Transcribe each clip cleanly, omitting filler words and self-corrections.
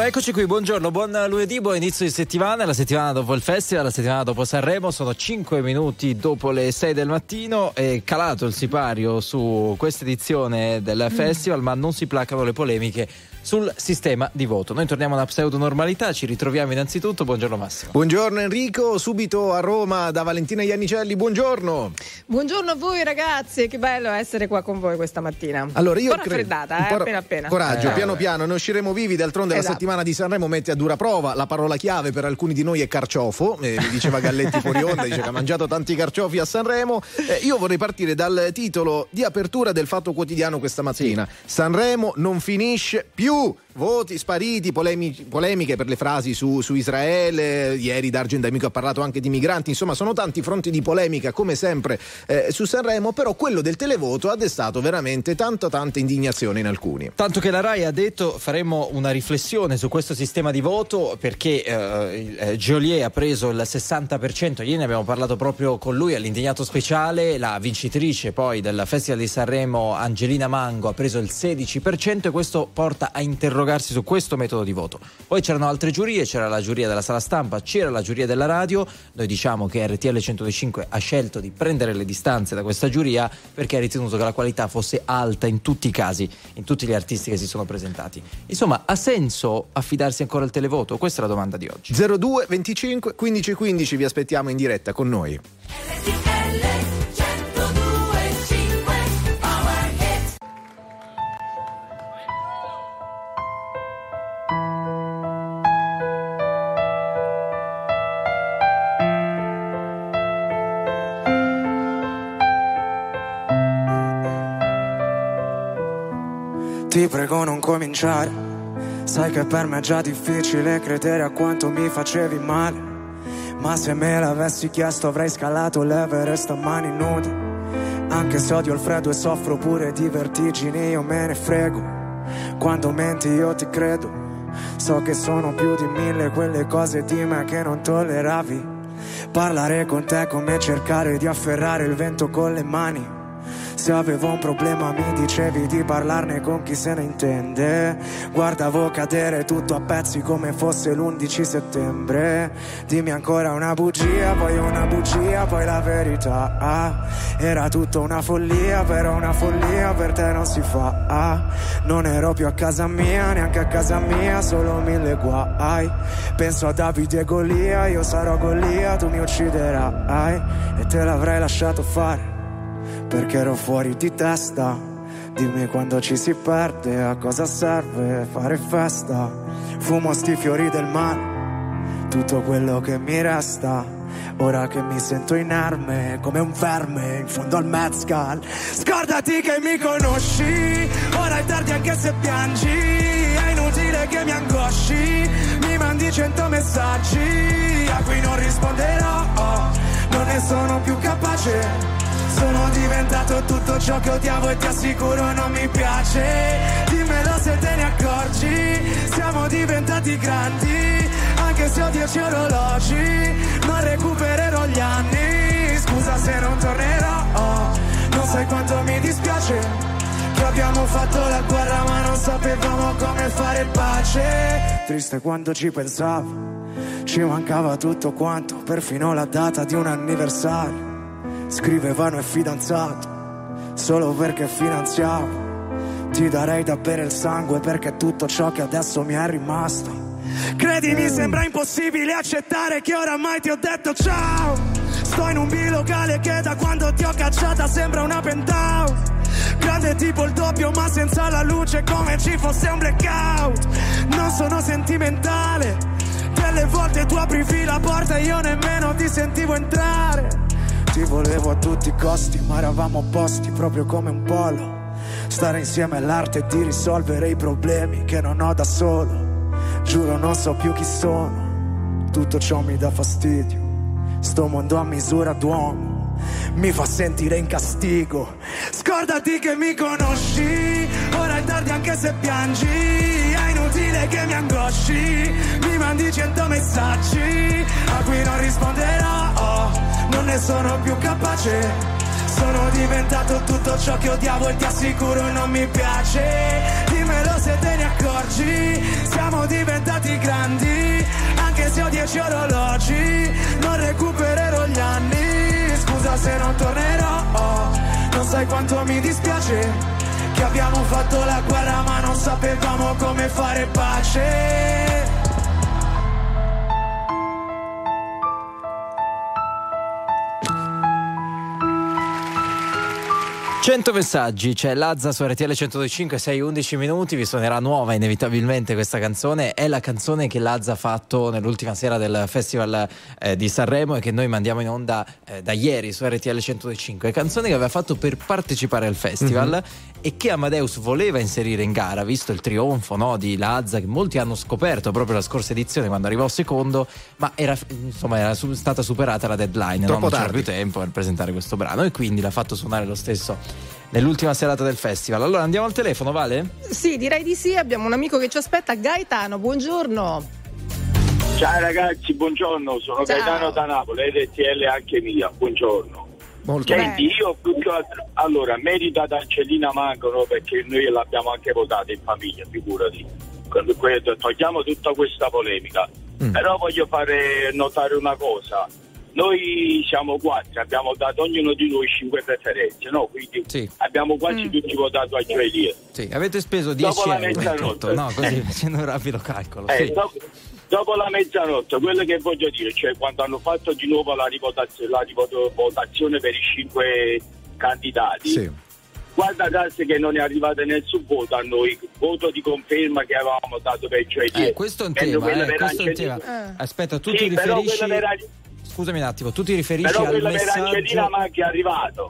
Allora eccoci qui, buongiorno, buon lunedì, buon inizio di settimana, la settimana dopo il festival, la settimana dopo Sanremo, sono 5 minuti dopo le 6 del mattino, è calato il sipario su questa edizione del festival, ma non si placano le polemiche sul sistema di voto. Noi torniamo a una pseudo-normalità, ci ritroviamo innanzitutto, buongiorno Massimo. Buongiorno Enrico, subito a Roma da Valentina Iannicelli, buongiorno. Buongiorno a voi ragazzi, che bello essere qua con voi questa mattina. Allora io un po' raffreddata, appena. Coraggio, piano piano, ne usciremo vivi, d'altronde la settimana di Sanremo mette a dura prova, la parola chiave per alcuni di noi è carciofo, mi diceva Galletti fuori onda, dice che ha mangiato tanti carciofi a Sanremo. Io vorrei partire dal titolo di apertura del Fatto Quotidiano questa mattina. Sanremo non finisce più. Voti spariti, polemiche per le frasi su Israele, ieri Dargen D'Amico ha parlato anche di migranti, insomma sono tanti fronti di polemica come sempre su Sanremo, però quello del televoto ha destato veramente tanta indignazione in alcuni. Tanto che la RAI ha detto faremo una riflessione su questo sistema di voto perché Geolier ha preso il 60%, ieri ne abbiamo parlato proprio con lui all'indignato speciale, la vincitrice poi del Festival di Sanremo Angelina Mango ha preso il 16% e questo porta a interrogarsi su questo metodo di voto. Poi c'erano altre giurie, c'era la giuria della sala stampa, c'era la giuria della radio. Noi diciamo che RTL 105 ha scelto di prendere le distanze da questa giuria perché ha ritenuto che la qualità fosse alta in tutti i casi, in tutti gli artisti che si sono presentati. Insomma, ha senso affidarsi ancora al televoto? Questa è la domanda di oggi. 02 25 15 15, vi aspettiamo in diretta con noi. Ti prego non cominciare, sai che per me è già difficile credere a quanto mi facevi male. Ma se me l'avessi chiesto avrei scalato l'Everest a mani nude. Anche se odio il freddo e soffro pure di vertigini, io me ne frego. Quando menti io ti credo, so che sono più di 1000 quelle cose di me che non tolleravi. Parlare con te è come cercare di afferrare il vento con le mani. Se avevo un problema mi dicevi di parlarne con chi se ne intende. Guardavo cadere tutto a pezzi come fosse l'11 settembre. Dimmi ancora una bugia, poi la verità. Era tutto una follia, però una follia per te non si fa. Non ero più a casa mia, neanche a casa mia, solo 1000 guai. Penso a Davide e Golia, io sarò Golia, tu mi ucciderai. E te l'avrei lasciato fare perché ero fuori di testa. Dimmi quando ci si perde, a cosa serve fare festa. Fumo sti fiori del mare, tutto quello che mi resta. Ora che mi sento inerme, come un verme in fondo al mezcal. Scordati che mi conosci, ora è tardi anche se piangi. È inutile che mi angosci, mi mandi 100 messaggi a cui non risponderò. Non ne sono più capace. Sono diventato tutto ciò che odiavo e ti assicuro non mi piace. Dimmelo se te ne accorgi, siamo diventati grandi. Anche se ho 10 orologi, non recupererò gli anni. Scusa se non tornerò, non sai quanto mi dispiace che abbiamo fatto la guerra ma non sapevamo come fare pace. Triste quando ci pensavo, ci mancava tutto quanto, perfino la data di un anniversario. Scrivevano è fidanzato, solo perché finanziavo. Ti darei da bere il sangue perché tutto ciò che adesso mi è rimasto. Credimi sembra impossibile accettare che oramai ti ho detto ciao. Sto in un bilocale che da quando ti ho cacciata sembra una penthouse. Grande tipo il doppio ma senza la luce, come ci fosse un blackout. Non sono sentimentale, delle volte tu aprivi la porta e io nemmeno ti sentivo entrare. Ti volevo a tutti i costi, ma eravamo opposti proprio come un polo. Stare insieme è l'arte di risolvere i problemi che non ho da solo. Giuro non so più chi sono, tutto ciò mi dà fastidio. Sto mondo a misura d'uomo mi fa sentire in castigo. Scordati che mi conosci, ora è tardi anche se piangi. È inutile che mi angosci, mi mandi 100 messaggi a cui non risponderò. Non ne sono più capace, Sono diventato tutto ciò che odiavo e ti assicuro non mi piace. Dimmelo se te ne accorgi, siamo diventati grandi. Anche se ho 10 orologi, non recupererò gli anni. Scusa se non tornerò, non sai quanto mi dispiace che abbiamo fatto la guerra ma non sapevamo come fare pace. 100 messaggi, c'è Lazza su RTL 105, 6-11 minuti, vi suonerà nuova inevitabilmente questa canzone, è la canzone che Lazza ha fatto nell'ultima sera del Festival di Sanremo e che noi mandiamo in onda da ieri su RTL 105, canzone che aveva fatto per partecipare al festival e che Amadeus voleva inserire in gara, visto il trionfo, no, di Lazza che molti hanno scoperto proprio la scorsa edizione quando arrivò secondo, ma era stata superata la deadline, non c'era più tempo per presentare questo brano e quindi l'ha fatto suonare lo stesso nell'ultima serata del festival. Allora andiamo al telefono, Vale? Sì, direi di sì, abbiamo un amico che ci aspetta, Gaetano, buongiorno. Ciao ragazzi, buongiorno, sono Ciao. Gaetano da Napoli, RTL anche mia, buongiorno. Molto Senti, io più che altro, allora, merita da Ancellina mancano perché noi l'abbiamo anche votata in famiglia, figurati. Togliamo tutta questa polemica, però voglio fare notare una cosa. Noi siamo 4, abbiamo dato ognuno di noi 5 preferenze, no? Quindi sì, abbiamo quasi tutti votato a Gioelia. sì, avete speso 10 Dopo la euro in mezzanotte. tutto, no? Così facendo un rapido calcolo. Sì. Dopo la mezzanotte, quello che voglio dire, cioè quando hanno fatto di nuovo la votazione per i 5 candidati, sì. guarda caso che non è arrivato nessun voto a noi, voto di conferma che avevamo dato per Gioelia. Questo è un tema, questo è un tema. Aspetta, tu ti però riferisci... Scusami un attimo, tu ti riferisci però al quella messaggio... per Angelina Macchi è arrivato.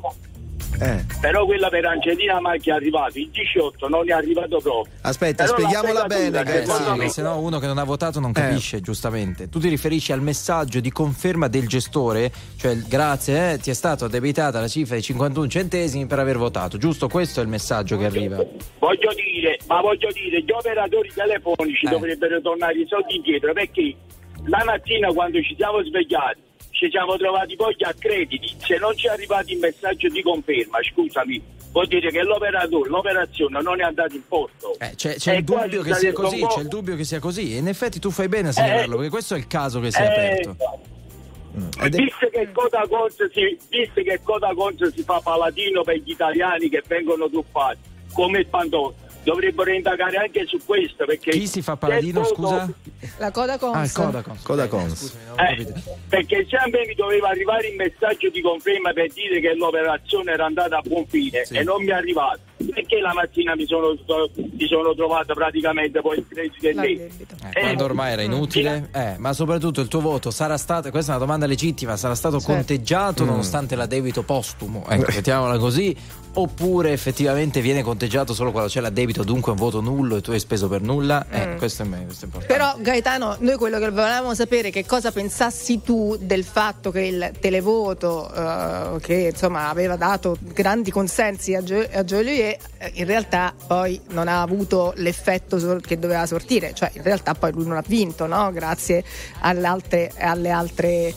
Però quella per Angelina Macchi è arrivato, il 18 non è arrivato proprio. Aspetta, però spieghiamola bene, sì, se no uno che non ha votato non capisce, giustamente. Tu ti riferisci al messaggio di conferma del gestore, cioè grazie, ti è stato addebitata la cifra di 51 centesimi per aver votato, giusto? Questo è il messaggio che arriva. Voglio dire, gli operatori telefonici dovrebbero tornare i soldi indietro, perché la mattina quando ci siamo svegliati ci siamo trovati poi gli accrediti, se non ci è arrivato il messaggio di conferma, scusami, vuol dire che l'operazione non è andata in porto. C'è il dubbio che sia così, c'è il dubbio che sia così, e in effetti tu fai bene a segnalarlo, perché questo è il caso che si è aperto. Visto che Codacons si fa paladino per gli italiani che vengono truffati, come il Pandoro, dovrebbero indagare anche su questo, perché chi si fa paladino, scusa? La Codacons. Il Codacons. Scusami, non ho capito. Perché sempre mi doveva arrivare il messaggio di conferma per dire che l'operazione era andata a buon fine, e non mi è arrivato, perché la mattina mi sono trovato praticamente poi il credito del debito. Quando ormai era inutile, ma soprattutto il tuo voto sarà stato, questa è una domanda legittima, sarà stato conteggiato nonostante l'addebito postumo, mettiamola così, oppure effettivamente viene conteggiato solo quando c'è l'addebito, dunque un voto nullo e tu hai speso per nulla? Questo è importante. Però Gaetano, noi quello che volevamo sapere è che cosa pensassi tu del fatto che il televoto che insomma aveva dato grandi consensi a Joliet in realtà poi non ha avuto l'effetto che doveva sortire, cioè in realtà poi lui non ha vinto, no? Grazie agli altri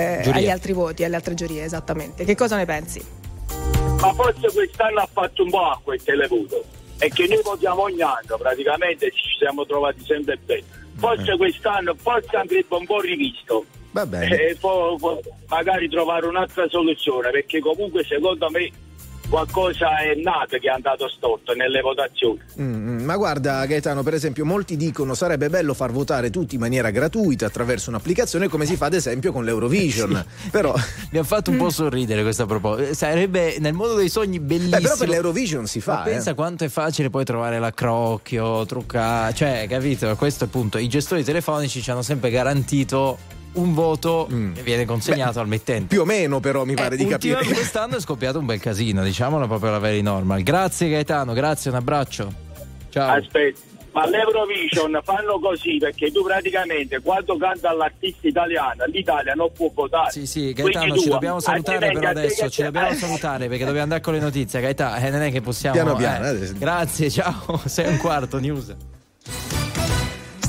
voti, alle altre giurie, esattamente. Che cosa ne pensi? Ma forse quest'anno ha fatto un po' acqua il televoto, e che noi votiamo ogni anno, praticamente ci siamo trovati sempre bene. Forse quest'anno andrebbe un po' rivisto. Va bene. E poi magari trovare un'altra soluzione, perché comunque secondo me qualcosa è nato che è andato storto nelle votazioni. Ma guarda Gaetano, per esempio molti dicono sarebbe bello far votare tutti in maniera gratuita attraverso un'applicazione, come si fa ad esempio con l'Eurovision. Però mi ha fatto un po' sorridere questa proposta, sarebbe nel mondo dei sogni bellissimo. Però per l'Eurovision si fa. Ma pensa quanto è facile poi trovare l'accrocchio, truccare, cioè capito, questo è il punto. I gestori telefonici ci hanno sempre garantito un voto che viene consegnato al mittente. Più o meno, però mi pare di capire. Quest'anno è scoppiato un bel casino, diciamolo proprio la very normal. Grazie Gaetano, grazie, un abbraccio. Ciao. Aspetta, ma l'Eurovision fanno così perché tu praticamente quando canta l'artista italiano l'Italia non può votare. Sì, Gaetano, ci dobbiamo salutare però adesso, ci dobbiamo salutare perché dobbiamo andare con le notizie. Gaetano, non è che possiamo. Piano. Grazie, ciao. 6:15 news.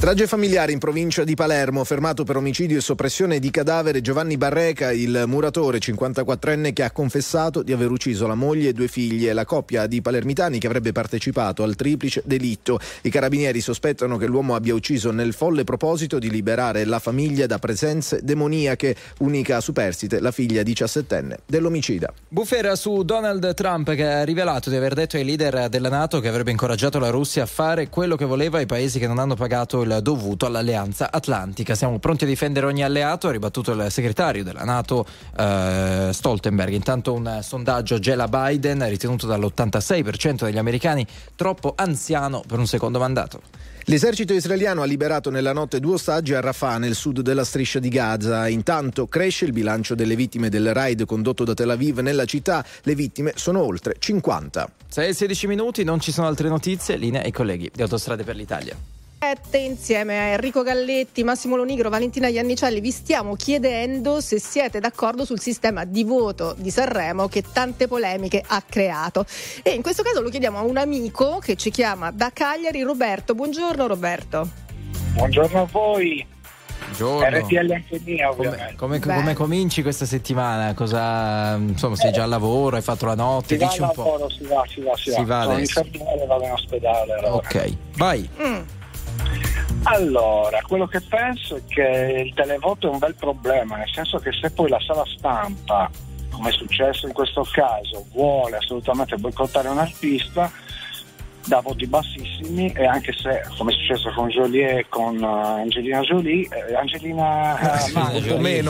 Strage familiare in provincia di Palermo, fermato per omicidio e soppressione di cadavere Giovanni Barreca, il muratore 54enne che ha confessato di aver ucciso la moglie e 2 figlie, la coppia di palermitani che avrebbe partecipato al triplice delitto. I carabinieri sospettano che l'uomo abbia ucciso nel folle proposito di liberare la famiglia da presenze demoniache, unica superstite la figlia 17enne dell'omicida. Bufera su Donald Trump, che ha rivelato di aver detto ai leader della NATO che avrebbe incoraggiato la Russia a fare quello che voleva ai paesi che non hanno pagato il dovuto all'alleanza atlantica. Siamo pronti a difendere ogni alleato, ha ribattuto il segretario della NATO Stoltenberg. Intanto un sondaggio gela Biden, ritenuto dall'86% degli americani troppo anziano per un secondo mandato. L'esercito israeliano ha liberato nella notte 2 ostaggi a Rafah, nel sud della striscia di Gaza. Intanto cresce il bilancio delle vittime del raid condotto da Tel Aviv nella città. Le vittime sono oltre 50. 6-16 minuti, non ci sono altre notizie. Linea ai colleghi di Autostrade per l'Italia. Insieme a Enrico Galletti, Massimo Lonigro, Valentina Iannicelli vi stiamo chiedendo se siete d'accordo sul sistema di voto di Sanremo che tante polemiche ha creato, e in questo caso lo chiediamo a un amico che ci chiama da Cagliari, Roberto. Buongiorno Roberto. Buongiorno a voi. Buongiorno. RTL anche mia, ovviamente. Come cominci questa settimana? Cosa, insomma, sei già al lavoro, hai fatto la notte? Si Dici va un al po'. lavoro, si va. Sono infermiere, vado in ospedale. Allora. Ok, vai. Allora, quello che penso è che il televoto è un bel problema, nel senso che se poi la sala stampa, come è successo in questo caso, vuole assolutamente boicottare un artista, da voti bassissimi, e anche se, come è successo con Jolie e con Angelina Jolie, Mango, meno.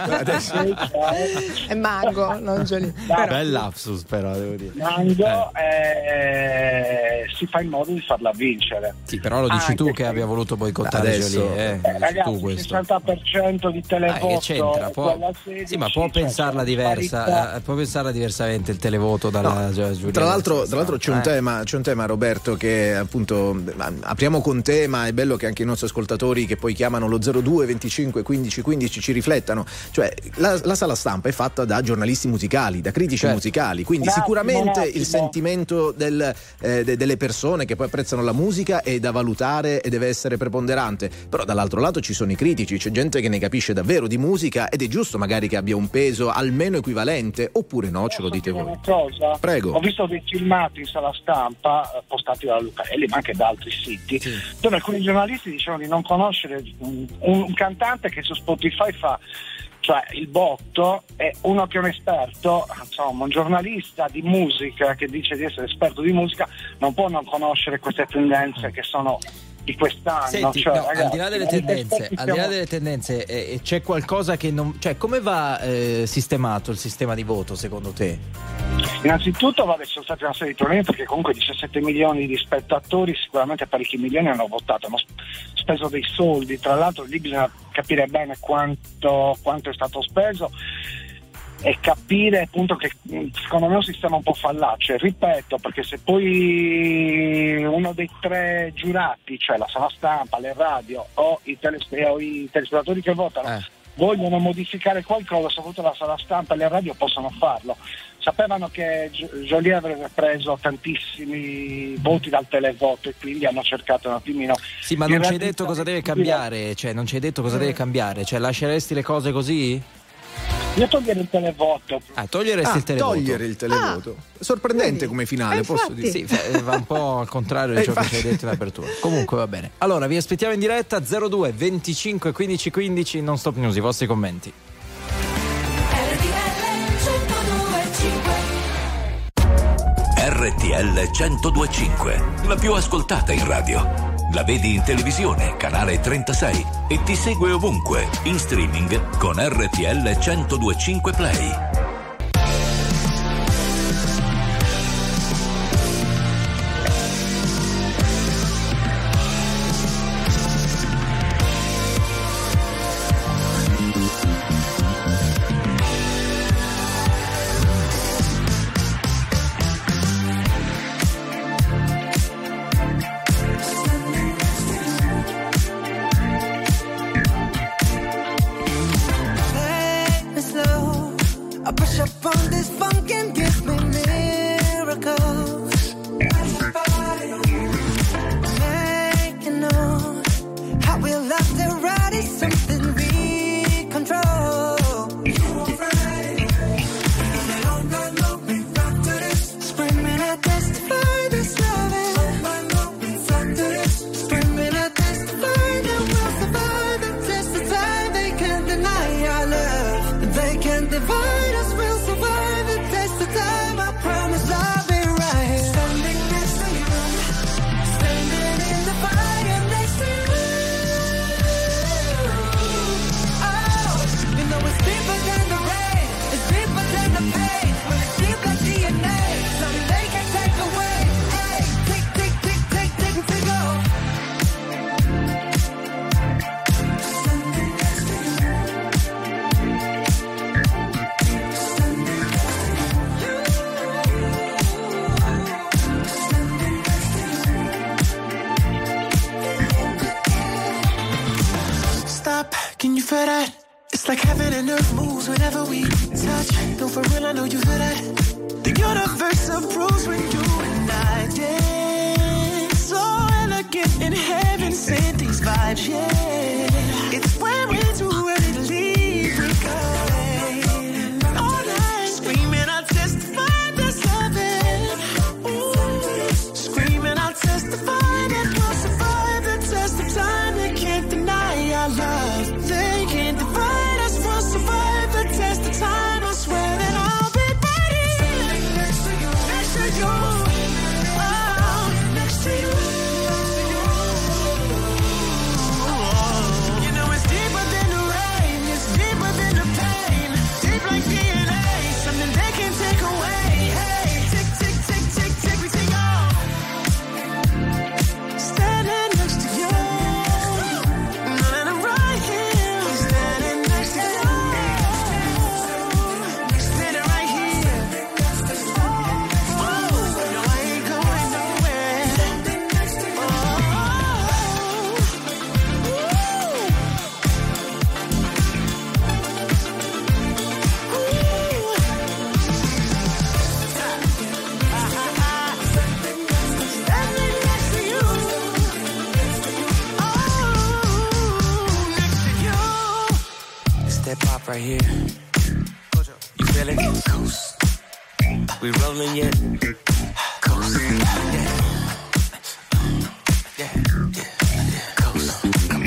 È Mango, non Jolie. Bel lapsus però, devo dire. Mango si fa in modo di farla vincere. Sì, però lo dici tu che abbia voluto boicottare adesso, Jolie. Ragazzi, tu questo. il 60% di televoto Che c'entra? Sì, ma può pensarla diversa, può pensarla diversamente il televoto dalla Giulia. Tra l'altro c'è un tema Roberto, che appunto apriamo con te, ma è bello che anche i nostri ascoltatori che poi chiamano lo 02 25 15 15 ci riflettano. Cioè la sala stampa è fatta da giornalisti musicali, da critici musicali, quindi sicuramente il sentimento delle persone che poi apprezzano la musica è da valutare e deve essere preponderante, però dall'altro lato ci sono i critici, c'è gente che ne capisce davvero di musica ed è giusto magari che abbia un peso almeno equivalente, oppure no, ce lo dite voi. Una cosa? Prego. Ho visto dei filmati in sala stampa postati da Lucarelli, ma anche da altri siti, dove alcuni giornalisti dicevano di non conoscere un cantante che su Spotify fa, cioè il botto, è uno che è un esperto, insomma un giornalista di musica che dice di essere esperto di musica, non può non conoscere queste tendenze che sono di quest'anno. Senti, cioè, no, ragazzi, al di là delle tendenze, c'è qualcosa che non, cioè come va sistemato il sistema di voto secondo te? Innanzitutto ci sono stati una serie di problemi, perché comunque 17 milioni di spettatori, sicuramente parecchi milioni hanno votato, hanno speso dei soldi, tra l'altro lì bisogna capire bene quanto è stato speso e capire appunto che secondo me è un sistema un po' fallace, ripeto, perché se poi uno dei 3 giurati, cioè la sala stampa, le radio o i telespettatori che votano vogliono modificare qualcosa, soprattutto la sala stampa e le radio possono farlo. Sapevano che Jolie avrebbe preso tantissimi voti dal televoto e quindi hanno cercato un attimino. Sì, ma non ci hai detto cosa deve cambiare, cioè non ci hai detto cosa deve cambiare, cioè lasceresti le cose così? Io togliere il televoto. Toglieresti il televoto. Togliere il televoto. Sorprendente come finale, posso dire. Sì, va un po' al contrario di ciò che ci hai detto in apertura. Comunque va bene. Allora, vi aspettiamo in diretta 02 25 15 15, non stop news, i vostri commenti. RTL 102.5, la più ascoltata in radio. La vedi in televisione, canale 36, e ti segue ovunque, in streaming con RTL 102.5 Play. feel that? It's like heaven and earth moves whenever we touch. No, for real, I know you feel that. The universe approves when you and I dance. So elegant in heaven, send these vibes, yeah. It's when we're too ready to leave, we go all night, screaming, I'll testify this loving. Ooh, screaming, I'll testify that we'll survive the test of time. They can't deny our love. They can't divide us. We'll survive the test of time. I swear that I'll be ready. Standing next to you, next to you. Oh, next to you. You know it's deeper than the rain. It's deeper than the pain. Deep like DNA. Something they can't take away. Hey, tick, tick, tick, tick, tick, we take off. Standing next to you. And I'm right here. Standing next to you. Standing right here. Oh, no, I ain't going nowhere. Standing next to you. Next to you. It's that pop right here. You feel it? Coast. We rolling yet? Coast. Yeah. Coast.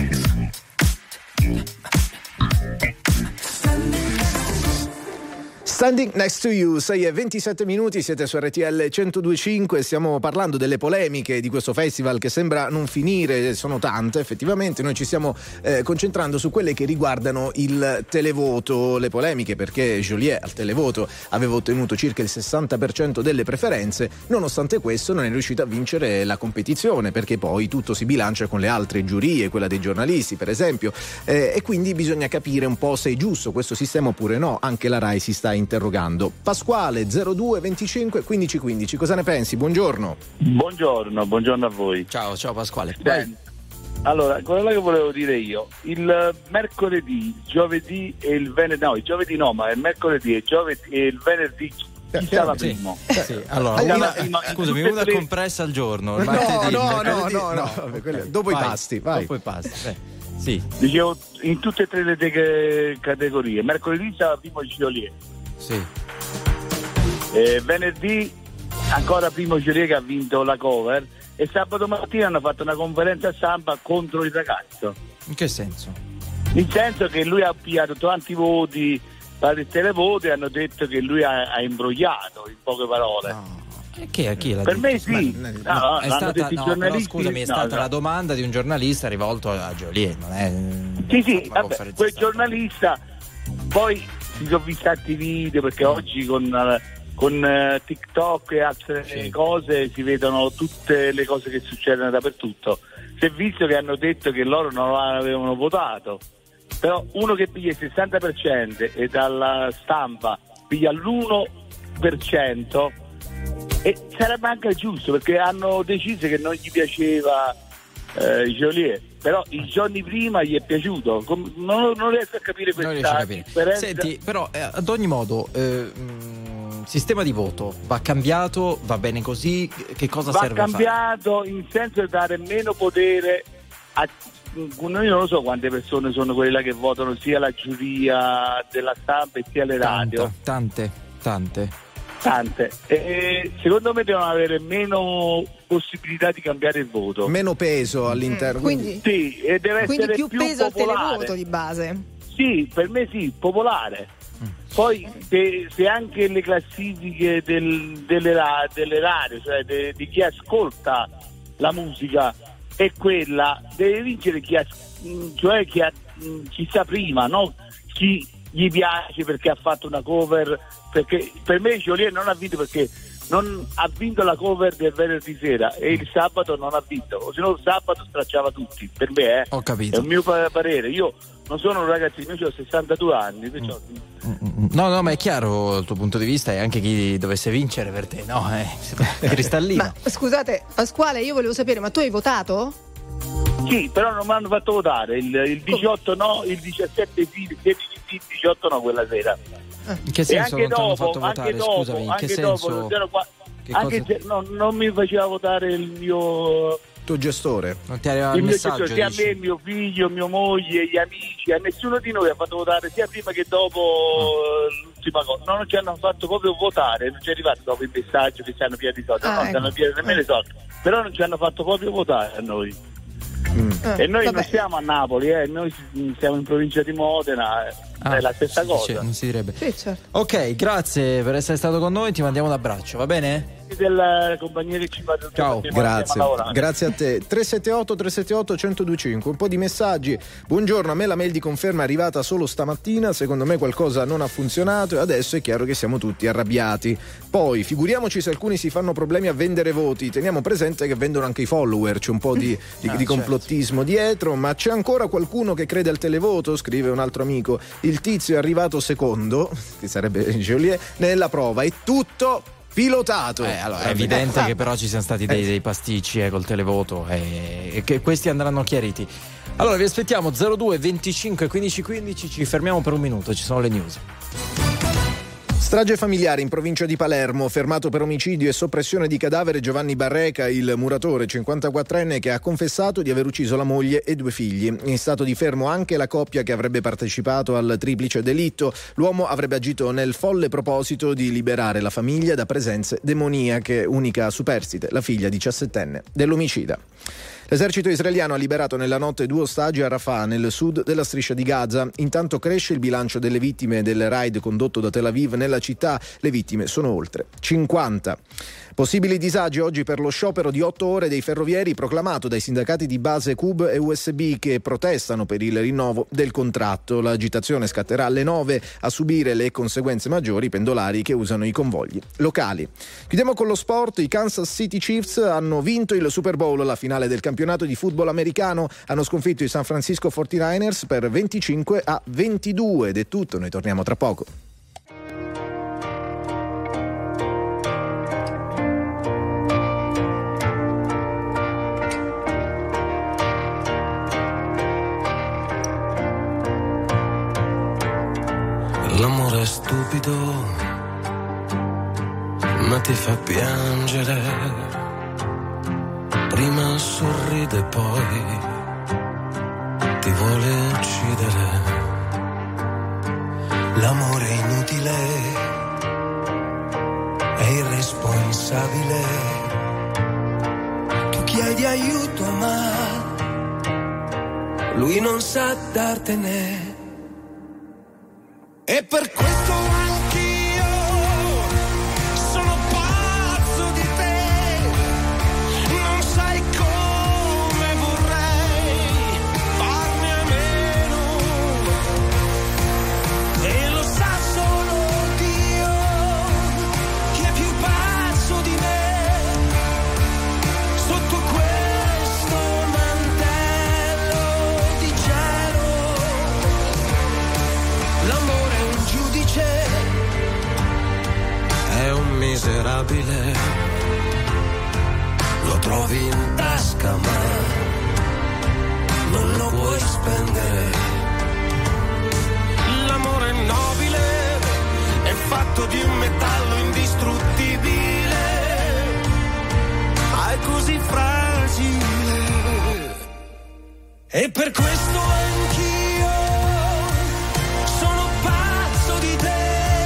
Standing Next to You, 6:27, siete su RTL 102.5, stiamo parlando delle polemiche di questo festival che sembra non finire, sono tante effettivamente. Noi ci stiamo concentrando su quelle che riguardano il televoto, le polemiche perché Geolier al televoto aveva ottenuto circa il 60% delle preferenze, nonostante questo non è riuscito a vincere la competizione perché poi tutto si bilancia con le altre giurie, quella dei giornalisti per esempio, e quindi bisogna capire un po' se è giusto questo sistema oppure no. Anche la RAI si sta interrogando. Pasquale 02 25 15 15, cosa ne pensi? Buongiorno. Buongiorno a voi. Ciao Pasquale. Allora, quello che volevo dire io, il mercoledì, giovedì e il venerdì, no, il giovedì no, ma il mercoledì e il venerdì chi sarà primo? Sì. Allora, scusami, una compressa al giorno. No, dopo i pasti, vai. Dopo i pasti. Sì. Dicevo in tutte e tre le categorie. Mercoledì sarà primo Geolier. Sì. Venerdì ancora primo Geolier che ha vinto la cover e sabato mattina hanno fatto una conferenza stampa contro il ragazzo. In che senso? Nel senso che lui ha pigliato tanti voti per televoti e hanno detto che lui ha imbrogliato, in poche parole. No. Chi l'ha per detto? Me sì. No, è stata, però, scusami, è stata la domanda di un giornalista rivolto a Geolier, non è? Sì, vabbè, quel giornalista poi si sono visti altri video perché oggi con TikTok e altre cose si vedono tutte le cose che succedono dappertutto. Si è visto che hanno detto che loro non avevano votato, però uno che piglia il 60% e dalla stampa piglia l'1%, e sarebbe anche giusto perché hanno deciso che non gli piaceva Geolier, però i giorni prima gli è piaciuto. Non riesco a capire questa differenza. Senti, però ad ogni modo sistema di voto va cambiato, va bene così, che cosa serve a fare? Va cambiato in senso di dare meno potere a... Io non lo so quante persone sono quelle là che votano sia la giuria della stampa e sia le radio. Tante. E secondo me devono avere meno possibilità di cambiare il voto, meno peso all'interno. Quindi sì, e deve essere più peso popolare. al televoto di base. Sì, per me sì, popolare. Poi se anche le classifiche delle radio, cioè di chi ascolta la musica è quella, deve vincere chi sta prima, no? Chi gli piace perché ha fatto una cover, perché per me Geolier non ha vinto perché non ha vinto la cover del venerdì sera e il sabato non ha vinto, o se no il sabato stracciava tutti, per me ho capito. È il mio parere. Io non sono un ragazzino, io ho 62 anni, perciò... No, ma è chiaro il tuo punto di vista e anche chi dovesse vincere per te, no? È cristallino. Ma scusate, Pasquale, io volevo sapere, ma tu hai votato? Sì, però non mi hanno fatto votare. Il 18 no, il 17 sì, il 16 sì, il 18 no quella sera. In che senso non ti hanno fatto votare? Anche dopo, Scusami, in anche che dopo, senso? anche se non mi faceva votare il mio tuo gestore. Non ti arriva il messaggio, gestore, sia a me, mio figlio, mia moglie, gli amici, a nessuno di noi ha fatto votare sia prima che dopo l'ultima cosa. No, non ci hanno fatto proprio votare, non ci è arrivato dopo il messaggio che ci hanno piato i soldi, non ci hanno piato nemmeno i soldi, però non ci hanno fatto proprio votare a noi. E noi non siamo a Napoli, noi siamo in provincia di Modena, è la stessa cosa. Non si direbbe. Sì, certo. Ok, grazie per essere stato con noi, ti mandiamo un abbraccio, va bene? Della compagnia che ci va. Ciao, grazie a te. 378-378-1025, un po' di messaggi. Buongiorno, a me la mail di conferma è arrivata solo stamattina, secondo me qualcosa non ha funzionato e adesso è chiaro che siamo tutti arrabbiati. Poi figuriamoci se alcuni si fanno problemi a vendere voti, teniamo presente che vendono anche i follower, c'è un po' di complottismo dietro, ma c'è ancora qualcuno che crede al televoto, scrive un altro amico. Il tizio è arrivato secondo, che sarebbe Joliet, nella prova, è tutto pilotato. Allora, è evidente che però ci siano stati dei pasticci col televoto e che questi andranno chiariti. Allora vi aspettiamo 02 25 15 15, ci fermiamo per un minuto, ci sono le news. Strage familiare in provincia di Palermo, fermato per omicidio e soppressione di cadavere Giovanni Barreca, il muratore 54enne che ha confessato di aver ucciso la moglie e 2 figli. In stato di fermo anche la coppia che avrebbe partecipato al triplice delitto. L'uomo avrebbe agito nel folle proposito di liberare la famiglia da presenze demoniache, unica superstite, la figlia 17enne dell'omicida. L'esercito israeliano ha liberato nella notte 2 ostaggi a Rafah, nel sud della striscia di Gaza. Intanto cresce il bilancio delle vittime del raid condotto da Tel Aviv nella città. Le vittime sono oltre 50. Possibili disagi oggi per lo sciopero di 8 ore dei ferrovieri proclamato dai sindacati di base CUB e USB che protestano per il rinnovo del contratto. L'agitazione scatterà alle 9, a subire le conseguenze maggiori i pendolari che usano i convogli locali. Chiudiamo con lo sport. I Kansas City Chiefs hanno vinto il Super Bowl, la finale del campionato di football americano. Hanno sconfitto i San Francisco 49ers per 25-22 ed è tutto, noi torniamo tra poco. L'amore è stupido, ma ti fa piangere. Prima sorride, poi ti vuole uccidere. L'amore è inutile, è irresponsabile. Tu chiedi aiuto, ma lui non sa dartene. E per questo anch'io sono pazzo di te. Non sai come vorrei farne a meno. E lo sa solo Dio chi è più pazzo di me. Sotto questo mantello di cielo l'amore è un miserabile, lo trovi in tasca ma non lo puoi spendere. L'amore nobile è fatto di un metallo indistruttibile, ma è così fragile. E per questo anch'io sono pazzo di te.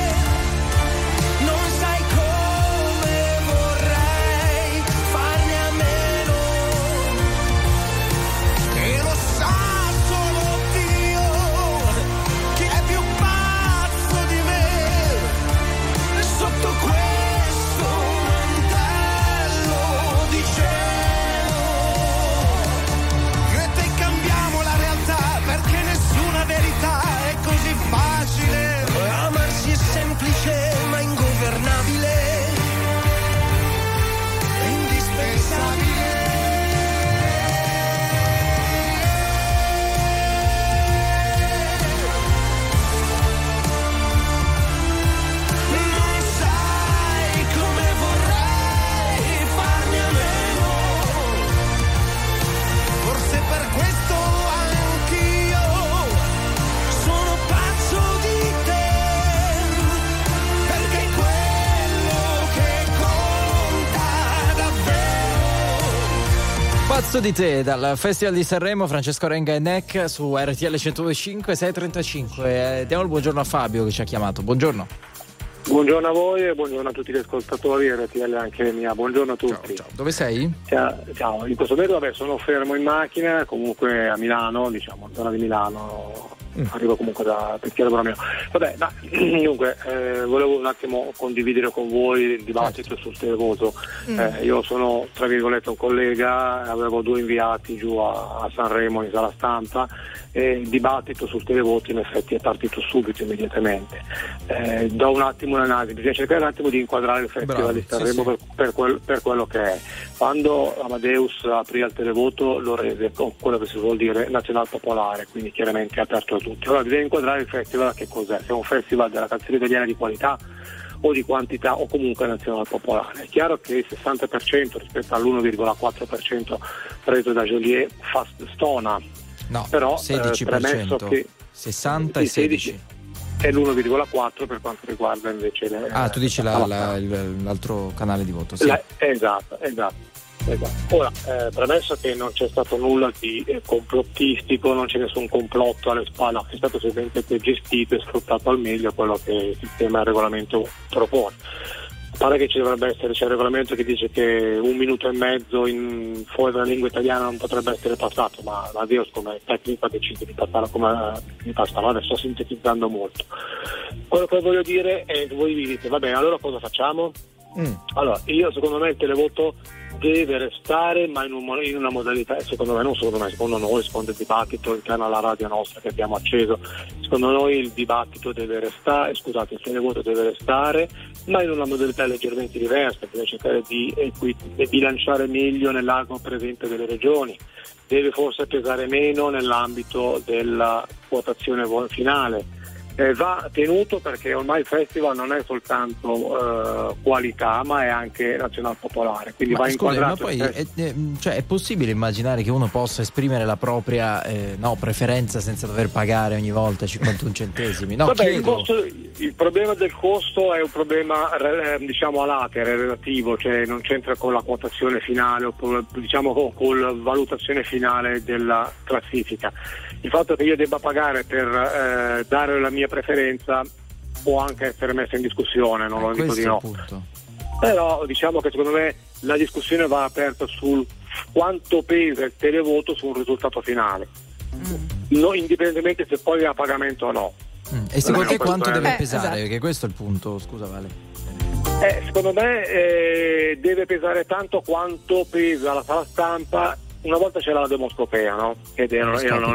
Ma ingovernabile, è indispensabile. Non sai Pazzo di te dal Festival di Sanremo, Francesco Renga e Neck su RTL 102.5, 6:35. Diamo il buongiorno a Fabio che ci ha chiamato. Buongiorno. Buongiorno a voi e buongiorno a tutti gli ascoltatori, RTL anche mia. Buongiorno a tutti. Ciao. Dove sei? Ciao. In questo momento sono fermo in macchina, comunque a Milano, zona di Milano. Arrivo comunque da Peschiera Borromeo. Dunque volevo un attimo condividere con voi il dibattito sul televoto. Io sono tra virgolette un collega, avevo 2 inviati giù a Sanremo in sala stampa e il dibattito sul televoto in effetti è partito subito, immediatamente. Do un attimo un'analisi, bisogna cercare un attimo di inquadrare il Festival di Sanremo sì. Per quello che è. Quando Amadeus aprì il televoto lo rese quello che si vuol dire nazional popolare, quindi chiaramente aperto a tutti. Allora bisogna inquadrare il festival che cos'è, se è un festival della canzone italiana di qualità o di quantità o comunque nazional popolare. È chiaro che il 60% rispetto all'1,4% preso da Joliet fa stona, però 16%, premesso che 60 e 16 è l'1,4 per quanto riguarda invece tu dici l'altro canale di voto, sì. Esatto. Ora, premesso che non c'è stato nulla di complottistico, non c'è nessun complotto alle spalle, è stato semplicemente gestito e sfruttato al meglio quello che il sistema e il regolamento propone. Pare che c'è il regolamento che dice che 1 minuto e mezzo fuori dalla lingua italiana non potrebbe essere passato, ma la Deus come tecnica decide di passarla come di passarla. Adesso sto sintetizzando molto. Quello che voglio dire è che voi vi dite, va bene, allora cosa facciamo? Allora, secondo me il televoto deve restare, ma in una modalità, secondo noi, secondo il dibattito interno alla radio nostra che abbiamo acceso, secondo noi il dibattito deve restare, il televoto deve restare, ma in una modalità leggermente diversa, bisogna cercare di bilanciare meglio nell'arco presente delle regioni, deve forse pesare meno nell'ambito della quotazione finale. Va tenuto perché ormai il festival non è soltanto qualità, ma è anche nazional popolare, quindi va inquadrato. Ma poi è possibile immaginare che uno possa esprimere la propria preferenza senza dover pagare ogni volta 51 centesimi? Il problema del costo è un problema a latere, relativo, cioè non c'entra con la quotazione finale o con la valutazione finale della classifica. Il fatto che io debba pagare per dare la mia preferenza può anche essere messa in discussione, non lo dico di no. Però diciamo che secondo me la discussione va aperta sul quanto pesa il televoto su un risultato finale, indipendentemente se poi è a pagamento o no. E secondo te quanto deve pesare? Esatto. Perché questo è il punto, scusa Vale. Secondo me deve pesare tanto quanto pesa la sala stampa. Una volta c'era la demoscopea, no? Ed era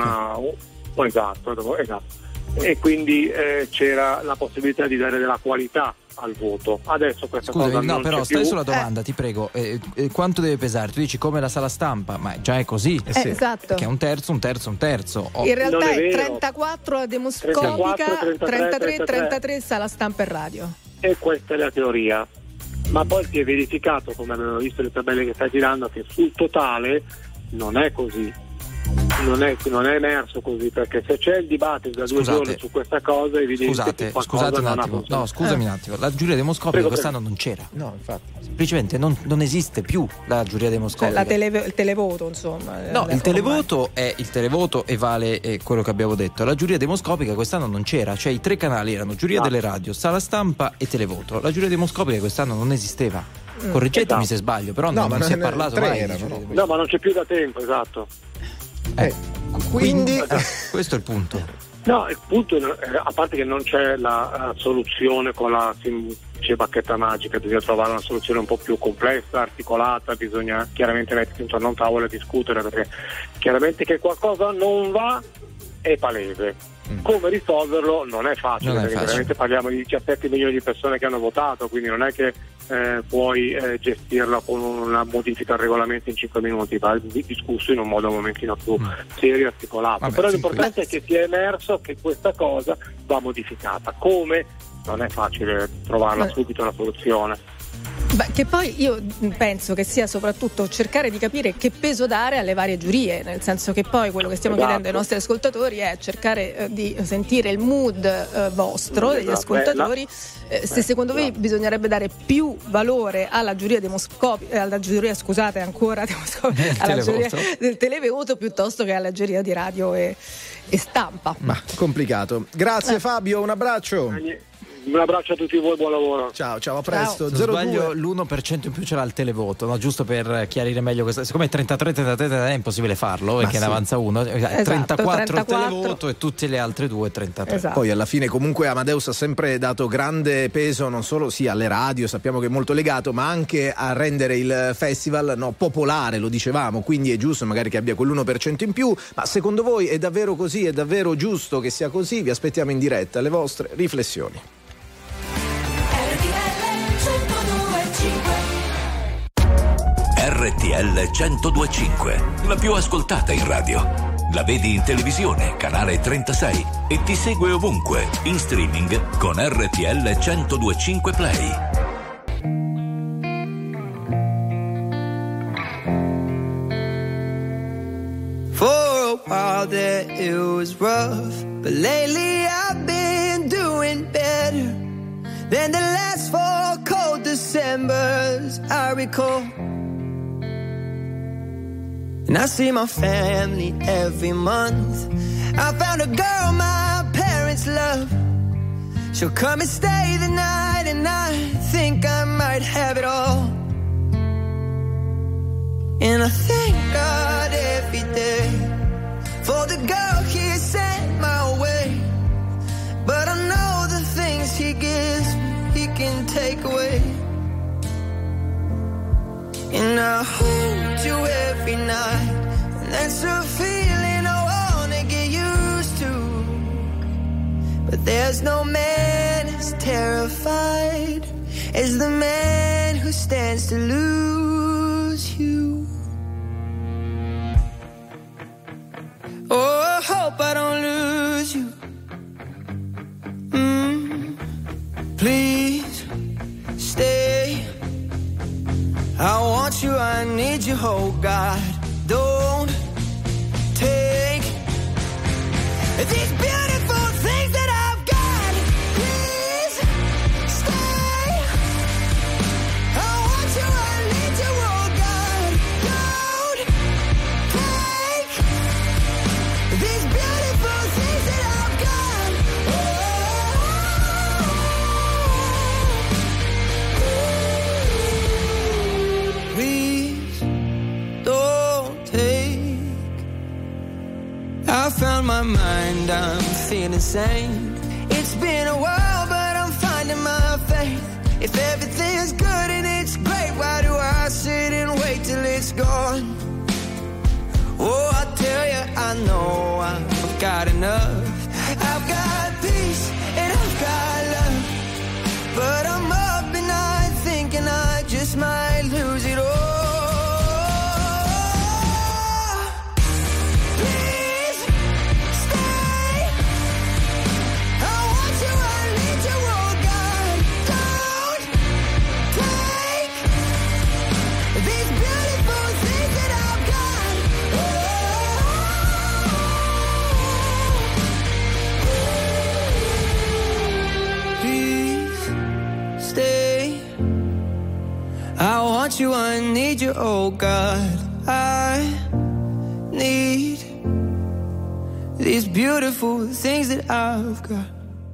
esatto. E quindi c'era la possibilità di dare della qualità al voto. Adesso questa cosa non però c'è stai più. sulla domanda, ti prego, quanto deve pesare? Tu dici come la sala stampa, ma già è così. Esatto. Che è un terzo. In realtà è 34 la demoscopica, 33 sala stampa e radio. E questa è la teoria. Ma poi si è verificato, come abbiamo visto le tabelle che stai girando, che sul totale non è così, non è emerso così, perché se c'è il dibattito da 2 giorni su questa cosa è evidente che scusate un attimo, scusami un attimo, la giuria demoscopica quest'anno non c'era, infatti semplicemente non esiste più la giuria demoscopica, il televoto, insomma. Il televoto è il televoto e vale quello che abbiamo detto. La giuria demoscopica quest'anno non c'era, cioè i 3 canali erano giuria delle radio, sala stampa e televoto. La giuria demoscopica quest'anno non esisteva. Correggetemi se sbaglio, però non si è parlato mai. No, ma non c'è più da tempo, esatto. Quindi questo è il punto. No, il punto a parte che non c'è la soluzione con la bacchetta magica, bisogna trovare una soluzione un po' più complessa, articolata, bisogna chiaramente mettersi intorno a un tavolo e discutere, perché chiaramente che qualcosa non va è palese. Come risolverlo non è facile, perché veramente parliamo di 17 milioni di persone che hanno votato, quindi non è che puoi gestirla con una modifica al regolamento in 5 minuti, va discusso in un modo un momentino più serio e articolato. Però l'importante è che sia emerso che questa cosa va modificata. Come? Non è facile trovarla subito una soluzione. Beh, che poi io penso che sia soprattutto cercare di capire che peso dare alle varie giurie, nel senso che poi quello che stiamo chiedendo ai nostri ascoltatori è cercare di sentire il mood vostro, degli ascoltatori, se secondo voi bisognerebbe dare più valore alla giuria alla giuria del televoto piuttosto che alla giuria di radio e stampa. Ma complicato. Grazie Fabio, un abbraccio. Un abbraccio a tutti voi, buon lavoro. Ciao, a presto. Se non sbaglio, l'1% in più ce l'ha il televoto, no? Giusto per chiarire meglio questa. Siccome 33 è impossibile farlo, perché ne avanza uno. 34 il televoto e tutte le altre 33. Esatto. Poi alla fine comunque Amadeus ha sempre dato grande peso non solo alle radio, sappiamo che è molto legato, ma anche a rendere il festival popolare, lo dicevamo, quindi è giusto magari che abbia quell'1% in più. Ma secondo voi è davvero così? È davvero giusto che sia così? Vi aspettiamo in diretta le vostre riflessioni. RTL 102.5, la più ascoltata in radio. La vedi in televisione, canale 36 e ti segue ovunque, in streaming con RTL 102.5 Play. For a while there it was rough, but lately I've been doing better than the last 4 cold Decembers I recall. And I see my family every month. I found a girl my parents love. She'll come and stay the night, and I think I might have it all. And I thank God every day for the girl He sent my way. But I know the things He gives me, He can take away. And I hold you every night, and that's a feeling I wanna get used to. But there's no man as terrified as the man who stands to lose you. Oh, I hope I don't lose you. Please stay. I want you, I need you, oh God. Don't take these beautiful things that I've got. Please stay. I want you, I need you, oh God. Don't take these beautiful things that I've got. Please don't take. I found my mind, I'm feeling sane. It's been a while, but I'm finding my faith. If everything's good and it's great, why do I sit and wait till it's gone? Oh, I tell you, I know I've got enough. I've got peace and I've got love, but I'm up and I'm thinking I just might lose it all. Please stay. I want you, I need you, oh God. Don't take these beautiful things that I've got. Please stay. I want you, I need you, oh God. I need these beautiful things that I've got.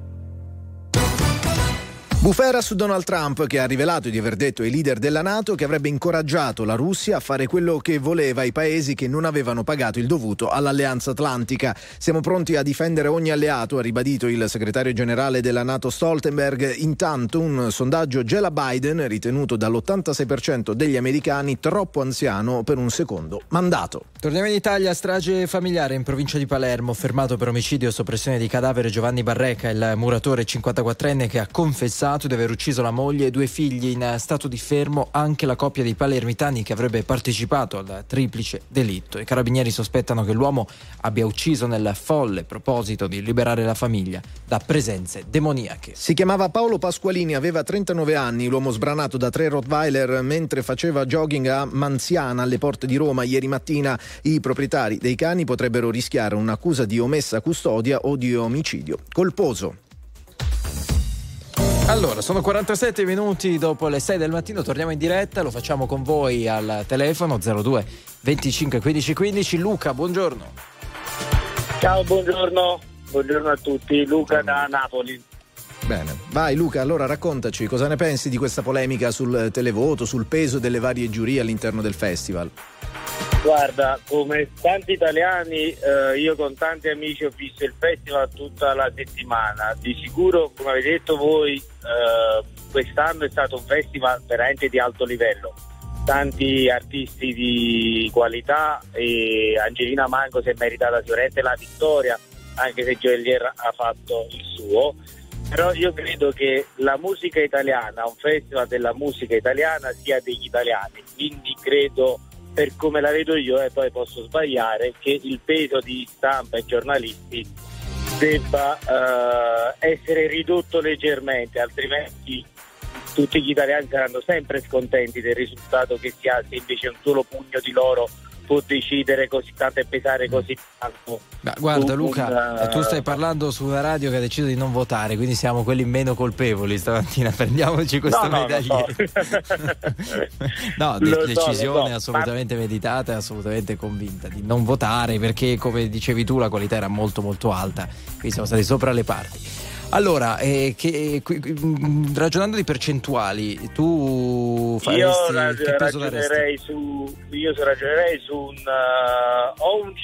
Bufera su Donald Trump, che ha rivelato di aver detto ai leader della NATO che avrebbe incoraggiato la Russia a fare quello che voleva ai paesi che non avevano pagato il dovuto all'Alleanza Atlantica. Siamo pronti a difendere ogni alleato, ha ribadito il segretario generale della NATO Stoltenberg. Intanto un sondaggio gela Biden, ritenuto dall'86% degli americani troppo anziano per un secondo mandato. Torniamo in Italia. Strage familiare in provincia di Palermo. Fermato per omicidio e soppressione di cadavere Giovanni Barreca, il muratore 54enne che ha confessato condannato di aver ucciso la moglie e 2 figli. In stato di fermo anche la coppia dei palermitani che avrebbe partecipato al triplice delitto. I carabinieri sospettano che l'uomo abbia ucciso nel folle proposito di liberare la famiglia da presenze demoniache. Si chiamava Paolo Pasqualini, aveva 39 anni, l'uomo sbranato da 3 Rottweiler mentre faceva jogging a Manziana alle porte di Roma ieri mattina. I proprietari dei cani potrebbero rischiare un'accusa di omessa custodia o di omicidio colposo. Allora, sono 47 minuti dopo le 6 del mattino, torniamo in diretta, lo facciamo con voi al telefono 02 25 15 15. Luca, buongiorno. Ciao, buongiorno a tutti, Luca da Napoli. Bene, vai Luca, allora raccontaci cosa ne pensi di questa polemica sul televoto, sul peso delle varie giurie all'interno del festival. Guarda, come tanti italiani, io con tanti amici ho visto il festival tutta la settimana. Di sicuro, come avete detto voi, quest'anno è stato un festival veramente di alto livello. Tanti artisti di qualità e Angelina Mango si è meritata sicuramente la vittoria, anche se Geolier ha fatto il suo. Però io credo che la musica italiana, un festival della musica italiana, sia degli italiani. Quindi credo, per come la vedo io, e poi posso sbagliare, che il peso di stampa e giornalisti debba essere ridotto leggermente, altrimenti tutti gli italiani saranno sempre scontenti del risultato che si ha, se invece un solo pugno di loro può decidere così tanto e pesare così tanto. Ma guarda Luca, tu stai parlando su una radio che ha deciso di non votare, quindi siamo quelli meno colpevoli stamattina, prendiamoci questa medaglietta. No, decisione assolutamente meditata e assolutamente convinta di non votare, perché come dicevi tu la qualità era molto molto alta, quindi siamo stati sopra le parti. Allora, ragionando di percentuali, tu faresti che peso daresti? Io ragionerei su un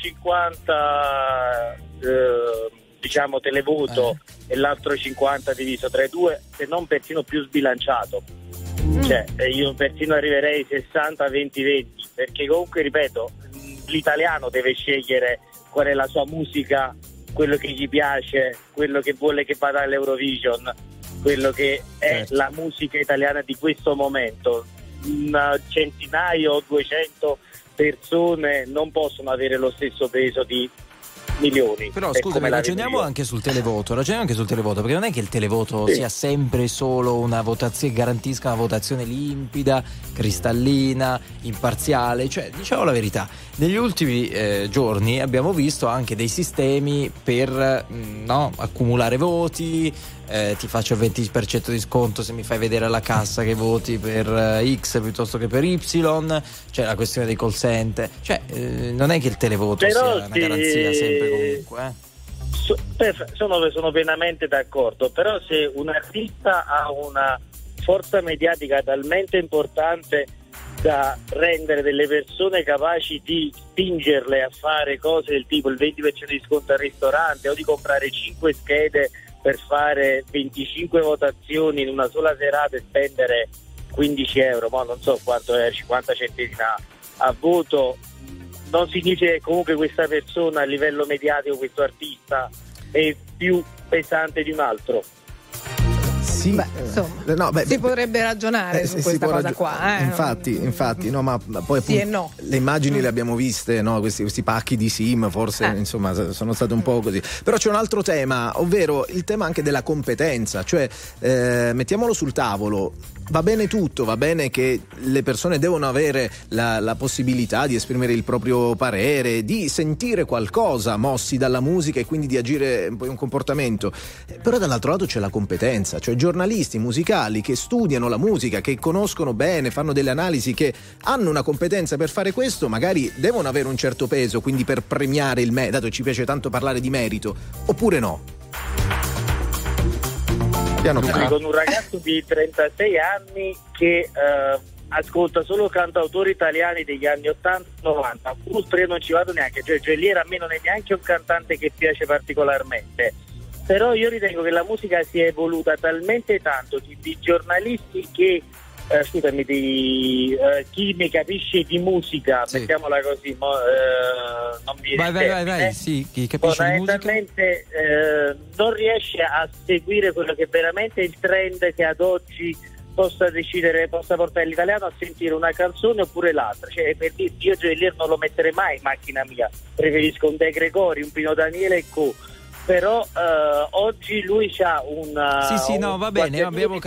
50 diciamo televoto e l'altro 50 diviso tra i due, se non persino più sbilanciato. Cioè, io persino arriverei 60-20-20, perché comunque, ripeto, l'italiano deve scegliere qual è la sua musica, quello che gli piace, quello che vuole che vada all'Eurovision, quello che è la musica italiana di questo momento. Un centinaio, 200 persone non possono avere lo stesso peso di milioni. Però scusami, ragioniamo anche sul televoto, perché non è che il televoto sia sempre solo una votazione, garantisca una votazione limpida, cristallina, imparziale. Cioè, diciamo la verità, negli ultimi giorni abbiamo visto anche dei sistemi per accumulare voti. Ti faccio il 20% di sconto se mi fai vedere alla cassa che voti per X piuttosto che per Y, cioè la questione dei call center, cioè non è che il televoto però sia una garanzia sempre comunque. Sono pienamente d'accordo, però se un artista ha una forza mediatica talmente importante da rendere delle persone capaci di spingerle a fare cose del tipo il 20% di sconto al ristorante o di comprare 5 schede per fare 25 votazioni in una sola serata e spendere 15 euro, ma non so quanto è, 50 centesimi a voto, non significa che comunque questa persona a livello mediatico, questo artista, è più pesante di un altro. Sì, si potrebbe ragionare su questa cosa qua. Infatti, no, ma poi sì appunto, le immagini le abbiamo viste, no? Questi pacchi di SIM, forse insomma sono state un po' così. Però c'è un altro tema, ovvero il tema anche della competenza, cioè mettiamolo sul tavolo. Va bene tutto, va bene che le persone devono avere la possibilità di esprimere il proprio parere, di sentire qualcosa mossi dalla musica e quindi di agire poi un comportamento, però dall'altro lato c'è la competenza, cioè giornalisti musicali che studiano la musica, che conoscono bene, fanno delle analisi, che hanno una competenza per fare questo, magari devono avere un certo peso, quindi per premiare il dato che ci piace tanto parlare di merito, oppure no? Con un ragazzo di 36 anni che ascolta solo cantautori italiani degli anni 80-90, oltre non ci vado neanche, cioè Geolier a me non è neanche un cantante che piace particolarmente, però io ritengo che la musica si è evoluta talmente tanto di giornalisti che scusami, chi mi capisce di musica, mettiamola così, non mi vai, sì, chi capisce di musica non riesce a seguire quello che veramente è il trend che ad oggi possa portare l'italiano a sentire una canzone oppure l'altra. Cioè, per dire, io Geolier non lo metterei mai in macchina mia, preferisco un De Gregori, un Pino Daniele e co. Però oggi lui c'ha va bene, abbiamo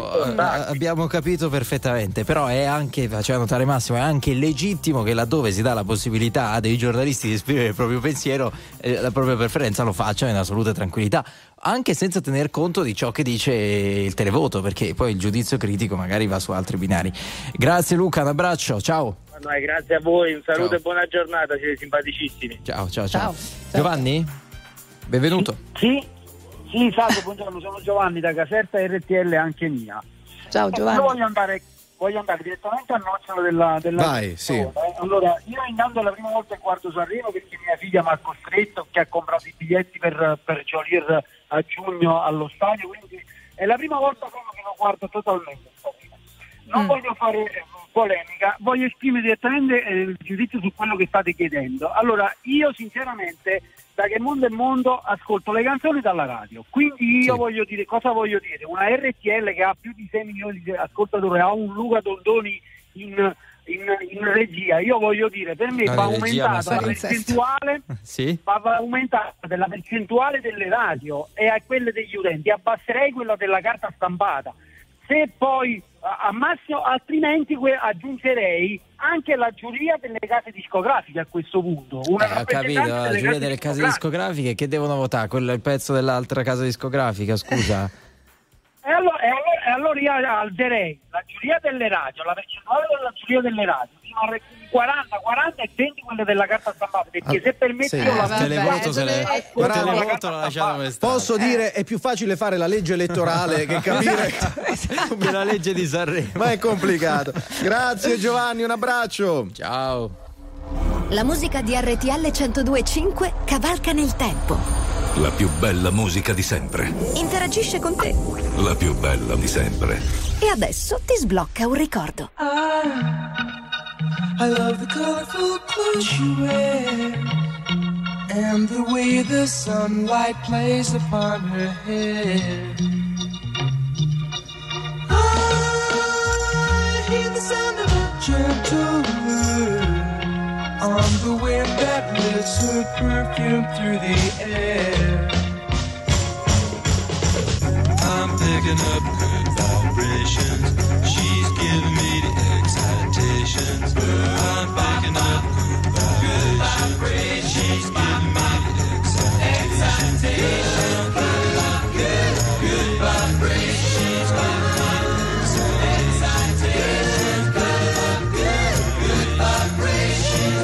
capito perfettamente, però è anche, faceva notare Massimo, è anche legittimo che laddove si dà la possibilità a dei giornalisti di esprimere il proprio pensiero, la propria preferenza lo facciano in assoluta tranquillità, anche senza tener conto di ciò che dice il televoto, perché poi il giudizio critico magari va su altri binari. Grazie Luca, un abbraccio, ciao. Grazie a voi, un saluto e buona giornata, siete simpaticissimi. Ciao. Giovanni? Benvenuto. Sì, salve, buongiorno, sono Giovanni da Caserta RTL anche mia. Ciao Giovanni. Io voglio andare direttamente al nocciolo della Vai, sì. Allora, io intanto la prima volta guardo Sanremo perché mia figlia mi ha costretto, che ha comprato i biglietti per Geolier a giugno allo stadio, quindi è la prima volta che lo guardo totalmente. Non voglio fare polemica, voglio esprimere direttamente il giudizio su quello che state chiedendo. Allora, io sinceramente da che mondo è mondo ascolto le canzoni dalla radio, quindi io voglio dire, cosa voglio dire? Una RTL che ha più di 6 milioni di ascoltatori, ha un Luca Dondoni in regia, io voglio dire, per me va aumentata la percentuale va aumentata della percentuale delle radio e a quelle degli utenti, abbasserei quella della carta stampata. Se poi a massimo, altrimenti aggiungerei anche la giuria delle case discografiche a questo punto. Ho capito, la giuria delle case discografiche che devono votare? Quello è il pezzo dell'altra casa discografica, scusa. E allora io alzerei la giuria delle radio, la percentuale della giuria delle radio fino a 40 e 20 quelle della carta stampata, perché se permette io la televoto la lasciamo restare. Posso dire, è più facile fare la legge elettorale che capire che la legge di Sanremo, ma è complicato. Grazie Giovanni, un abbraccio. Ciao. La musica di RTL 102.5 cavalca nel tempo. La più bella musica di sempre. Interagisce con te. La più bella di sempre. E adesso ti sblocca un ricordo. I love the colorful clothes you wear and the way the sunlight plays upon her hair. I hear the sound of a gentle wind on the wind that lifts her perfume through the air. I'm picking up good vibrations. She's giving me the excitations. I'm picking up good vibrations. She's giving me the excitations. Good vibrations. She's giving me the excitations. Good vibrations.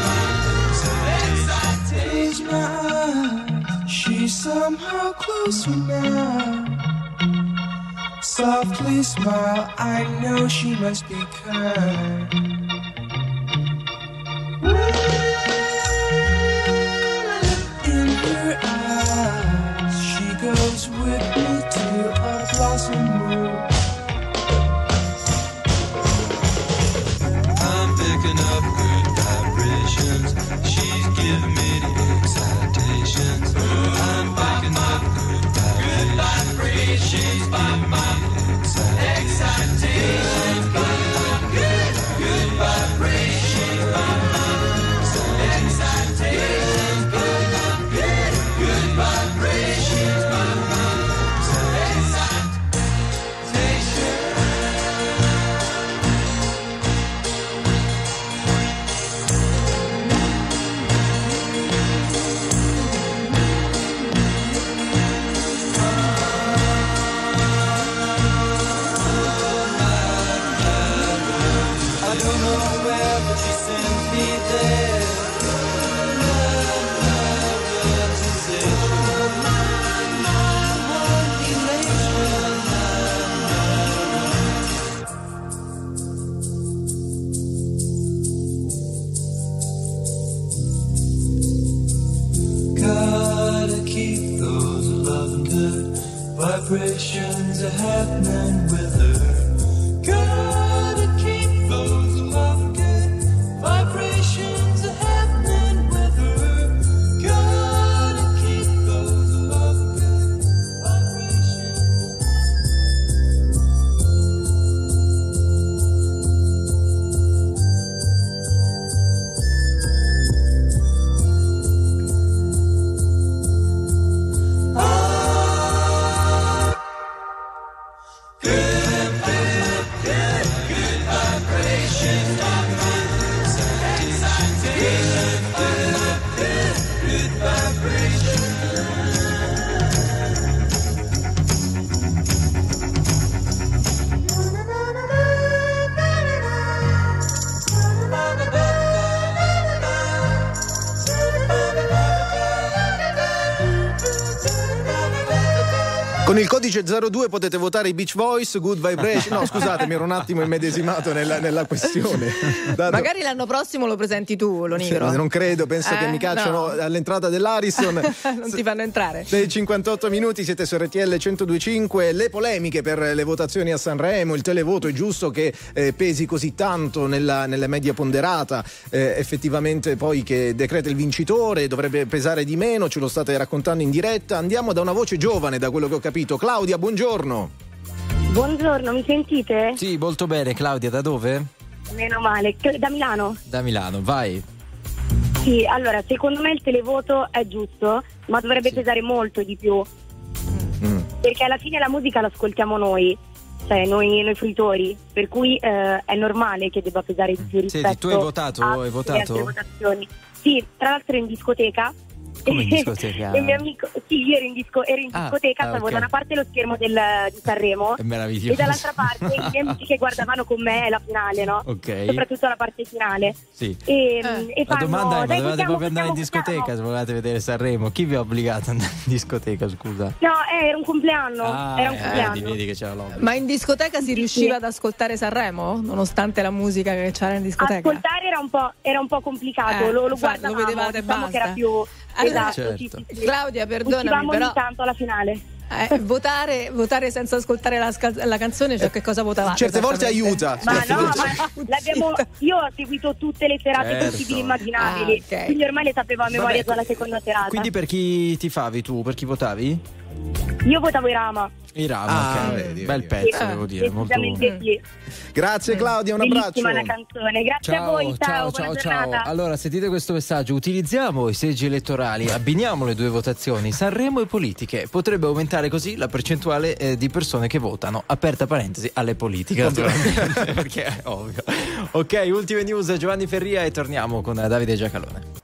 Close my eyes. She's somehow closer now. Softly smile, I know she must be kind. In her eyes, she goes with me to a blossom room. I'm picking up good vibrations. She's giving me the excitations. I'm picking up good vibrations. She's giving me excitations, good vibrations, excitations, good vibrations, gotta keep those loving good vibrations are happening with her. God. Con il codice 02 potete votare i Beach Boys, Good Vibration. No, scusate, mi ero un attimo immedesimato nella questione. Magari l'anno prossimo lo presenti tu, Lo Nigro. Non credo, penso che mi cacciano all'entrata dell'Ariston. Non ti fanno entrare. Dei 58 minuti siete su RTL 102.5. Le polemiche per le votazioni a Sanremo, il televoto, è giusto che pesi così tanto nella media ponderata? Effettivamente poi che decreta il vincitore dovrebbe pesare di meno, ce lo state raccontando in diretta. Andiamo da una voce giovane, da quello che ho capito. Claudia, buongiorno. Buongiorno, mi sentite? Sì, molto bene. Claudia, da dove? Meno male, da Milano. Da Milano, vai. Sì, allora, secondo me il televoto è giusto, ma dovrebbe pesare molto di più. Perché alla fine la musica l'ascoltiamo noi, cioè noi fruitori, per cui è normale che debba pesare di più rispetto. Senti, tu hai votato? Alle altre votazioni. Sì, tra l'altro in discoteca. Come in discoteca? Il mio amico, sì, io ero in discoteca, stavo okay. da una parte lo schermo di Sanremo è meraviglioso. e dall'altra parte i miei amici che guardavano con me la finale, no? Ok. Soprattutto la parte finale. Sì. E La fanno, domanda è: ma dovevate proprio andare in votiamo. discoteca se volevate vedere Sanremo? Chi vi ha obbligato ad andare in discoteca, scusa? No, era un compleanno. Era un compleanno. Vedi che c'era l'obbligo. Ma in discoteca si riusciva ad ascoltare Sanremo? Nonostante la musica che c'era in discoteca? Ascoltare era un po' complicato, lo guardavamo, lo vedevate e diciamo basta. che era più Allora, esatto, certo. sì. Claudia, perdonami, uscivamo però ogni tanto alla finale. votare senza ascoltare la canzone, cioè che cosa votavate? Certe volte aiuta. Ma no, io ho seguito tutte le serate possibili e immaginabili, okay. quindi ormai le sapevo a memoria dalla seconda serata. Quindi per chi tifavi tu? Per chi votavi? Io votavo i Rama. I Rama, ok. Vedi, Bel pezzo, devo dire. Molto... Sì. Grazie Claudia, un abbraccio. Bellissima la canzone, grazie a voi, ciao, buona giornata. Allora, sentite questo messaggio: utilizziamo i seggi elettorali, abbiniamo le due votazioni, Sanremo e politiche. Potrebbe aumentare così la percentuale di persone che votano, aperta parentesi, alle politiche, naturalmente, perché è ovvio. Ok, ultime news, Giovanni Ferria, e torniamo con Davide Giacalone.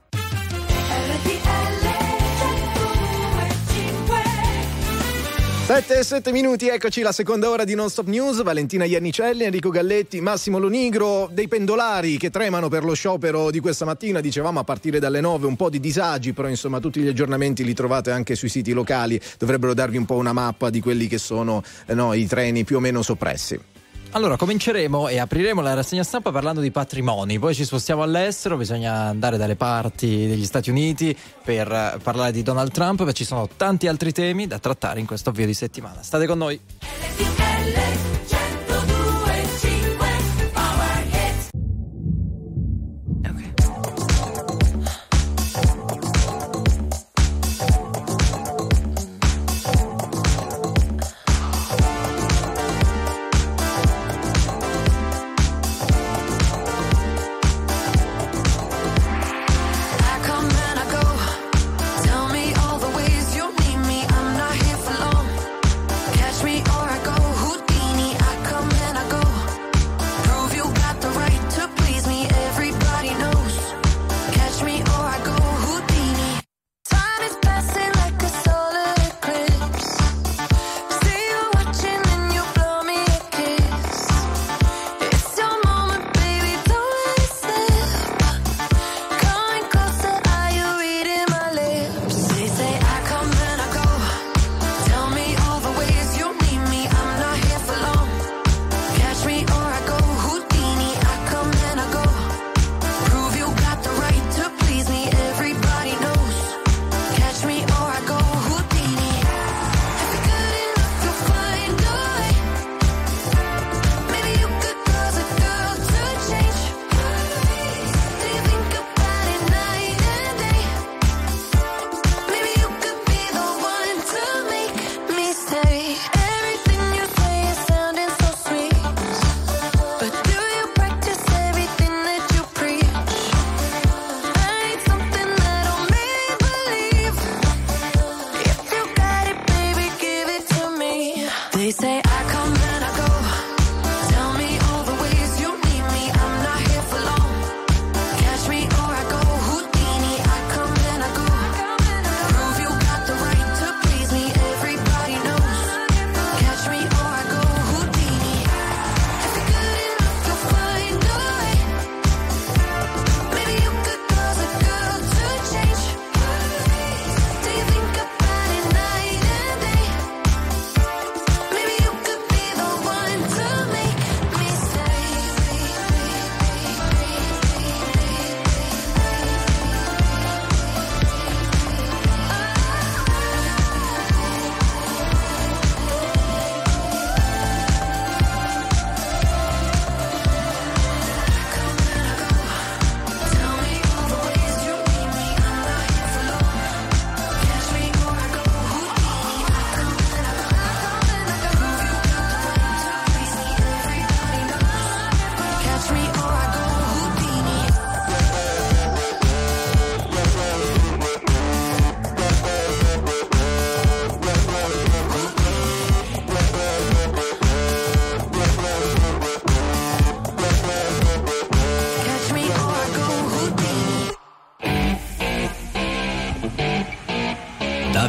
7 minuti, eccoci la seconda ora di Non Stop News. Valentina Iannicelli, Enrico Galletti, Massimo Lo Nigro. Dei pendolari che tremano per lo sciopero di questa mattina, dicevamo a partire dalle 9, un po' di disagi, però insomma tutti gli aggiornamenti li trovate anche sui siti locali, dovrebbero darvi un po' una mappa di quelli che sono i treni più o meno soppressi. Allora, cominceremo e apriremo la rassegna stampa parlando di patrimoni, poi ci spostiamo all'estero, bisogna andare dalle parti degli Stati Uniti per parlare di Donald Trump, ma ci sono tanti altri temi da trattare in questo avvio di settimana. State con noi. Tell me all the ways you need me. I'm not here for long. Catch me or I go.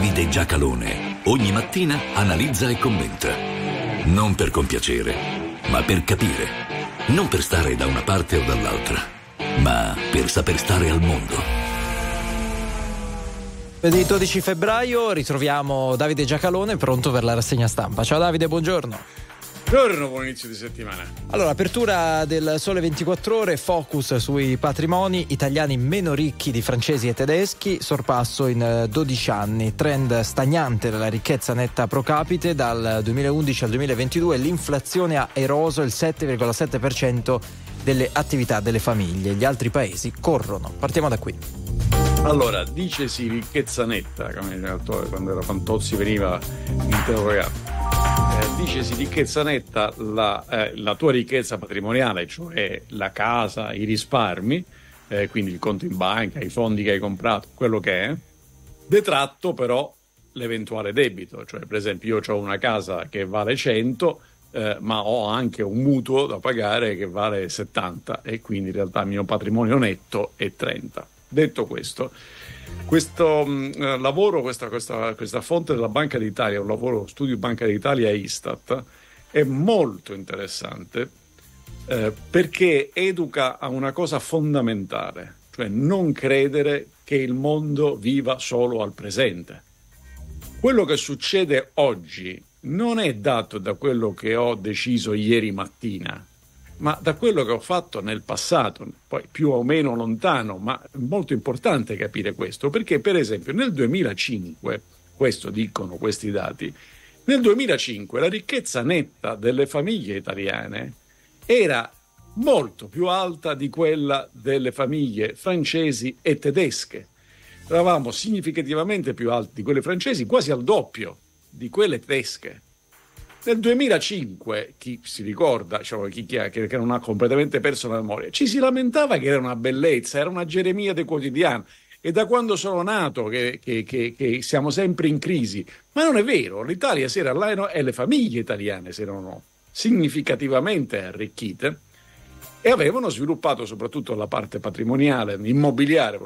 Davide Giacalone ogni mattina analizza e commenta. Non per compiacere, ma per capire. Non per stare da una parte o dall'altra, ma per saper stare al mondo. Il 12 febbraio ritroviamo Davide Giacalone pronto per la rassegna stampa. Ciao Davide, buongiorno. Buongiorno, buon inizio di settimana. Allora, apertura del Sole 24 Ore, focus sui patrimoni italiani meno ricchi di francesi e tedeschi, sorpasso in 12 anni, trend stagnante della ricchezza netta pro capite dal 2011 al 2022, l'inflazione ha eroso il 7,7% delle attività delle famiglie, gli altri paesi corrono. Partiamo da qui. Allora, dicesi ricchezza netta, come quando era Fantozzi veniva interrogato. Dicesi ricchezza netta, la tua ricchezza patrimoniale, cioè la casa, i risparmi, quindi il conto in banca, i fondi che hai comprato, quello che è, detratto però l'eventuale debito. Cioè, per esempio, io ho una casa che vale 100, ma ho anche un mutuo da pagare che vale 70 e quindi in realtà il mio patrimonio netto è 30. Detto questo lavoro, questa fonte della Banca d'Italia, un lavoro studio Banca d'Italia e Istat, è molto interessante perché educa a una cosa fondamentale, cioè non credere che il mondo viva solo al presente. Quello che succede oggi non è dato da quello che ho deciso ieri mattina, ma da quello che ho fatto nel passato, poi più o meno lontano, ma è molto importante capire questo, perché per esempio nel 2005, questo dicono questi dati, nel 2005 la ricchezza netta delle famiglie italiane era molto più alta di quella delle famiglie francesi e tedesche. Eravamo significativamente più alti di quelle francesi, quasi al doppio di quelle tedesche. Nel 2005, chi si ricorda, cioè che non ha completamente perso la memoria, ci si lamentava che era una bellezza, era una Geremia quotidiana. E da quando sono nato che siamo sempre in crisi. Ma non è vero, l'Italia si era e le famiglie italiane si erano significativamente arricchite e avevano sviluppato soprattutto la parte patrimoniale, immobiliare,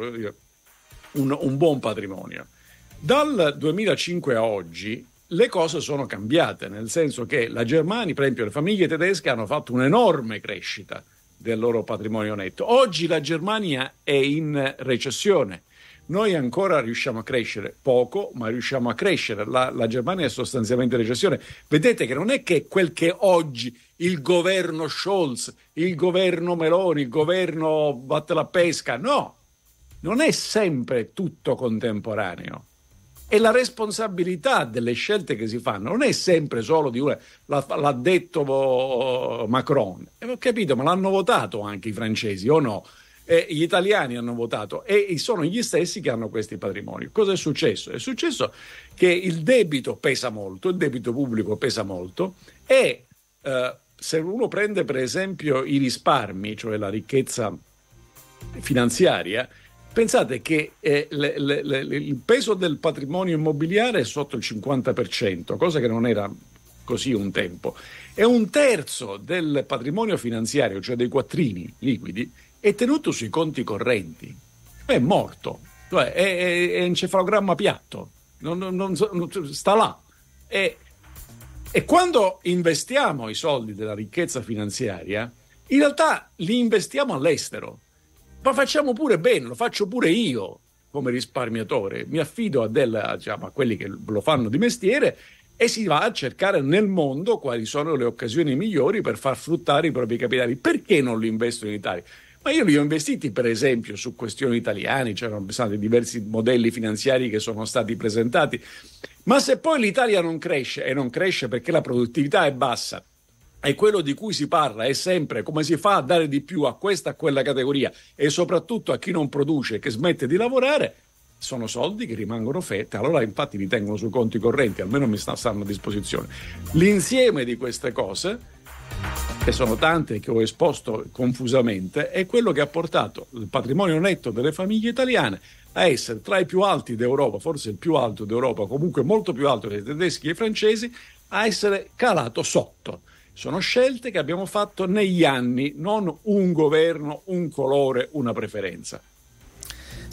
un buon patrimonio. Dal 2005 a oggi le cose sono cambiate, nel senso che la Germania, per esempio le famiglie tedesche hanno fatto un'enorme crescita del loro patrimonio netto. Oggi la Germania è in recessione. Noi ancora riusciamo a crescere poco, ma riusciamo a crescere. La Germania è sostanzialmente in recessione. Vedete che non è che quel che oggi il governo Scholz, il governo Meloni, il governo batte la pesca, no, non è sempre tutto contemporaneo. E la responsabilità delle scelte che si fanno non è sempre solo di una, l'ha detto Macron. Ho capito, ma l'hanno votato anche i francesi o no? Gli italiani hanno votato e sono gli stessi che hanno questi patrimoni. Cosa è successo? È successo che il debito pesa molto, il debito pubblico pesa molto e se uno prende per esempio i risparmi, cioè la ricchezza finanziaria, pensate che il peso del patrimonio immobiliare è sotto il 50%, cosa che non era così un tempo, e un terzo del patrimonio finanziario, cioè dei quattrini liquidi, è tenuto sui conti correnti. È morto, cioè è encefalogramma piatto, non sta là. E quando investiamo i soldi della ricchezza finanziaria, in realtà li investiamo all'estero. Ma facciamo pure bene, lo faccio pure io come risparmiatore, mi affido a quelli che lo fanno di mestiere e si va a cercare nel mondo quali sono le occasioni migliori per far fruttare i propri capitali. Perché non li investo in Italia? Ma io li ho investiti per esempio su questioni italiane, c'erano stati diversi modelli finanziari che sono stati presentati, ma se poi l'Italia non cresce, e non cresce perché la produttività è bassa, e quello di cui si parla è sempre come si fa a dare di più a questa, a quella categoria e soprattutto a chi non produce, che smette di lavorare, sono soldi che rimangono fette, allora infatti li tengono sui conti correnti, almeno mi stanno a disposizione. L'insieme di queste cose, che sono tante che ho esposto confusamente, è quello che ha portato il patrimonio netto delle famiglie italiane a essere tra i più alti d'Europa, forse il più alto d'Europa, comunque molto più alto dei tedeschi e i francesi, a essere calato sotto. Sono scelte che abbiamo fatto negli anni, non un governo, un colore, una preferenza.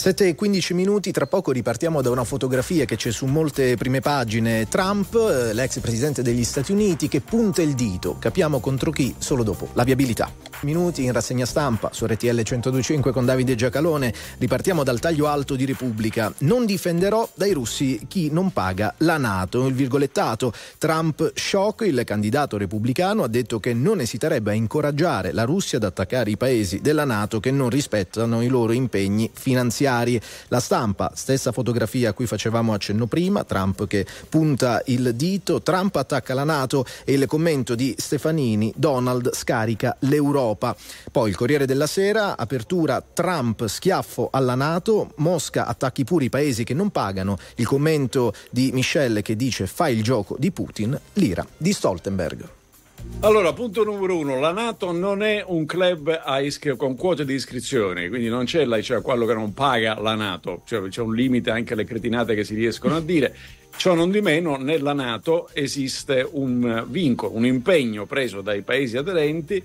7:15, tra poco ripartiamo da una fotografia che c'è su molte prime pagine. Trump, l'ex presidente degli Stati Uniti, che punta il dito. Capiamo contro chi solo dopo la viabilità. Minuti in rassegna stampa su RTL 102.5 con Davide Giacalone. Ripartiamo dal taglio alto di Repubblica. Non difenderò dai russi chi non paga la NATO. Il virgolettato. Trump shock, il candidato repubblicano ha detto che non esiterebbe a incoraggiare la Russia ad attaccare i paesi della NATO che non rispettano i loro impegni finanziari. La Stampa, stessa fotografia a cui facevamo accenno prima, Trump che punta il dito, Trump attacca la NATO e il commento di Stefanini, Donald scarica l'Europa. Poi il Corriere della Sera, apertura, Trump schiaffo alla NATO, Mosca attacchi pure i paesi che non pagano, il commento di Michel che dice fai il gioco di Putin, l'ira di Stoltenberg. Allora, punto numero 1, la NATO non è un club con quote di iscrizione, quindi non c'è quello che non paga la NATO, cioè c'è un limite anche alle cretinate che si riescono a dire. Ciò non di meno, nella NATO esiste un vincolo, un impegno preso dai paesi aderenti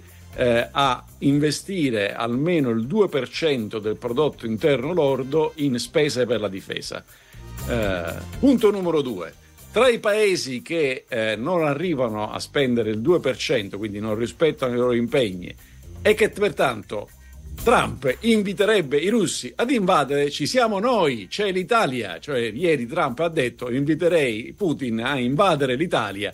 a investire almeno il 2% del prodotto interno lordo in spese per la difesa. Punto numero 2. Tra i paesi che non arrivano a spendere il 2%, quindi non rispettano i loro impegni, e che pertanto Trump inviterebbe i russi ad invadere, ci siamo noi, c'è l'Italia. Cioè ieri Trump ha detto inviterei Putin a invadere l'Italia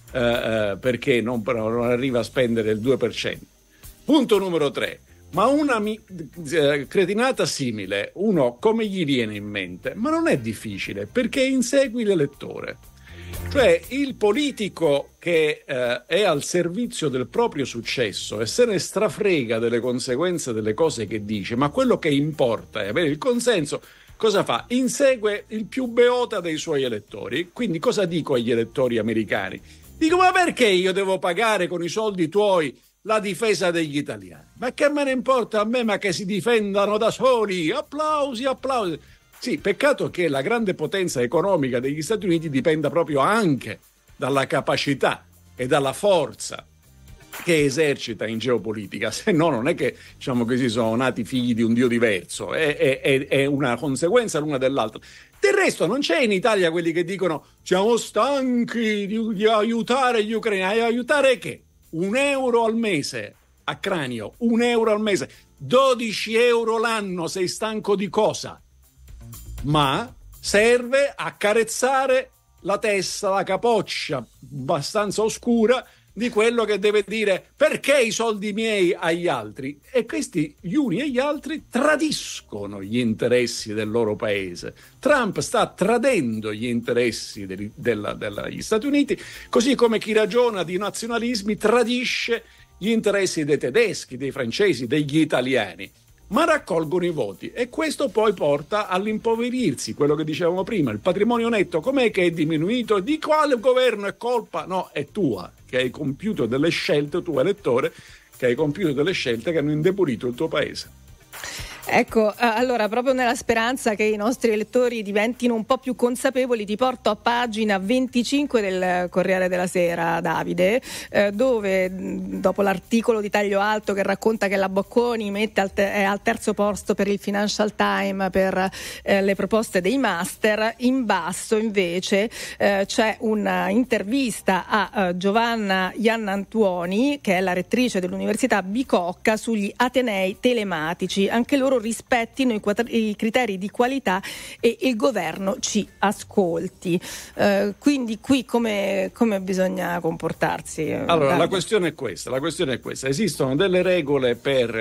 perché non arriva a spendere il 2%. Punto numero 3. Ma una cretinata simile, uno come gli viene in mente? Ma non è difficile, perché insegui l'elettore. Cioè il politico che è al servizio del proprio successo e se ne strafrega delle conseguenze delle cose che dice, ma quello che importa è avere il consenso, cosa fa? Insegue il più beota dei suoi elettori. Quindi cosa dico agli elettori americani? Dico, ma perché io devo pagare con i soldi tuoi la difesa degli italiani? Ma che me ne importa a me, ma che si difendano da soli, applausi. Sì, peccato che la grande potenza economica degli Stati Uniti dipenda proprio anche dalla capacità e dalla forza che esercita in geopolitica, se no non è che, diciamo così, sono nati figli di un dio diverso, è una conseguenza l'una dell'altra. Del resto non c'è in Italia quelli che dicono siamo stanchi di aiutare gli ucraini. Aiutare che? €1 al mese a cranio, €1 al mese, 12 euro l'anno, sei stanco di cosa? Ma serve a carezzare la testa, la capoccia abbastanza oscura di quello che deve dire perché i soldi miei agli altri, e questi gli uni e gli altri tradiscono gli interessi del loro paese. Trump sta tradendo gli interessi degli Stati Uniti, così come chi ragiona di nazionalismi tradisce gli interessi dei tedeschi, dei francesi, degli italiani, ma raccolgono i voti e questo poi porta all'impoverirsi, quello che dicevamo prima, il patrimonio netto com'è che è diminuito, di quale governo è colpa? No, è tua, che hai compiuto delle scelte, tu elettore, che hai compiuto delle scelte che hanno indebolito il tuo paese. Ecco, allora proprio nella speranza che i nostri elettori diventino un po' più consapevoli, ti porto a pagina 25 del Corriere della Sera, Davide, dove dopo l'articolo di taglio alto che racconta che la Bocconi è al terzo posto per il Financial Times per le proposte dei master, in basso invece c'è un'intervista a Giovanna Iannantuoni, che è la rettrice dell'Università Bicocca, sugli atenei telematici. Anche loro rispettino i criteri di qualità e il governo ci ascolti. Quindi qui come bisogna comportarsi? Allora, la questione è questa. Esistono delle regole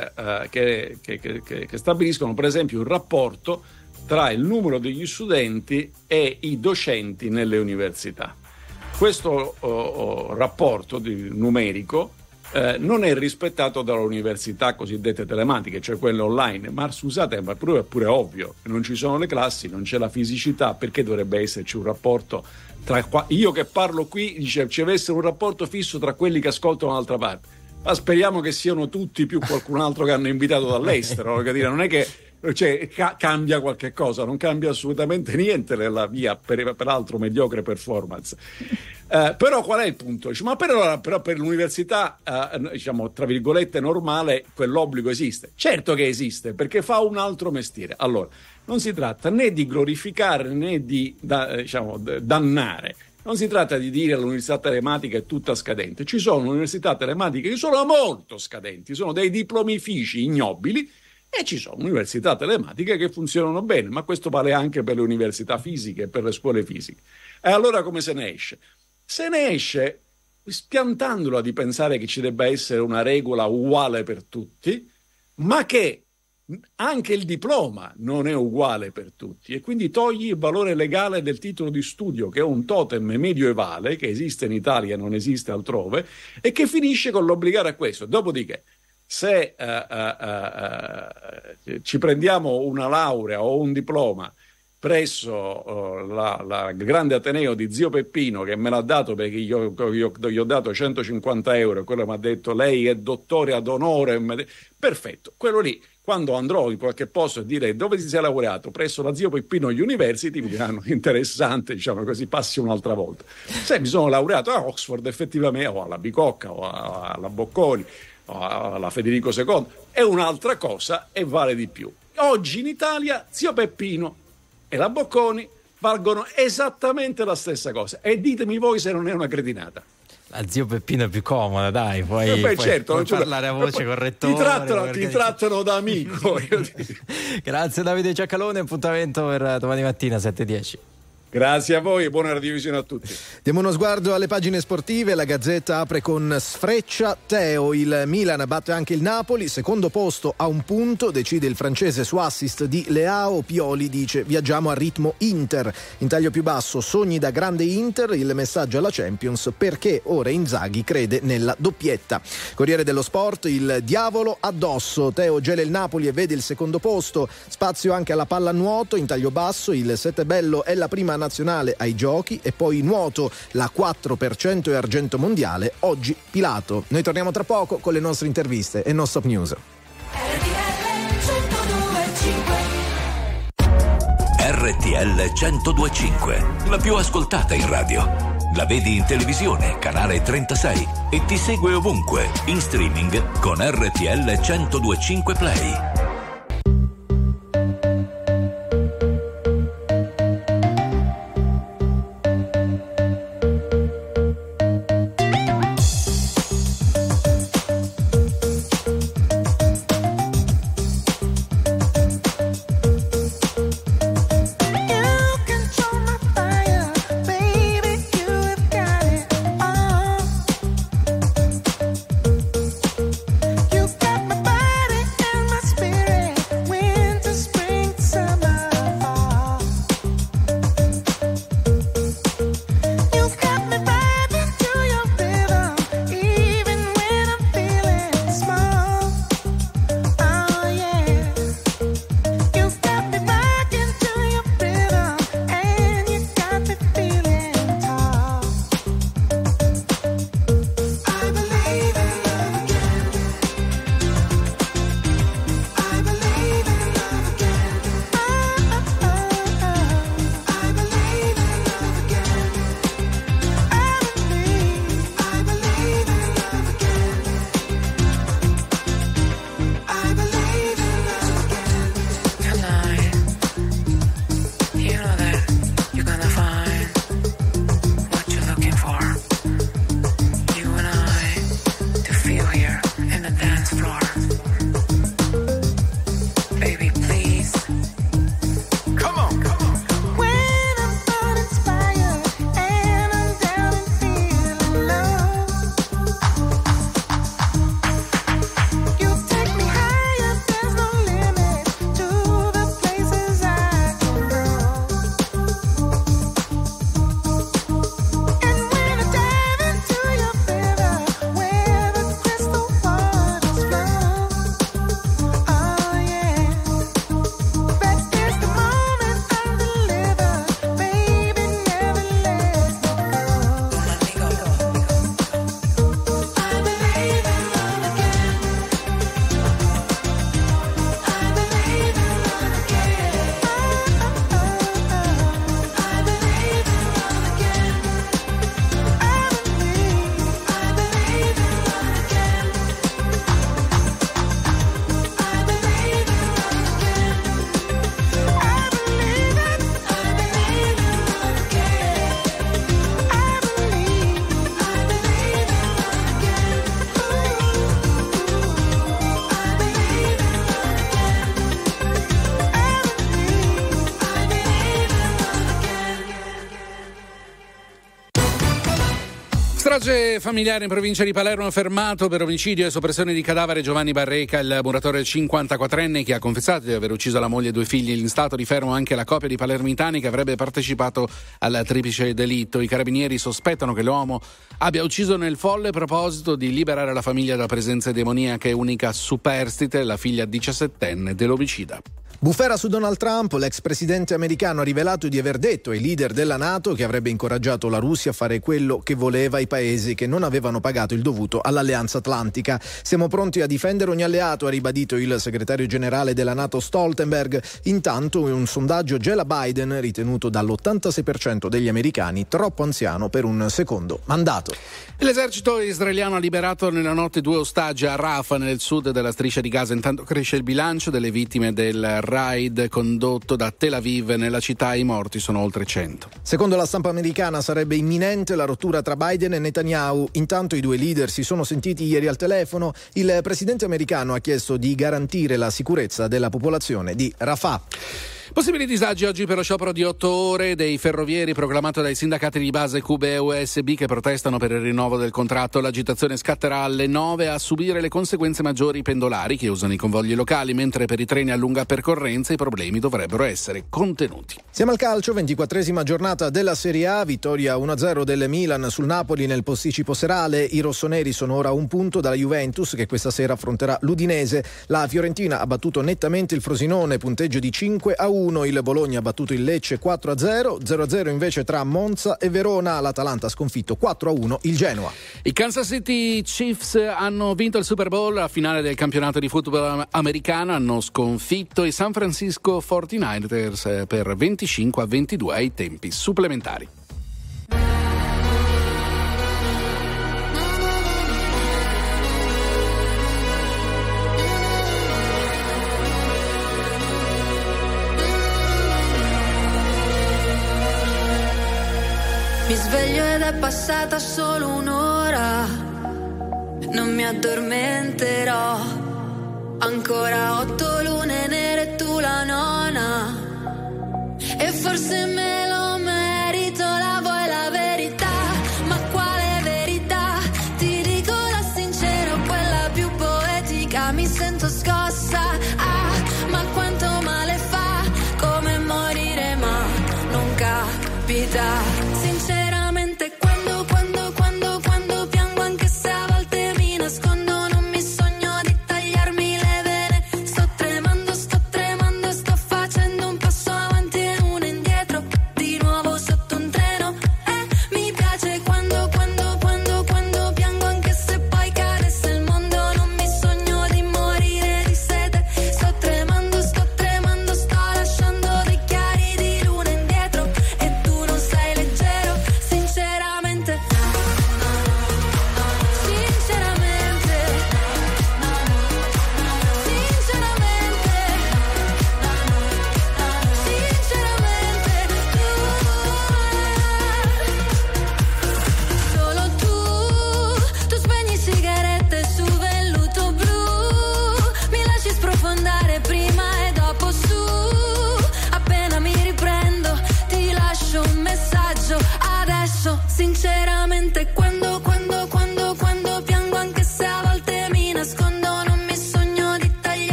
che stabiliscono, per esempio, il rapporto tra il numero degli studenti e i docenti nelle università. Questo rapporto numerico non è rispettato dalle università cosiddette telematiche, cioè quelle online. Ma scusate, ma è pure ovvio, non ci sono le classi, non c'è la fisicità, perché dovrebbe esserci un rapporto tra io che parlo qui, dice ci deve essere un rapporto fisso tra quelli che ascoltano dall'altra parte. Ma speriamo che siano tutti più qualcun altro che hanno invitato dall'estero, perché dire, non è che cambia qualche cosa, non cambia assolutamente niente nella mia peraltro mediocre performance. Però qual è il punto? Dice, ma però per l'università, diciamo, tra virgolette, normale, quell'obbligo esiste. Certo che esiste, perché fa un altro mestiere. Allora, non si tratta né di glorificare né di dannare. Non si tratta di dire che l'università telematica è tutta scadente. Ci sono università telematiche che sono molto scadenti, sono dei diplomifici ignobili, e ci sono università telematiche che funzionano bene, ma questo vale anche per le università fisiche e per le scuole fisiche. E allora come se ne esce? Se ne esce spiantandola di pensare che ci debba essere una regola uguale per tutti, ma che anche il diploma non è uguale per tutti, e quindi togli il valore legale del titolo di studio, che è un totem medioevale che esiste in Italia e non esiste altrove, e che finisce con l'obbligare a questo. Dopodiché, se ci prendiamo una laurea o un diploma presso la grande Ateneo di zio Peppino, che me l'ha dato perché gli ho dato 150 euro, e quello mi ha detto lei è dottore ad onore, perfetto, quello lì, quando andrò in qualche posto a dire dove si sia laureato, presso la zio Peppino University, mi diranno interessante, diciamo così, passi un'altra volta. Se mi sono laureato a Oxford, effettivamente, o alla Bicocca o alla Bocconi o alla Federico II, è un'altra cosa e vale di più. Oggi in Italia zio Peppino e la Bocconi valgono esattamente la stessa cosa, e ditemi voi se non è una cretinata. La zio Peppino è più comoda, dai, puoi certo, parlare a voce correttore. Ti trattano da amico. Grazie Davide Giacalone, appuntamento per domani mattina 7:10. Grazie a voi e buona radiovisione a tutti. Diamo uno sguardo alle pagine sportive. La Gazzetta apre con sfreccia Teo, il Milan batte anche il Napoli, secondo posto a un punto, decide il francese su assist di Leao. Pioli dice viaggiamo a ritmo Inter. In taglio più basso sogni da grande Inter, il messaggio alla Champions perché ora Inzaghi crede nella doppietta. Corriere dello Sport, il diavolo addosso, Teo gela il Napoli e vede il secondo posto, spazio anche alla pallanuoto. In taglio basso il Sette Bello è la prima nazionale ai giochi, e poi nuoto la 4% e argento mondiale, oggi Pilato. Noi torniamo tra poco con le nostre interviste e non stop news. RTL 102.5, la più ascoltata in radio. La vedi in televisione, canale 36, e ti segue ovunque, in streaming con RTL 102.5 Play. Spirit Strage familiare in provincia di Palermo, fermato per omicidio e soppressione di cadavere Giovanni Barreca, il muratore 54enne che ha confessato di aver ucciso la moglie e 2 figli. In stato di fermo anche la coppia di palermitani che avrebbe partecipato al triplice delitto. I carabinieri sospettano che l'uomo abbia ucciso nel folle proposito di liberare la famiglia da presenze demoniache, unica superstite la figlia 17enne dell'omicida. Bufera su Donald Trump, l'ex presidente americano ha rivelato di aver detto ai leader della NATO che avrebbe incoraggiato la Russia a fare quello che voleva ai paesi che non avevano pagato il dovuto all'Alleanza Atlantica. Siamo pronti a difendere ogni alleato, ha ribadito il segretario generale della NATO Stoltenberg. Intanto un sondaggio gela Biden, ritenuto dall'86% degli americani troppo anziano per un secondo mandato. L'esercito israeliano ha liberato nella notte 2 ostaggi a Rafah, nel sud della striscia di Gaza. Intanto cresce il bilancio delle vittime del raid condotto da Tel Aviv nella città. I morti sono oltre 100. Secondo la stampa americana sarebbe imminente la rottura tra Biden e Netanyahu. Intanto i 2 leader si sono sentiti ieri al telefono. Il presidente americano ha chiesto di garantire la sicurezza della popolazione di Rafah. Possibili disagi oggi per lo sciopero di 8 ore dei ferrovieri proclamato dai sindacati di base Cube e USB che protestano per il rinnovo del contratto. L'agitazione scatterà alle 9, a subire le conseguenze maggiori i pendolari che usano i convogli locali, mentre per i treni a lunga percorrenza i problemi dovrebbero essere contenuti. Siamo al calcio, 24esima giornata della Serie A, vittoria 1-0 del Milan sul Napoli nel posticipo serale. I rossoneri sono ora a 1 punto dalla Juventus che questa sera affronterà l'Udinese. La Fiorentina ha battuto nettamente il Frosinone, punteggio di 5-1. Il Bologna ha battuto il Lecce 4-0, 0-0 invece tra Monza e Verona. L'Atalanta ha sconfitto 4-1 il Genoa. I Kansas City Chiefs hanno vinto il Super Bowl, la finale del campionato di football americano. Hanno sconfitto i San Francisco 49ers per 25-22 ai tempi supplementari. Mi sveglio ed è passata solo un'ora, non mi addormenterò. Ancora 8 lune nere e tu la nona, e forse me lo merito. La vuoi la verità? Ma quale verità? Ti dico la sincera, quella più poetica. Mi sento scossa, ma quanto male fa, come morire ma non capita.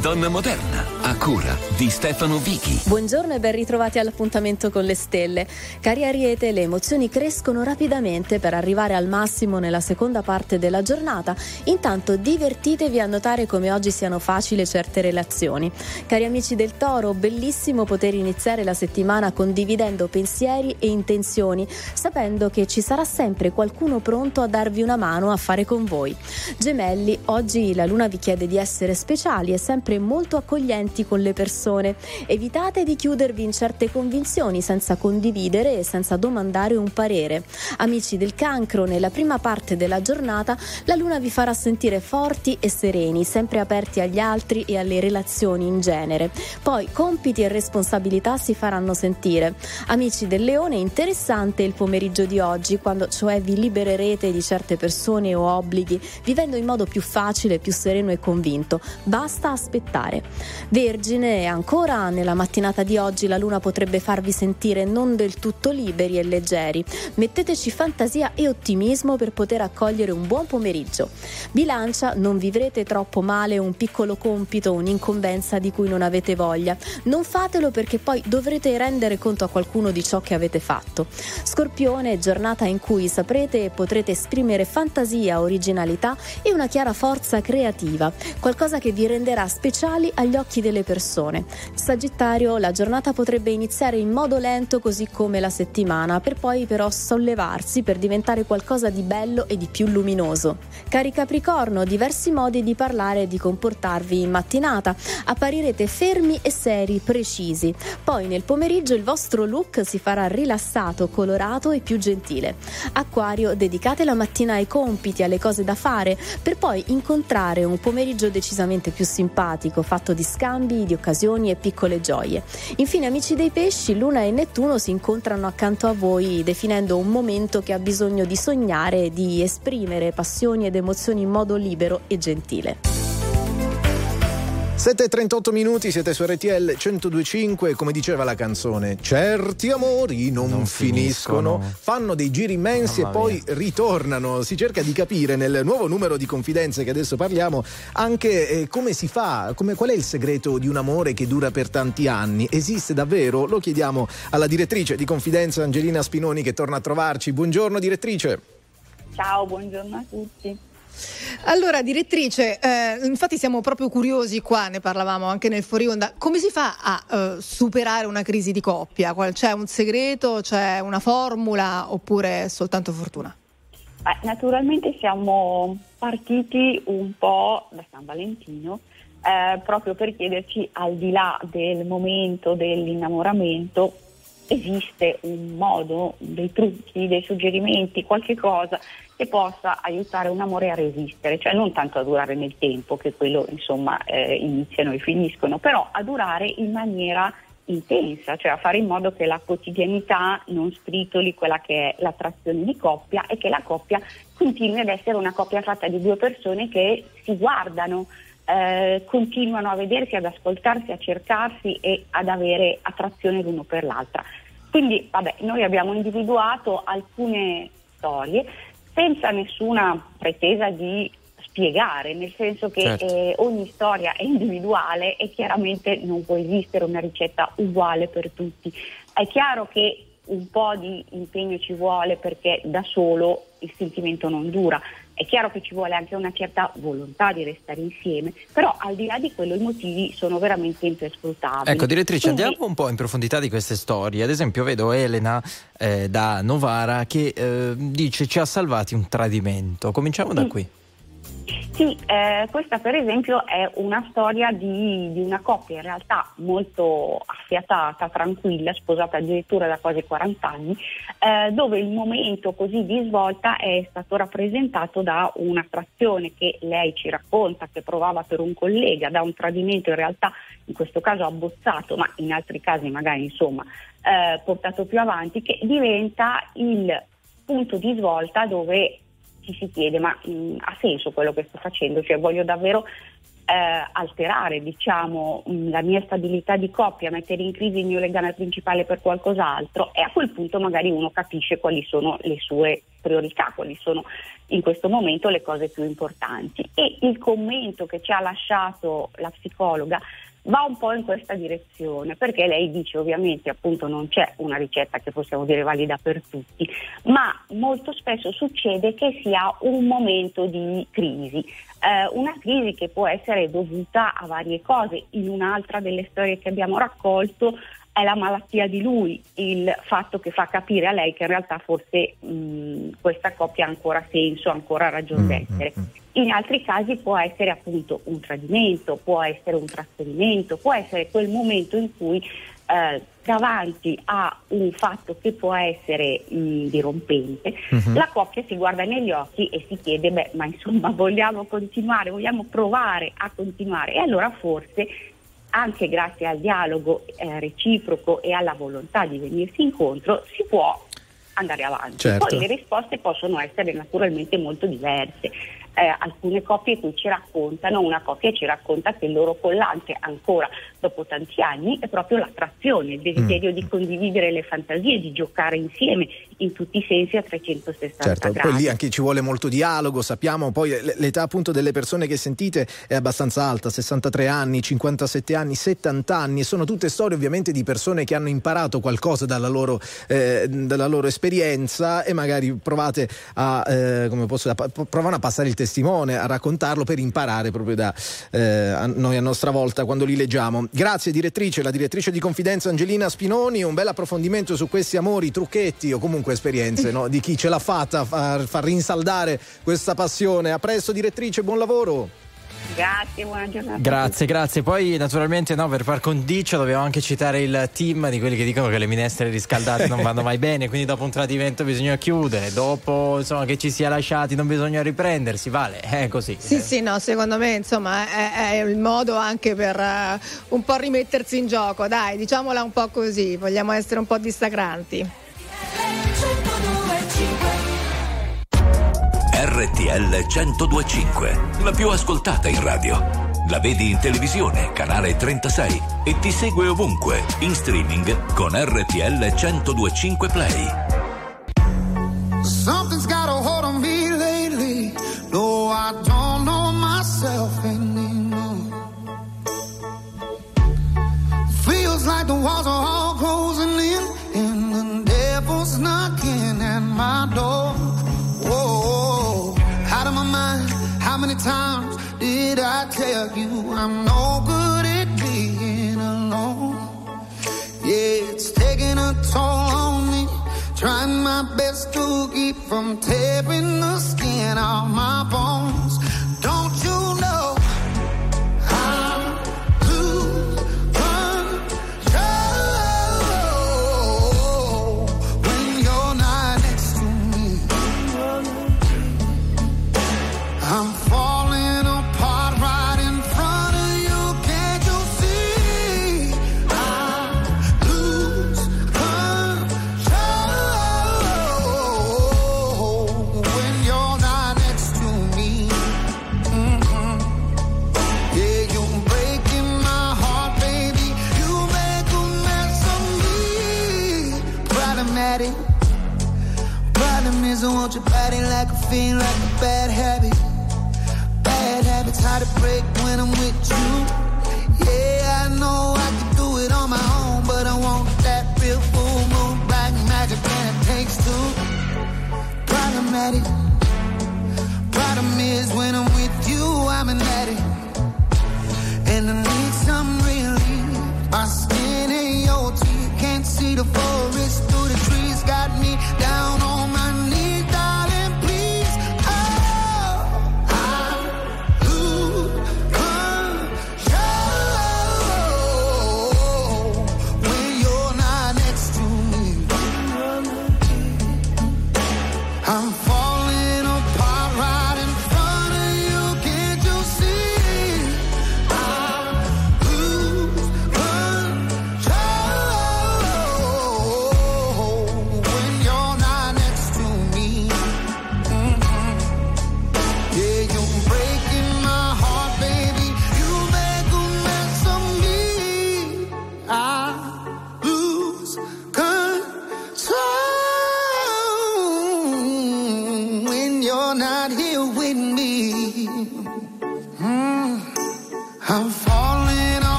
Donna Moderna, a cura di Stefano Vichi. Buongiorno e ben ritrovati all'appuntamento con le stelle. Cari Ariete, le emozioni crescono rapidamente per arrivare al massimo nella seconda parte della giornata. Intanto divertitevi a notare come oggi siano facili certe relazioni. Cari amici del Toro, bellissimo poter iniziare la settimana condividendo pensieri e intenzioni, sapendo che ci sarà sempre qualcuno pronto a darvi una mano a fare con voi. Gemelli, oggi la luna vi chiede di essere speciali e sempre molto accoglienti con le persone. Evitate di chiudervi in certe convinzioni senza condividere e senza domandare un parere. Amici del Cancro, nella prima parte della giornata la luna vi farà sentire forti e sereni, sempre aperti agli altri e alle relazioni in genere. Poi compiti e responsabilità si faranno sentire. Amici del Leone, interessante il pomeriggio di oggi, quando cioè vi libererete di certe persone o obblighi, vivendo in modo più facile, più sereno e convinto. Basta aspettare. Vergine, ancora nella mattinata di oggi la luna potrebbe farvi sentire non del tutto liberi e leggeri. Metteteci fantasia e ottimismo per poter accogliere un buon pomeriggio. Bilancia, non vivrete troppo male un piccolo compito, un'incombenza di cui non avete voglia. Non fatelo perché poi dovrete rendere conto a qualcuno di ciò che avete fatto. Scorpione, giornata in cui saprete e potrete esprimere fantasia, originalità e una chiara forza creativa, qualcosa che vi renderà speciali agli occhi delle persone. Sagittario, la giornata potrebbe iniziare in modo lento così come la settimana, per poi però sollevarsi per diventare qualcosa di bello e di più luminoso. Cari Capricorno, diversi modi di parlare e di comportarvi in mattinata. Apparirete fermi e seri, precisi. Poi nel pomeriggio il vostro look si farà rilassato, colorato e più gentile. Acquario, dedicate la mattina ai compiti, alle cose da fare, per poi incontrare un pomeriggio decisamente più simpatico, fatto di scambi, di occasioni e piccole gioie. Infine, amici dei Pesci, Luna e Nettuno si incontrano accanto a voi, definendo un momento che ha bisogno di sognare e di esprimere passioni ed emozioni in modo libero e gentile. 7:38 minuti, siete su RTL 102.5, come diceva la canzone, certi amori non finiscono, fanno dei giri immensi e poi ritornano. Si cerca di capire nel nuovo numero di Confidenze che adesso parliamo anche come si fa, qual è il segreto di un amore che dura per tanti anni. Esiste davvero? Lo chiediamo alla direttrice di Confidenza, Angelina Spinoni, che torna a trovarci. Buongiorno direttrice. Ciao, buongiorno a tutti. Allora direttrice, infatti siamo proprio curiosi, qua ne parlavamo anche nel fuori onda, come si fa a superare una crisi di coppia? C'è un segreto, c'è una formula oppure è soltanto fortuna? Naturalmente siamo partiti un po' da San Valentino proprio per chiederci, al di là del momento dell'innamoramento, esiste un modo, dei trucchi, dei suggerimenti, qualche cosa che possa aiutare un amore a resistere, cioè non tanto a durare nel tempo, che quello insomma iniziano e finiscono, però a durare in maniera intensa, cioè a fare in modo che la quotidianità non stritoli quella che è l'attrazione di coppia e che la coppia continui ad essere una coppia fatta di due persone che si guardano, continuano a vedersi, ad ascoltarsi, a cercarsi e ad avere attrazione l'uno per l'altra. Quindi noi abbiamo individuato alcune storie senza nessuna pretesa di spiegare, nel senso che ogni storia è individuale e chiaramente non può esistere una ricetta uguale per tutti. È chiaro che un po' di impegno ci vuole perché da solo il sentimento non dura. È chiaro che ci vuole anche una certa volontà di restare insieme, però al di là di quello i motivi sono veramente imperscrutabili. Ecco direttrice, andiamo un po' in profondità di queste storie. Ad esempio vedo Elena da Novara che dice ci ha salvati un tradimento. Cominciamo da qui. Sì, questa per esempio è una storia di una coppia in realtà molto affiatata, tranquilla, sposata addirittura da quasi 40 anni, dove il momento così di svolta è stato rappresentato da un'attrazione che lei ci racconta che provava per un collega, da un tradimento in realtà in questo caso abbozzato, ma in altri casi magari insomma portato più avanti, che diventa il punto di svolta dove ci si chiede ma ha senso quello che sto facendo, cioè voglio davvero alterare, diciamo, la mia stabilità di coppia, mettere in crisi il mio legame principale per qualcos'altro, e a quel punto magari uno capisce quali sono le sue priorità, quali sono in questo momento le cose più importanti. E il commento che ci ha lasciato la psicologa va un po' in questa direzione, perché lei dice ovviamente appunto non c'è una ricetta che possiamo dire valida per tutti, ma molto spesso succede che sia un momento di crisi, una crisi che può essere dovuta a varie cose. In un'altra delle storie che abbiamo raccolto è la malattia di lui, il fatto che fa capire a lei che in realtà forse questa coppia ha ancora senso, ancora ragione d'essere. In altri casi può essere appunto un tradimento, può essere un trasferimento, può essere quel momento in cui davanti a un fatto che può essere dirompente, la coppia si guarda negli occhi e si chiede, ma insomma vogliamo continuare, vogliamo provare a continuare, e allora forse anche grazie al dialogo reciproco e alla volontà di venirsi incontro si può andare avanti. Certo. Poi le risposte possono essere naturalmente molto diverse. Alcune coppie qui ci raccontano, una coppia ci racconta che il loro collante ancora dopo tanti anni è proprio l'attrazione, il desiderio di condividere le fantasie, di giocare insieme in tutti i sensi a 360 certo, gradi. Poi lì anche ci vuole molto dialogo, sappiamo poi l'età appunto delle persone che sentite è abbastanza alta, 63 anni, 57 anni, 70 anni, e sono tutte storie ovviamente di persone che hanno imparato qualcosa dalla loro esperienza, e magari provate a provano a passare il testimone, a raccontarlo per imparare proprio da noi a nostra volta quando li leggiamo. Grazie direttrice, la direttrice di Confidenza Angelina Spinoni, un bel approfondimento su questi amori, trucchetti o comunque esperienze, no? Di chi ce l'ha fatta a far rinsaldare questa passione. A presto direttrice, buon lavoro. Grazie, buona giornata. Grazie. Poi naturalmente per par condicio dobbiamo anche citare il team di quelli che dicono che le minestre riscaldate non vanno mai bene, quindi dopo un tradimento bisogna chiudere, dopo insomma che ci sia lasciati non bisogna riprendersi, vale, è così. Sì, no, secondo me insomma è il modo anche per un po' rimettersi in gioco, dai, diciamola un po' così, vogliamo essere un po' dissacranti. RTL 102.5, la più ascoltata in radio. La vedi in televisione, canale 36, e ti segue ovunque, in streaming con RTL 102.5 Play. Something's got a hold on me lately. No, I don't know myself anymore. Feels like the walls are all closing in, and the devil's knocking at my door. Whoa, out of my mind, how many times did I tell you I'm no good at being alone? Yeah, it's taking a toll on me, trying my best to keep from tearing the skin off my bones. Don't you know I'm losing control when you're not next to me? I'm falling apart right in front of you. Can't you see? I lose control when you're not next to me. Yeah, you're breaking my heart, baby. You make a mess of me. Problematic. Problem is I want your body like a fiend, like a bad habit. Bad habits hard to break when I'm with you. Yeah, I know I can do it on my own, but I want that real full moon black magic, and it takes two. Problematic. Problem is when I'm with you, I'm an addict, and I need some relief. My skin ain't your teeth, can't see the forest through the trees. Got me down on my knees, darling, please. Oh, I lose control when you're not next to me. I'm falling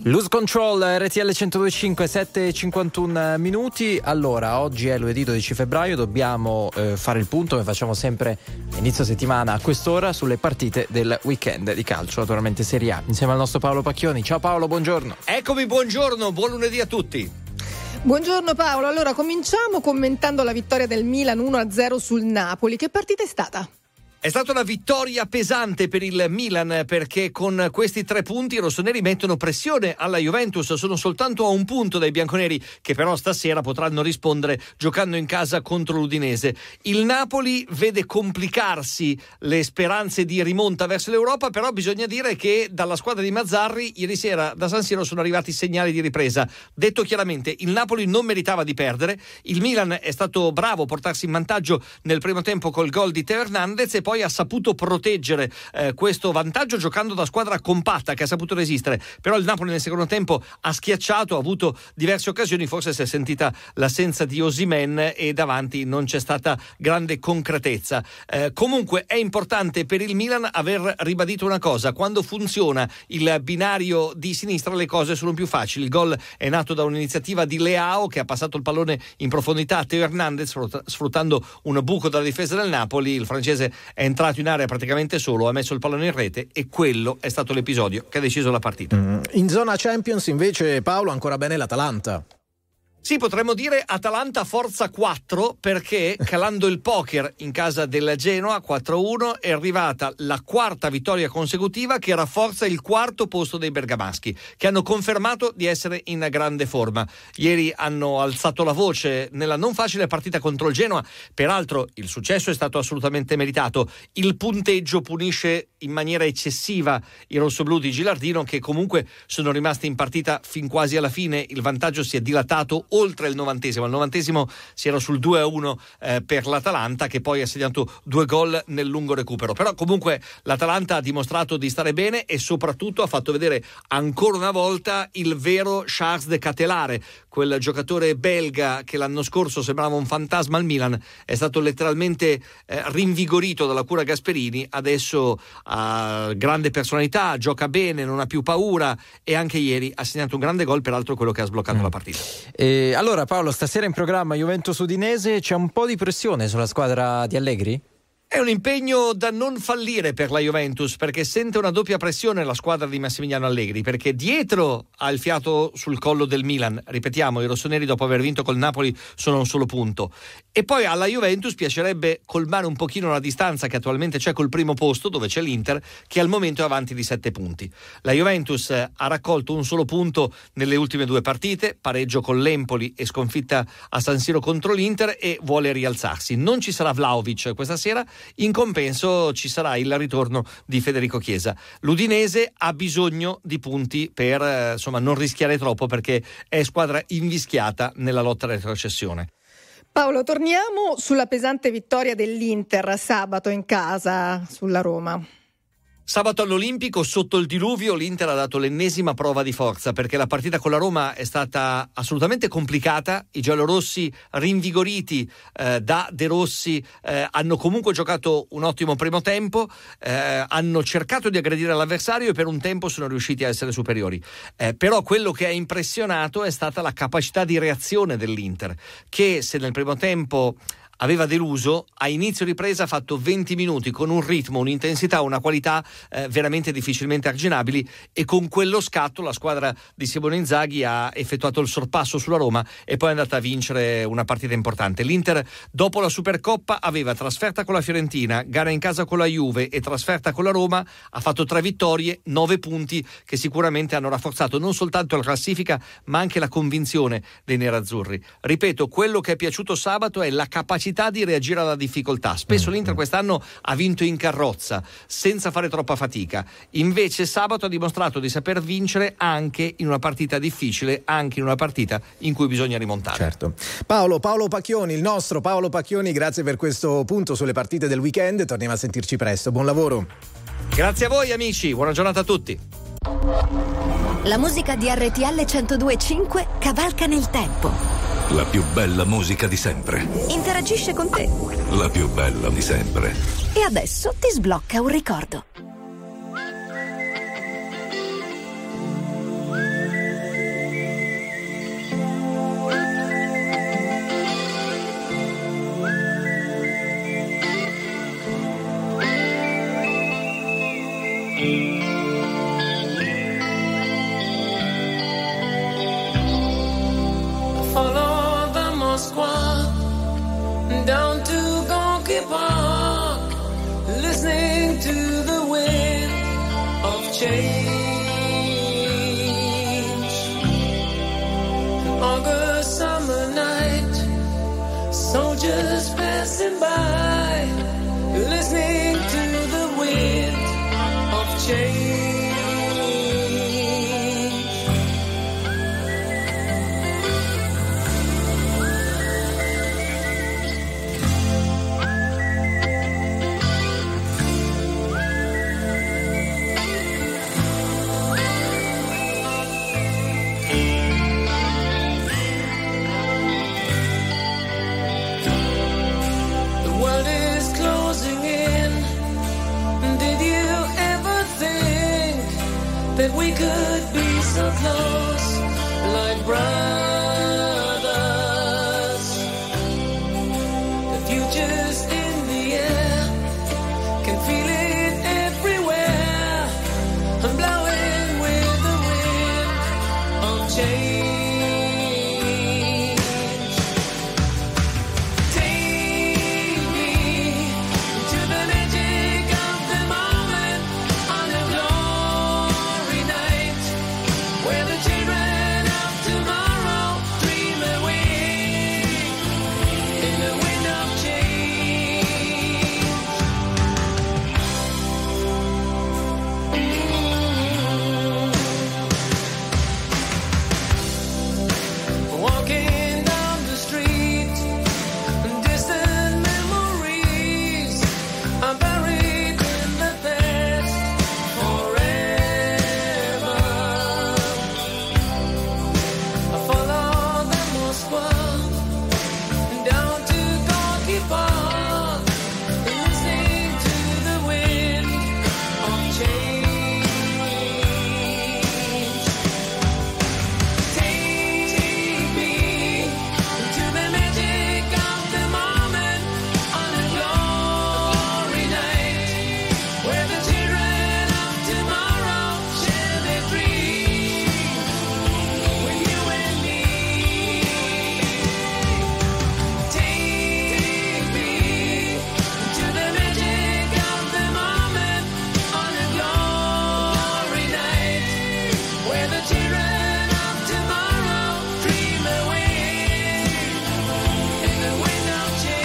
Lose Control, RTL 102.5, 7:51 minuti. Allora, oggi è lunedì 12 febbraio, dobbiamo fare il punto, come facciamo sempre a inizio settimana a quest'ora, sulle partite del weekend di calcio, naturalmente Serie A, insieme al nostro Paolo Pacchioni. Ciao Paolo, buongiorno. Eccomi, buongiorno, buon lunedì a tutti. Buongiorno Paolo, allora cominciamo commentando la vittoria del Milan 1-0 sul Napoli. Che partita è stata? È stata una vittoria pesante per il Milan, perché con questi 3 punti i rossoneri mettono pressione alla Juventus. Sono soltanto a un punto dai bianconeri, che però stasera potranno rispondere giocando in casa contro l'Udinese. Il Napoli vede complicarsi le speranze di rimonta verso l'Europa, però bisogna dire che dalla squadra di Mazzarri ieri sera da San Siro sono arrivati segnali di ripresa. Detto chiaramente, il Napoli non meritava di perdere, il Milan è stato bravo a portarsi in vantaggio nel primo tempo col gol di Teo Hernandez e poi ha saputo proteggere questo vantaggio giocando da squadra compatta che ha saputo resistere. Però il Napoli nel secondo tempo ha schiacciato, ha avuto diverse occasioni, forse si è sentita l'assenza di Osimhen e davanti non c'è stata grande concretezza. Comunque è importante per il Milan aver ribadito una cosa: quando funziona il binario di sinistra le cose sono più facili. Il gol è nato da un'iniziativa di Leao, che ha passato il pallone in profondità a Teo Hernandez sfruttando un buco dalla difesa del Napoli. Il francese è entrato in area praticamente solo, ha messo il pallone in rete e quello è stato l'episodio che ha deciso la partita. In zona Champions invece, Paolo, ancora bene l'Atalanta. Sì, potremmo dire Atalanta forza 4, perché calando il poker in casa del Genoa 4-1 è arrivata la quarta vittoria consecutiva che rafforza il quarto posto dei bergamaschi, che hanno confermato di essere in grande forma. Ieri hanno alzato la voce nella non facile partita contro il Genoa, peraltro il successo è stato assolutamente meritato. Il punteggio punisce in maniera eccessiva i rossoblù di Gilardino, che comunque sono rimasti in partita fin quasi alla fine. Il vantaggio si è dilatato oltre il 90esimo. Al 90esimo si era sul 2-1 per l'Atalanta, che poi ha segnato 2 gol nel lungo recupero. Però comunque l'Atalanta ha dimostrato di stare bene e soprattutto ha fatto vedere ancora una volta il vero Charles de Ketelaere, quel giocatore belga che l'anno scorso sembrava un fantasma al Milan. È stato letteralmente rinvigorito dalla cura Gasperini, adesso ha grande personalità, gioca bene, non ha più paura e anche ieri ha segnato un grande gol, peraltro quello che ha sbloccato la partita. Allora Paolo, stasera in programma Juventus Udinese, c'è un po' di pressione sulla squadra di Allegri? È un impegno da non fallire per la Juventus, perché sente una doppia pressione la squadra di Massimiliano Allegri, perché dietro ha il fiato sul collo del Milan. Ripetiamo, i rossoneri dopo aver vinto col Napoli sono a un solo punto. E poi alla Juventus piacerebbe colmare un pochino la distanza che attualmente c'è col primo posto, dove c'è l'Inter, che al momento è avanti di 7 punti. La Juventus ha raccolto un solo punto nelle ultime 2 partite, pareggio con l'Empoli e sconfitta a San Siro contro l'Inter, e vuole rialzarsi. Non ci sarà Vlahovic questa sera. In compenso ci sarà il ritorno di Federico Chiesa. L'Udinese ha bisogno di punti per non rischiare troppo, perché è squadra invischiata nella lotta alla retrocessione. Paolo, torniamo sulla pesante vittoria dell'Inter sabato in casa sulla Roma. Sabato all'Olimpico, sotto il diluvio, l'Inter ha dato l'ennesima prova di forza, perché la partita con la Roma è stata assolutamente complicata. I giallorossi, rinvigoriti da De Rossi, hanno comunque giocato un ottimo primo tempo, hanno cercato di aggredire l'avversario e per un tempo sono riusciti a essere superiori. Però quello che ha impressionato è stata la capacità di reazione dell'Inter, che se nel primo tempo aveva deluso, a inizio ripresa ha fatto 20 minuti con un ritmo, un'intensità, una qualità veramente difficilmente arginabili, e con quello scatto la squadra di Simone Inzaghi ha effettuato il sorpasso sulla Roma e poi è andata a vincere una partita importante. L'Inter dopo la Supercoppa aveva trasferta con la Fiorentina, gara in casa con la Juve e trasferta con la Roma, ha fatto 3 vittorie, 9 punti che sicuramente hanno rafforzato non soltanto la classifica ma anche la convinzione dei nerazzurri. Ripeto, quello che è piaciuto sabato è la capacità di reagire alla difficoltà. Spesso l'Inter quest'anno ha vinto in carrozza senza fare troppa fatica, invece sabato ha dimostrato di saper vincere anche in una partita difficile, anche in una partita in cui bisogna rimontare. Certo. Paolo Pacchioni, il nostro Paolo Pacchioni, grazie per questo punto sulle partite del weekend, torniamo a sentirci presto, buon lavoro. Grazie a voi amici, buona giornata a tutti. La musica di RTL 102.5 cavalca nel tempo. La più bella musica di sempre. Interagisce con te. La più bella di sempre. E adesso ti sblocca un ricordo. change. An August summer night, soldiers passing by, listening to the wind of change. That we could be so close, like brothers. The future's in the air, can feel it everywhere. I'm blowing with the wind of change. Take me to the magic of the moment on a glory night, where the children of tomorrow dream away in the wind of change. Walking down the street, distant memories are buried in the past forever. I follow the Moskva down to Gorky Park, listening to the wind of change. Take me to the magic of the moment on a glory night, where the children of tomorrow share their dreams with you and me. Take me to the magic of the moment on a glory night, where the children of tomorrow dream away in the wind of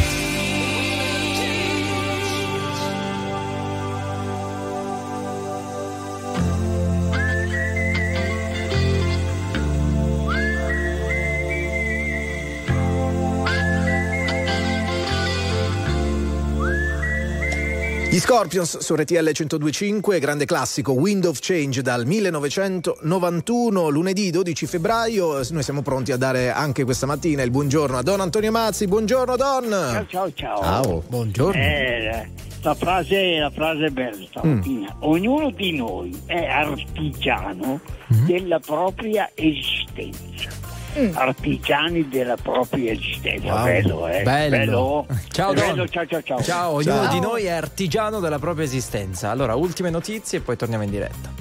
Gli Scorpions su RTL 102.5, grande classico Wind of Change dal 1991, lunedì 12 febbraio. Noi siamo pronti a dare anche questa mattina il buongiorno a Don Antonio Mazzi. Buongiorno Don. Ciao. Ciao, buongiorno. La frase è bella stamattina. Ognuno di noi è artigiano della propria esistenza. Artigiani della propria esistenza. Wow. Bello. Ciao È Don. bello, ciao. Ognuno di noi è artigiano della propria esistenza. Allora, ultime notizie e poi torniamo in diretta.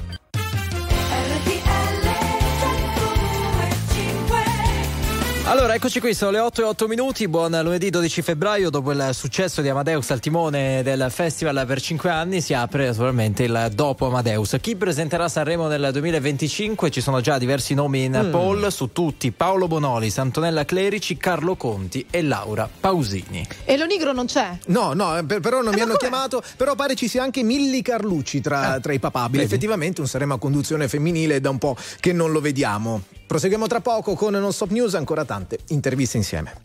Allora, eccoci qui, sono le 8:08. Buon lunedì 12 febbraio. Dopo il successo di Amadeus al timone del festival per 5 anni, si apre naturalmente il dopo Amadeus. Chi presenterà Sanremo nel 2025? Ci sono già diversi nomi in poll, su tutti Paolo Bonolis, Antonella Clerici, Carlo Conti e Laura Pausini. E lo Nigro non c'è? No, però non mi hanno chiamato, però pare ci sia anche Milli Carlucci tra i papabili. Vedi? Effettivamente un Sanremo a conduzione femminile, da un po' che non lo vediamo. Proseguiamo tra poco con Non Stop News, ancora tante interviste insieme.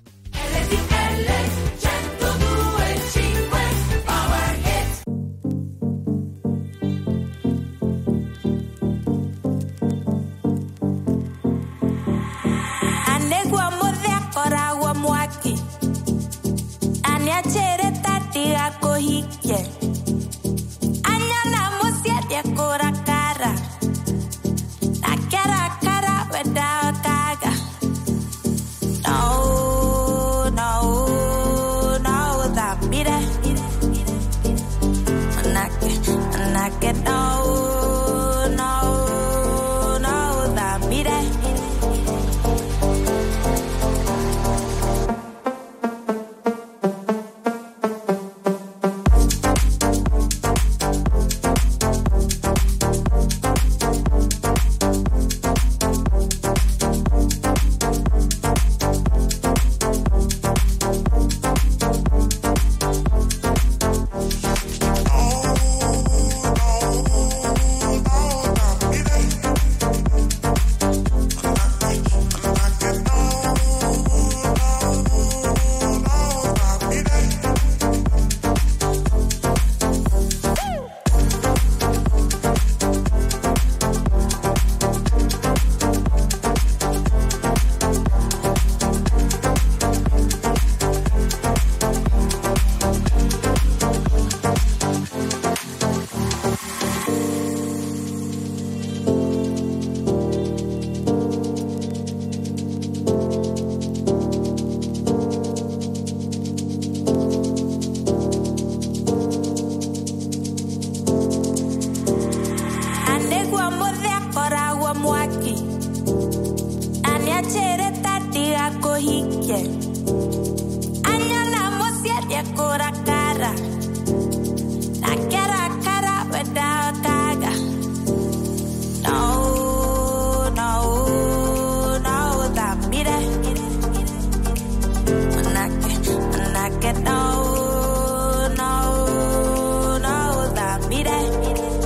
Anyala mosia kora kara. Na kara kara without kaga. No, no, no, that mire. Manake, no, no, no, that mire.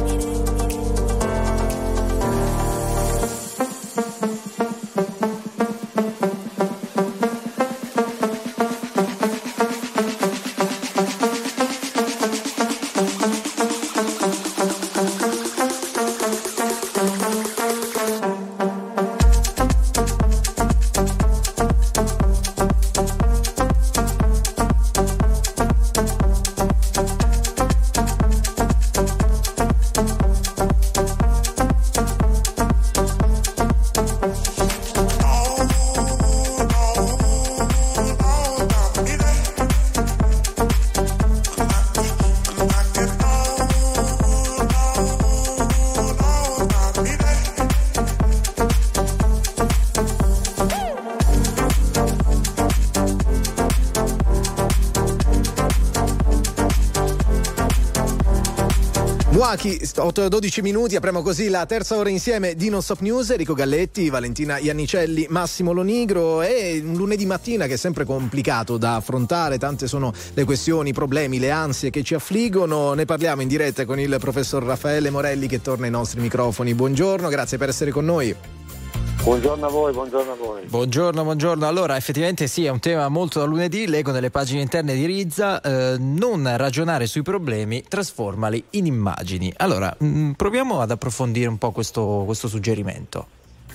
Muaki, 8-12 minuti, apriamo così la terza ora insieme di Non Stop News. Enrico Galletti, Valentina Iannicelli, Massimo Lonigro. È un lunedì mattina che è sempre complicato da affrontare, tante sono le questioni, i problemi, le ansie che ci affliggono. Ne parliamo in diretta con il professor Raffaele Morelli che torna ai nostri microfoni. Buongiorno, grazie per essere con noi. Buongiorno a voi, buongiorno a voi. Buongiorno. Allora, effettivamente sì, è un tema molto da lunedì, leggo nelle pagine interne di Rizza, non ragionare sui problemi, trasformali in immagini. Allora, proviamo ad approfondire un po' questo suggerimento.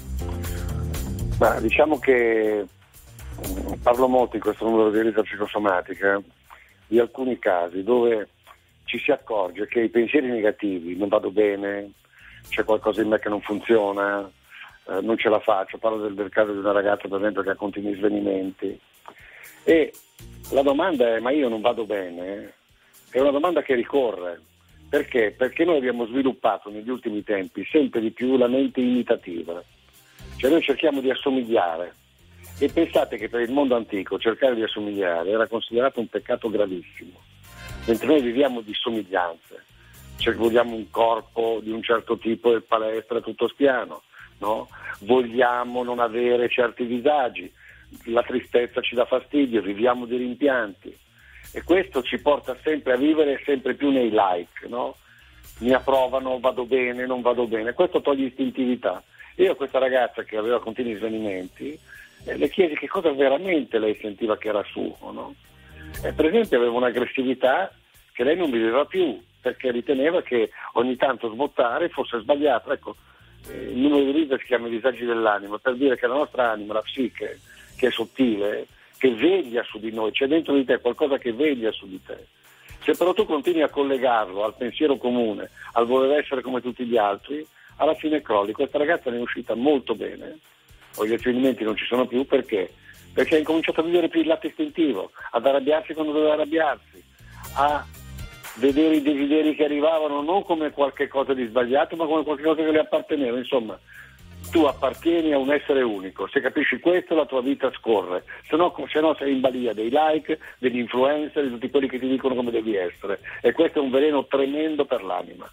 Ma diciamo che parlo molto in questo numero di Rizza psicosomatica di alcuni casi dove ci si accorge che i pensieri negativi, non vado bene, c'è qualcosa in me che non funziona, non ce la faccio, parlo del caso di una ragazza per esempio che ha continui svenimenti e la domanda è: ma io non vado bene? È una domanda che ricorre. Perché? Perché noi abbiamo sviluppato negli ultimi tempi sempre di più la mente imitativa, cioè noi cerchiamo di assomigliare, e pensate che per il mondo antico cercare di assomigliare era considerato un peccato gravissimo, mentre noi viviamo di somiglianze, cioè vogliamo un corpo di un certo tipo e palestra tutto spiano, no? Vogliamo non avere certi disagi, la tristezza ci dà fastidio, viviamo di rimpianti e questo ci porta sempre a vivere sempre più nei like, no? Mi approvano, vado bene, non vado bene, questo toglie istintività. Io a questa ragazza che aveva continui svenimenti le chiesi che cosa veramente lei sentiva che era suo, no? Per esempio aveva un'aggressività che lei non viveva più perché riteneva che ogni tanto sbottare fosse sbagliato. Ecco, il numero di Rizza si chiama i disagi dell'anima, per dire che la nostra anima, la psiche, che è sottile, che veglia su di noi, c'è dentro di te qualcosa che veglia su di te. Se però tu continui a collegarlo al pensiero comune, al voler essere come tutti gli altri, alla fine crolli. Questa ragazza ne è uscita molto bene, gli avvenimenti non ci sono più, perché? Perché ha incominciato a vivere più il lato istintivo, ad arrabbiarsi quando doveva arrabbiarsi, a vedere i desideri che arrivavano non come qualche cosa di sbagliato, ma come qualche cosa che le apparteneva. Insomma, tu appartieni a un essere unico, se capisci questo la tua vita scorre, se no sei in balia dei like, degli influencer, di tutti quelli che ti dicono come devi essere, e questo è un veleno tremendo per l'anima.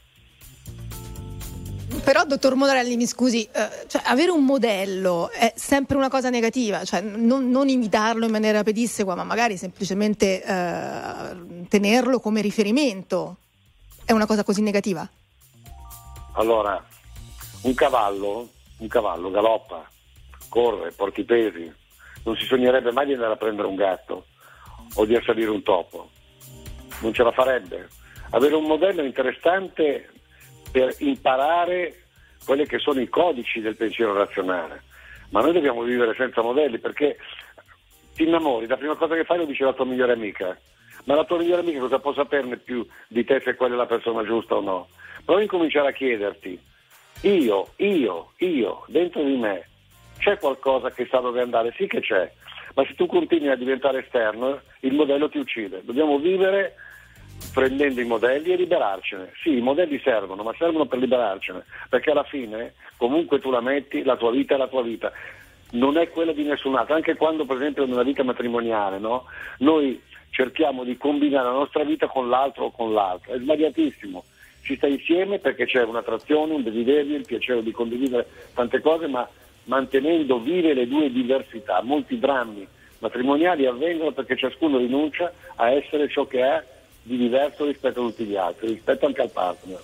Però, dottor Morelli, mi scusi, cioè, avere un modello è sempre una cosa negativa, cioè non imitarlo in maniera pedissequa, ma magari semplicemente tenerlo come riferimento è una cosa così negativa? Allora, un cavallo galoppa, corre, porta i pesi, non si sognerebbe mai di andare a prendere un gatto o di assalire un topo, non ce la farebbe. Avere un modello interessante per imparare quelli che sono i codici del pensiero razionale, ma noi dobbiamo vivere senza modelli, perché ti innamori, la prima cosa che fai lo dice la tua migliore amica, ma la tua migliore amica cosa può saperne più di te se quella è la persona giusta o no? Provi a incominciare a chiederti: io, dentro di me c'è qualcosa che sa dove andare? Sì che c'è, ma se tu continui a diventare esterno il modello ti uccide. Dobbiamo vivere prendendo i modelli e liberarcene. Sì, i modelli servono, ma servono per liberarcene, perché alla fine comunque tu la metti, la tua vita è la tua vita. non è quella di nessun altro, anche quando per esempio nella vita matrimoniale, no? Noi cerchiamo di combinare la nostra vita con l'altro o con l'altro, è sbagliatissimo. Si sta insieme perché c'è un'attrazione, un desiderio, il piacere di condividere tante cose, ma mantenendo vive le due diversità. Molti drammi matrimoniali avvengono perché ciascuno rinuncia a essere ciò che è di diverso rispetto a tutti gli altri, rispetto anche al partner.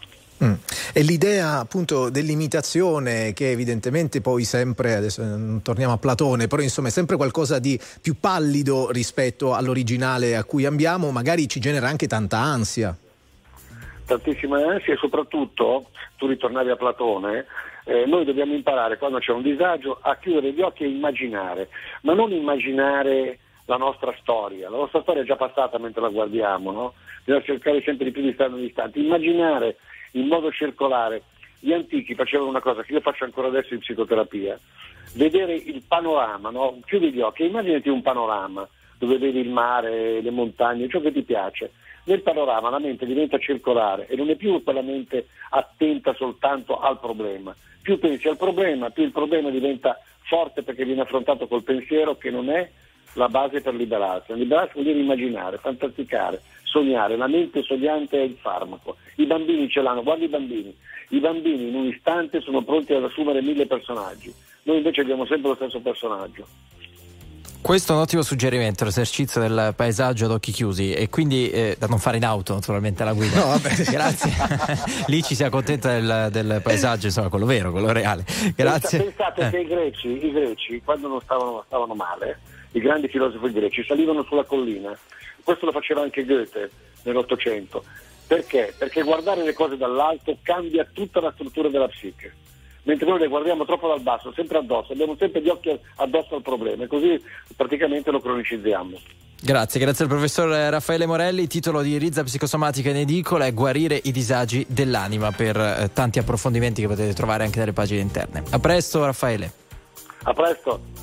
E l'idea appunto dell'imitazione, che evidentemente poi sempre, adesso non torniamo a Platone, però insomma è sempre qualcosa di più pallido rispetto all'originale a cui ambiamo, magari ci genera anche tanta ansia. Tantissima ansia, e soprattutto, tu ritornavi a Platone, noi dobbiamo imparare quando c'è un disagio a chiudere gli occhi e immaginare, ma non immaginare la nostra storia è già passata mentre la guardiamo, no? Bisogna cercare sempre di più di stare distanti, immaginare in modo circolare. Gli antichi facevano una cosa che io faccio ancora adesso in psicoterapia, vedere il panorama, no? Chiudi gli occhi, immaginati un panorama dove vedi il mare, le montagne, ciò che ti piace. Nel panorama la mente diventa circolare e non è più quella mente attenta soltanto al problema. Più pensi al problema, più il problema diventa forte perché viene affrontato col pensiero, che non è la base per liberarsi. Liberarsi vuol dire immaginare, fantasticare, sognare. La mente sognante è il farmaco. I bambini ce l'hanno, guarda i bambini in un istante sono pronti ad assumere 1000 personaggi. Noi invece abbiamo sempre lo stesso personaggio. Questo è un ottimo suggerimento, l'esercizio del paesaggio ad occhi chiusi, e quindi da non fare in auto naturalmente la guida. No, vabbè. Grazie. Lì ci si accontenta del paesaggio, insomma, quello vero, quello reale. Grazie. Pensate che i greci quando non stavano male, i grandi filosofi greci salivano sulla collina. Questo lo faceva anche Goethe nell'Ottocento. Perché? Perché guardare le cose dall'alto cambia tutta la struttura della psiche. Mentre noi le guardiamo troppo dal basso, sempre addosso, abbiamo sempre gli occhi addosso al problema e così praticamente lo cronicizziamo. Grazie al professor Raffaele Morelli. Titolo di Rizza Psicosomatica in edicola è Guarire i disagi dell'anima, per tanti approfondimenti che potete trovare anche nelle pagine interne. A presto Raffaele. A presto.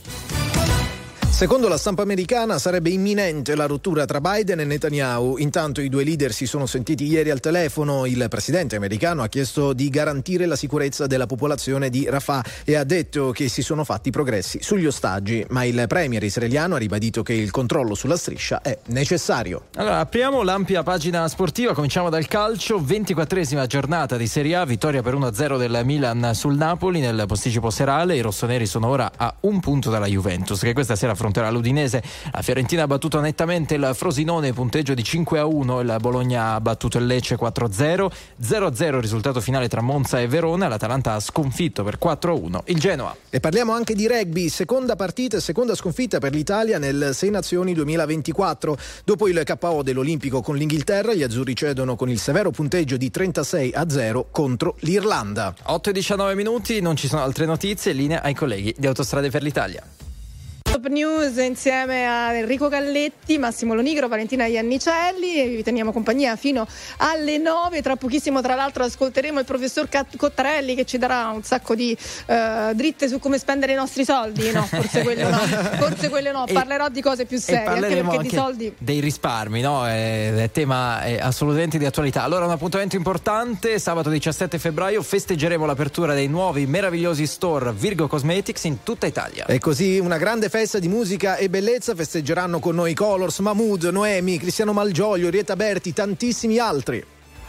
Secondo la stampa americana sarebbe imminente la rottura tra Biden e Netanyahu. Intanto i due leader si sono sentiti ieri al telefono. Il presidente americano ha chiesto di garantire la sicurezza della popolazione di Rafah e ha detto che si sono fatti progressi sugli ostaggi, ma il premier israeliano ha ribadito che il controllo sulla striscia è necessario. Allora, apriamo l'ampia pagina sportiva, cominciamo dal calcio. 24esima giornata di Serie A, vittoria per 1-0 del Milan sul Napoli nel posticipo serale. I rossoneri sono ora a un punto dalla Juventus, che questa sera affronterà l'Udinese. La Fiorentina ha battuto nettamente il Frosinone, punteggio di 5-1. Il Bologna ha battuto il Lecce 4-0. 0-0 il risultato finale tra Monza e Verona. L'Atalanta ha sconfitto per 4-1 il Genoa. E parliamo anche di rugby, seconda partita e seconda sconfitta per l'Italia nel 6 Nazioni 2024. Dopo il KO dell'Olimpico con l'Inghilterra, gli azzurri cedono con il severo punteggio di 36-0 contro l'Irlanda. 8:19 minuti, non ci sono altre notizie, linea ai colleghi di Autostrade per l'Italia. Top News insieme a Enrico Galletti, Massimo Lonigro, Valentina Iannicelli, e vi teniamo compagnia fino alle 9. Tra pochissimo, tra l'altro, ascolteremo il professor Cottarelli che ci darà un sacco di dritte su come spendere i nostri soldi. No, forse quello no. Parlerò di cose più serie, anche perché di soldi, dei risparmi, no? È tema assolutamente di attualità. Allora, un appuntamento importante: sabato 17 febbraio festeggeremo l'apertura dei nuovi meravigliosi store Virgo Cosmetics in tutta Italia. E così una grande festa di musica e bellezza. Festeggeranno con noi Colors, Mahmood, Noemi, Cristiano Malgioglio, Rieta Berti, tantissimi altri.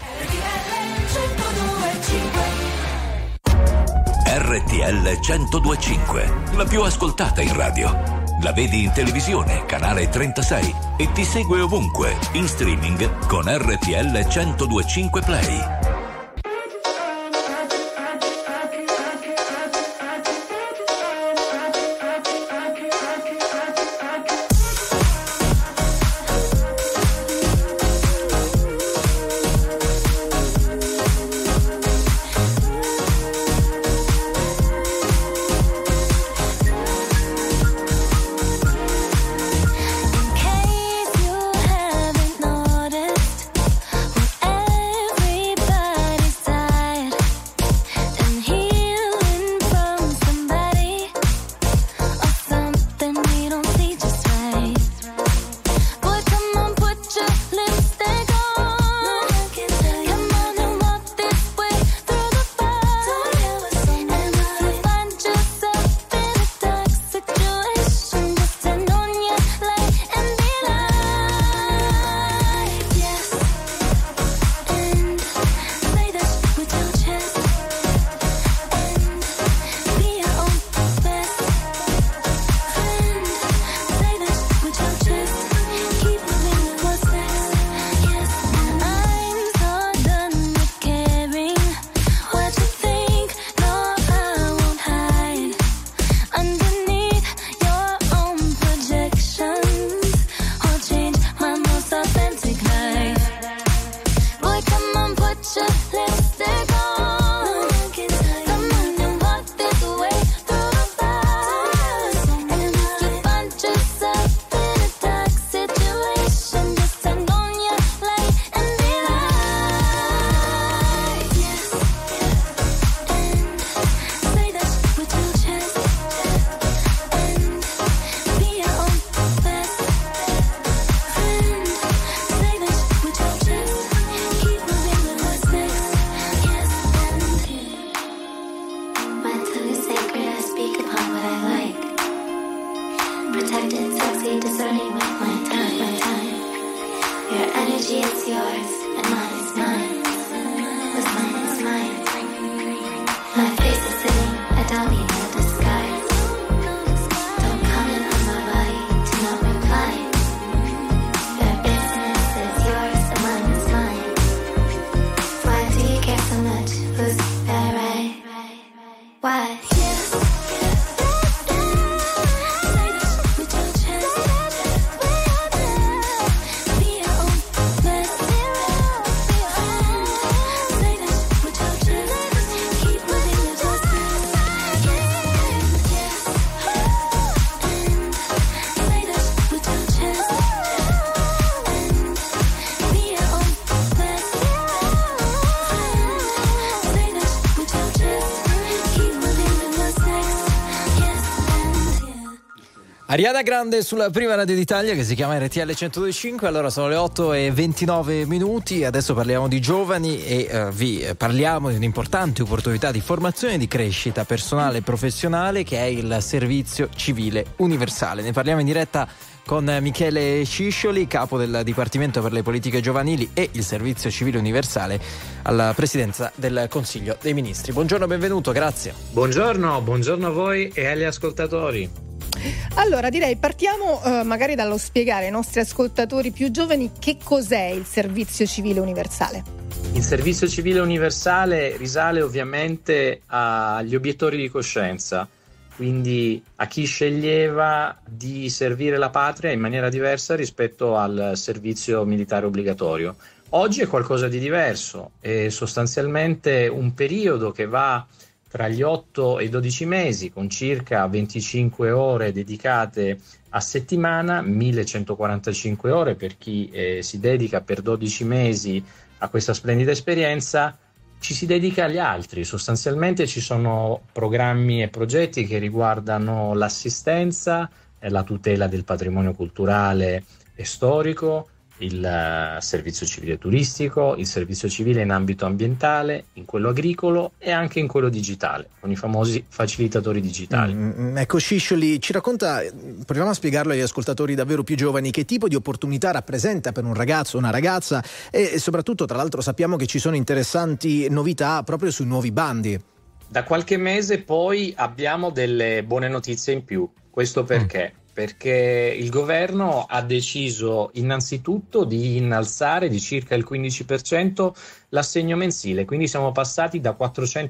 RTL 102.5, la più ascoltata in radio. La vedi in televisione, canale 36, e ti segue ovunque, in streaming con RTL 102.5 Play. Everybody energy is yours and mine is mine. The sun is mine. My face is sitting, I don't need no disguise. Don't comment on my body, do not reply. Their business is yours and mine is mine. Why do you care so much? Who's that right? Why? Ariana Grande sulla prima radio d'Italia che si chiama RTL 102.5. Allora sono le 8:29. Adesso parliamo di giovani e vi parliamo di un'importante opportunità di formazione e di crescita personale e professionale che è il servizio civile universale. Ne parliamo in diretta con Michele Sciscioli, capo del Dipartimento per le politiche giovanili e il servizio civile universale alla Presidenza del Consiglio dei Ministri. Buongiorno, benvenuto, grazie. Buongiorno a voi e agli ascoltatori. Allora direi partiamo magari dallo spiegare ai nostri ascoltatori più giovani che cos'è il servizio civile universale. Il servizio civile universale risale ovviamente agli obiettori di coscienza, quindi a chi sceglieva di servire la patria in maniera diversa rispetto al servizio militare obbligatorio. Oggi è qualcosa di diverso, è sostanzialmente un periodo che va tra gli 8 e i 12 mesi, con circa 25 ore dedicate a settimana, 1145 ore per chi si dedica per 12 mesi a questa splendida esperienza. Ci si dedica agli altri, sostanzialmente ci sono programmi e progetti che riguardano l'assistenza, la tutela del patrimonio culturale e storico, il servizio civile turistico, il servizio civile in ambito ambientale, in quello agricolo e anche in quello digitale, con i famosi facilitatori digitali. Ecco, Sciscioli, ci racconta, proviamo a spiegarlo agli ascoltatori davvero più giovani, che tipo di opportunità rappresenta per un ragazzo o una ragazza e soprattutto, tra l'altro, sappiamo che ci sono interessanti novità proprio sui nuovi bandi. Da qualche mese poi abbiamo delle buone notizie in più. Questo perché? Perché il governo ha deciso innanzitutto di innalzare di circa il 15% l'assegno mensile, quindi siamo passati da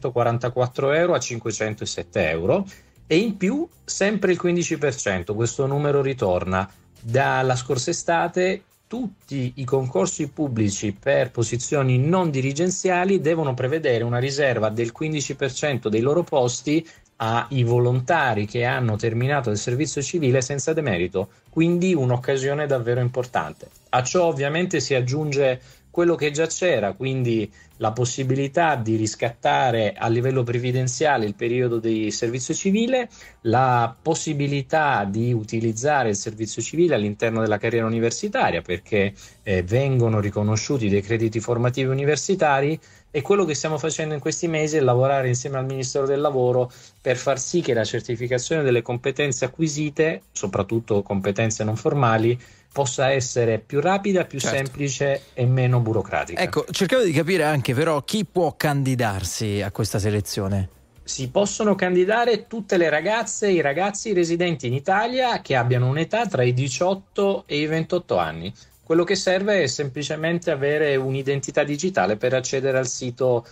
444 euro a 507 euro e in più sempre il 15%, questo numero ritorna. Dalla scorsa estate tutti i concorsi pubblici per posizioni non dirigenziali devono prevedere una riserva del 15% dei loro posti ai volontari che hanno terminato il servizio civile senza demerito, quindi un'occasione davvero importante. A ciò ovviamente si aggiunge quello che già c'era, quindi la possibilità di riscattare a livello previdenziale il periodo di servizio civile, la possibilità di utilizzare il servizio civile all'interno della carriera universitaria perché vengono riconosciuti dei crediti formativi universitari. E quello che stiamo facendo in questi mesi è lavorare insieme al Ministero del Lavoro per far sì che la certificazione delle competenze acquisite, soprattutto competenze non formali, possa essere più rapida, più semplice e meno burocratica. Ecco, cerchiamo di capire anche però chi può candidarsi a questa selezione. Si possono candidare tutte le ragazze e i ragazzi residenti in Italia che abbiano un'età tra i 18 e i 28 anni. Quello che serve è semplicemente avere un'identità digitale per accedere al sito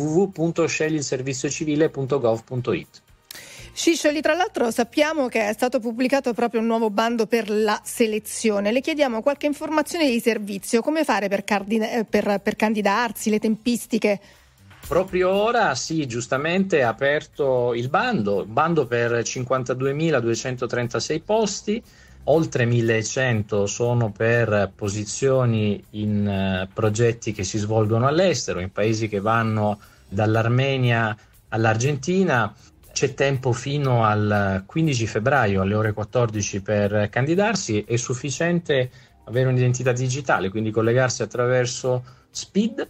www.scegliilserviziocivile.gov.it. Sciscioli, tra l'altro sappiamo che è stato pubblicato proprio un nuovo bando per la selezione. Le chiediamo qualche informazione di servizio, come fare per candidarsi, le tempistiche? Proprio ora sì, giustamente è aperto il bando per 52.236 posti. Oltre 1.100 sono per posizioni in progetti che si svolgono all'estero, in paesi che vanno dall'Armenia all'Argentina. C'è tempo fino al 15 febbraio alle ore 14 per candidarsi. È sufficiente avere un'identità digitale, quindi collegarsi attraverso SPID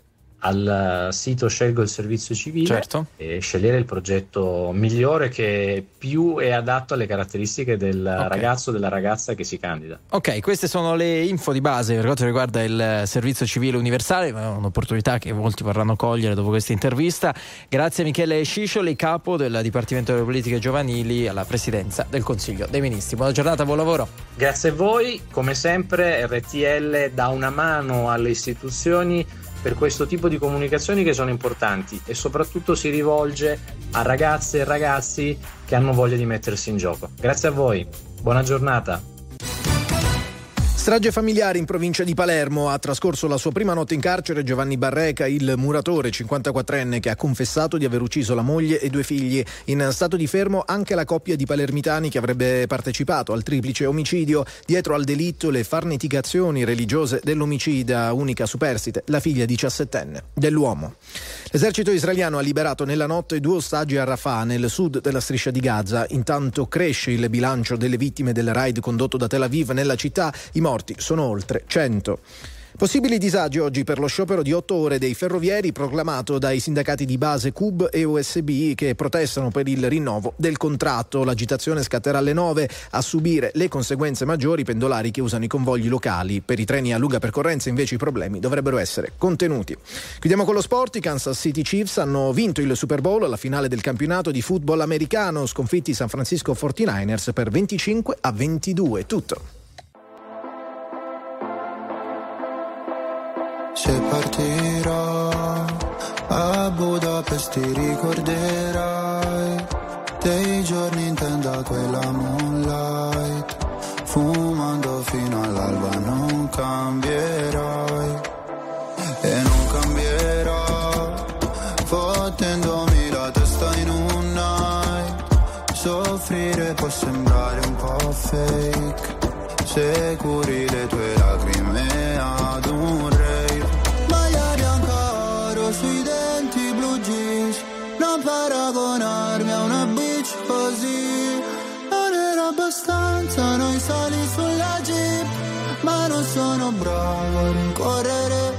al sito Scelgo il servizio civile, certo, e scegliere il progetto migliore che più è adatto alle caratteristiche del ragazzo o della ragazza che si candida. Ok, queste sono le info di base per quanto riguarda il servizio civile universale, ma è un'opportunità che molti vorranno cogliere dopo questa intervista. Grazie a Michele Sciscioli, capo del Dipartimento delle Politiche Giovanili alla Presidenza del Consiglio dei Ministri. Buona giornata, buon lavoro. Grazie a voi, come sempre RTL dà una mano alle istituzioni per questo tipo di comunicazioni che sono importanti e soprattutto si rivolge a ragazze e ragazzi che hanno voglia di mettersi in gioco. Grazie a voi, buona giornata. Strage familiare in provincia di Palermo. Ha trascorso la sua prima notte in carcere Giovanni Barreca, il muratore 54enne che ha confessato di aver ucciso la moglie e 2 figli. In stato di fermo anche la coppia di palermitani che avrebbe partecipato al triplice omicidio. Dietro al delitto le farneticazioni religiose dell'omicida, unica superstite, la figlia 17enne dell'uomo. L'esercito israeliano ha liberato nella notte 2 ostaggi a Rafah, nel sud della striscia di Gaza. Intanto cresce il bilancio delle vittime del raid condotto da Tel Aviv nella città. I morti sono oltre 100. Possibili disagi oggi per lo sciopero di 8 ore dei ferrovieri proclamato dai sindacati di base CUB e USB che protestano per il rinnovo del contratto. L'agitazione scatterà alle 9, a subire le conseguenze maggiori i pendolari che usano i convogli locali. Per i treni a lunga percorrenza invece i problemi dovrebbero essere contenuti. Chiudiamo con lo sport. I Kansas City Chiefs hanno vinto il Super Bowl alla finale del campionato di football americano, sconfitti i San Francisco 49ers per 25-22. Tutto. Se partirò a Budapest ti ricorderai dei giorni in tenda quella moonlight, fumando fino all'alba non cambierai e non cambierò, fottendomi la testa in un night. Soffrire può sembrare un po' fake se curi le tue lacrime ad un rave. Maglia bianca oro sui denti, blue jeans, non paragonarmi a una bitch così. Non era abbastanza noi sali sulla jeep, ma non sono bravo a rincorrere.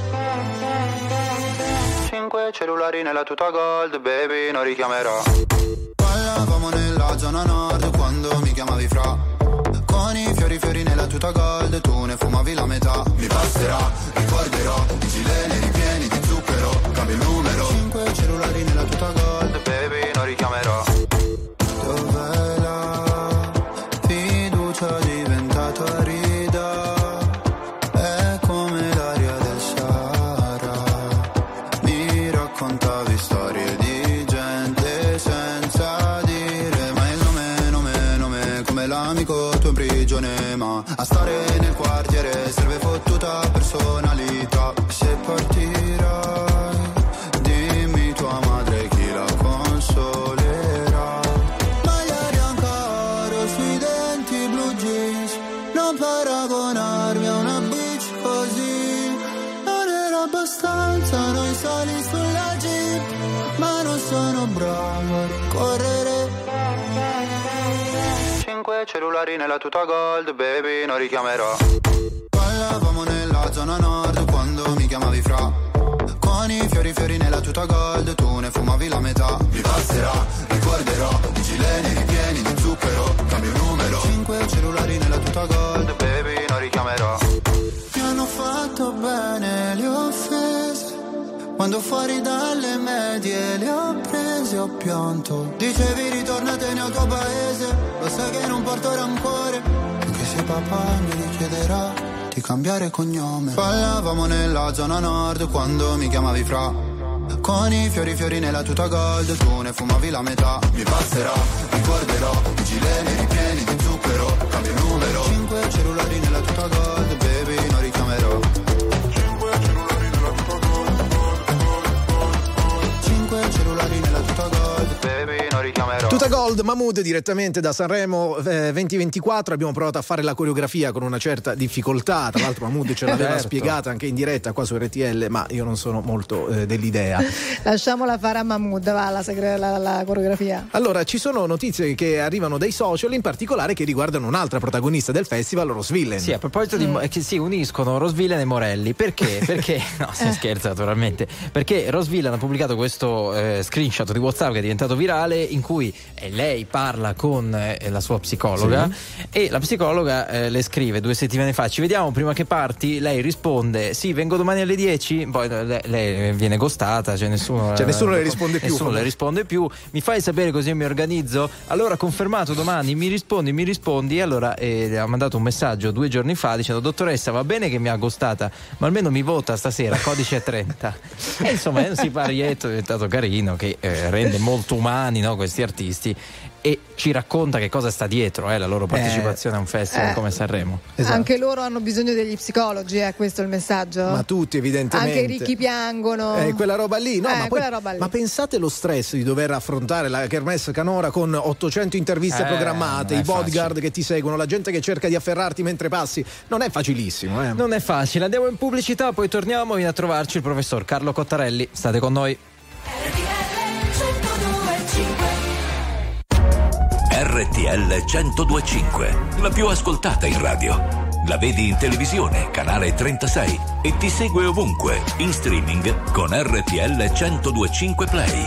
5 cellulari nella tuta gold, baby non richiamerò. Parlavamo nella zona nord quando mi chiamavi fra. Con i fiori nella tuta gold, tu ne fumavi la metà. Mi passerà, ricorderò, i gileni ripieni di zucchero, cambio il numero. 5 cellulari nella tuta gold, baby non richiamerò. Dov'è la fiducia diventata rida? È come l'aria del Sahara. Mi raccontavi storie di gente senza dire mai il nome, come l'amico tuo in prigione, ma a stare nel quartiere serve fottuta personalità. Se partirai, dimmi tua madre chi la consolerà. Maglia bianca oro sui denti, blue jeans, non paragonarmi a una bitch così. Non era abbastanza noi sali sulla jeep, ma non sono bravo a rincorrere. 5 cellulari nella tuta gold, baby non richiamerò. Parlavamo nella zona nord quando mi chiamavi fra. Con i fiori nella tuta gold, tu ne fumavi la metà. Mi passerà, ricorderò, i gileni ripieni di zucchero, cambio numero. 5 cellulari nella tuta gold, baby non richiamerò. Mi hanno fatto bene le offese, quando fuori dalle medie le ho prese, ho pianto. Dicevi ritornatene al tuo paese, lo sai che non porto rancore, anche se papà mi richiederà di cambiare cognome. Parlavamo nella zona nord quando mi chiamavi fra. Con i fiori nella tuta gold, tu ne fumavi la metà. Mi passerà, ricorderò, i gileni ripieni di zucchero, cambio numero. 5 cellulari nella tuta gold, baby non richiamerò. 5 cellulari nella tuta gold, baby non richiamerò. Tuta Gold, Mahmood direttamente da Sanremo 2024. Abbiamo provato a fare la coreografia con una certa difficoltà. Tra l'altro Mahmood ce l'aveva spiegata anche in diretta qua su RTL, ma io non sono molto dell'idea. Lasciamola fare a Mahmood, va la coreografia. Allora, ci sono notizie che arrivano dai social, in particolare che riguardano un'altra protagonista del festival, Rose Villain. Sì, a proposito che si uniscono Rose Villain e Morelli. Perché? Perché no, si scherza naturalmente. Perché Rose Villain ha pubblicato questo screenshot di WhatsApp che è diventato virale, in cui lei parla con la sua psicologa, sì, e la psicologa le scrive 2 settimane fa: ci vediamo prima che parti? Lei risponde: sì, vengo domani alle 10. Poi lei viene ghostata, nessuno le risponde più. Nessuno le risponde più. Mi fai sapere così mi organizzo? Allora, confermato, domani mi rispondi. E allora ha mandato un messaggio 2 giorni fa dicendo: dottoressa, va bene che mi ha ghostata, ma almeno mi vota stasera, codice 30. E insomma è un siparietto diventato carino, che rende molto umani, no, questi artisti, e ci racconta che cosa sta dietro la loro partecipazione a un festival come Sanremo. Esatto. Anche loro hanno bisogno degli psicologi, questo è il messaggio? Ma tutti, evidentemente. Anche i ricchi piangono. Quella roba lì, no? Quella roba lì. Ma pensate lo stress di dover affrontare la Kermesse Canora con 800 interviste programmate, i bodyguard che ti seguono, la gente che cerca di afferrarti mentre passi. Non è facilissimo. Non è facile. Andiamo in pubblicità, poi torniamo. Viene a trovarci il professor Carlo Cottarelli. State con noi. RTL 102.5, la più ascoltata in radio. La vedi in televisione, canale 36, e ti segue ovunque, in streaming con RTL 102.5 Play.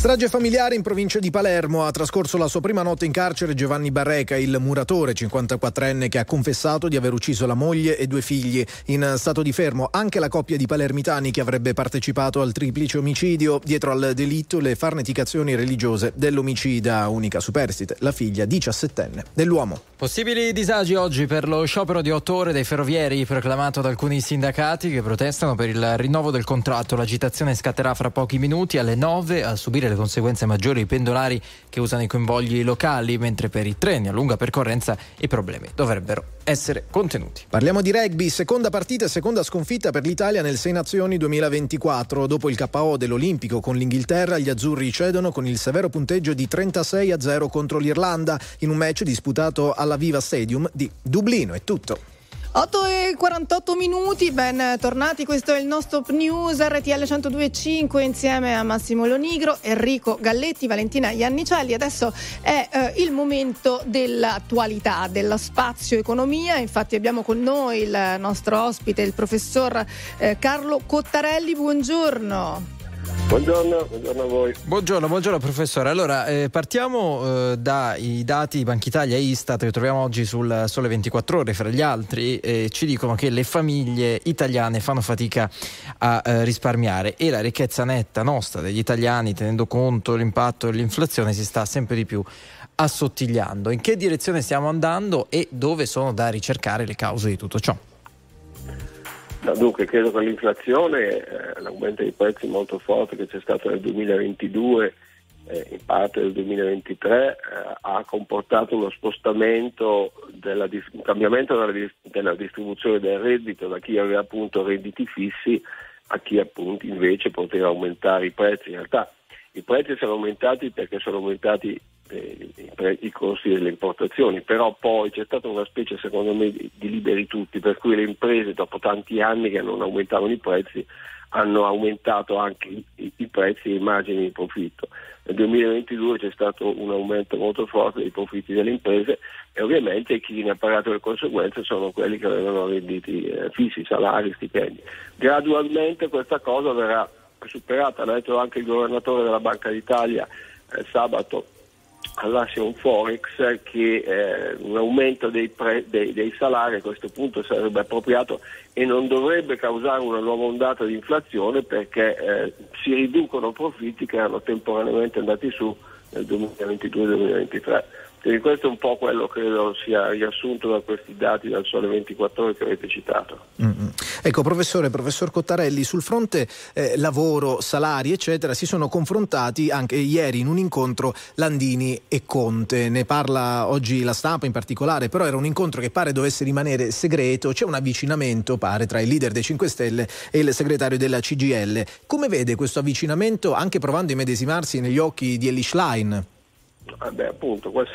Strage familiare in provincia di Palermo. Ha trascorso la sua prima notte in carcere Giovanni Barreca, il muratore 54enne che ha confessato di aver ucciso la moglie e 2 figli. In stato di fermo anche la coppia di palermitani che avrebbe partecipato al triplice omicidio. Dietro al delitto le farneticazioni religiose dell'omicida, unica superstite, la figlia 17enne dell'uomo. Possibili disagi oggi per lo sciopero di 8 ore dei ferrovieri proclamato da alcuni sindacati che protestano per il rinnovo del contratto. L'agitazione scatterà fra pochi minuti. Alle 9 a subire le conseguenze maggiori i pendolari che usano i convogli locali, mentre per i treni a lunga percorrenza i problemi dovrebbero essere contenuti. Parliamo di rugby, seconda partita e seconda sconfitta per l'Italia nel 6 Nazioni 2024. Dopo il KO dell'Olimpico con l'Inghilterra, gli azzurri cedono con il severo punteggio di 36-0 contro l'Irlanda in un match disputato alla Viva Stadium di Dublino. È tutto. 8:48, ben tornati, questo è il nostro News RTL 102.5 insieme a Massimo Lonigro, Enrico Galletti, Valentina Iannicelli. Adesso è il momento dell'attualità, dello spazio economia. Infatti abbiamo con noi il nostro ospite, il professor Carlo Cottarelli. Buongiorno. Buongiorno a voi. Buongiorno professore. Allora partiamo dai dati Banca Italia e Istat che troviamo oggi sul Sole 24 Ore, fra gli altri ci dicono che le famiglie italiane fanno fatica a risparmiare e la ricchezza netta nostra degli italiani, tenendo conto dell'impatto dell'inflazione, si sta sempre di più assottigliando. In che direzione stiamo andando e dove sono da ricercare le cause di tutto ciò? Dunque, credo che l'inflazione, l'aumento dei prezzi molto forte che c'è stato nel 2022, in parte nel 2023, ha comportato uno spostamento, un cambiamento della distribuzione del reddito da chi aveva appunto redditi fissi a chi appunto invece poteva aumentare i prezzi. In realtà i prezzi sono aumentati perché sono aumentati i costi delle importazioni, però poi c'è stata una specie, secondo me, di liberi tutti, per cui le imprese dopo tanti anni che non aumentavano i prezzi hanno aumentato anche i prezzi e i margini di profitto. Nel 2022 c'è stato un aumento molto forte dei profitti delle imprese e ovviamente chi ne ha pagato le conseguenze sono quelli che avevano redditi fissi, salari, stipendi. Gradualmente questa cosa verrà superata, l'ha detto anche il governatore della Banca d'Italia sabato all'Action Forex, che un aumento dei salari a questo punto sarebbe appropriato e non dovrebbe causare una nuova ondata di inflazione, perché si riducono profitti che erano temporaneamente andati su nel 2022-2023. Quindi questo è un po' quello che credo sia riassunto da questi dati dal Sole 24 Ore che avete citato. Ecco, professor Cottarelli, sul fronte lavoro, salari eccetera, si sono confrontati anche ieri in un incontro Landini e Conte. Ne parla oggi La Stampa in particolare, però era un incontro che pare dovesse rimanere segreto. C'è un avvicinamento, pare, tra il leader dei 5 Stelle e il segretario della CGIL. Come vede questo avvicinamento, anche provando a immedesimarsi negli occhi di Elly Schlein? Appunto, questo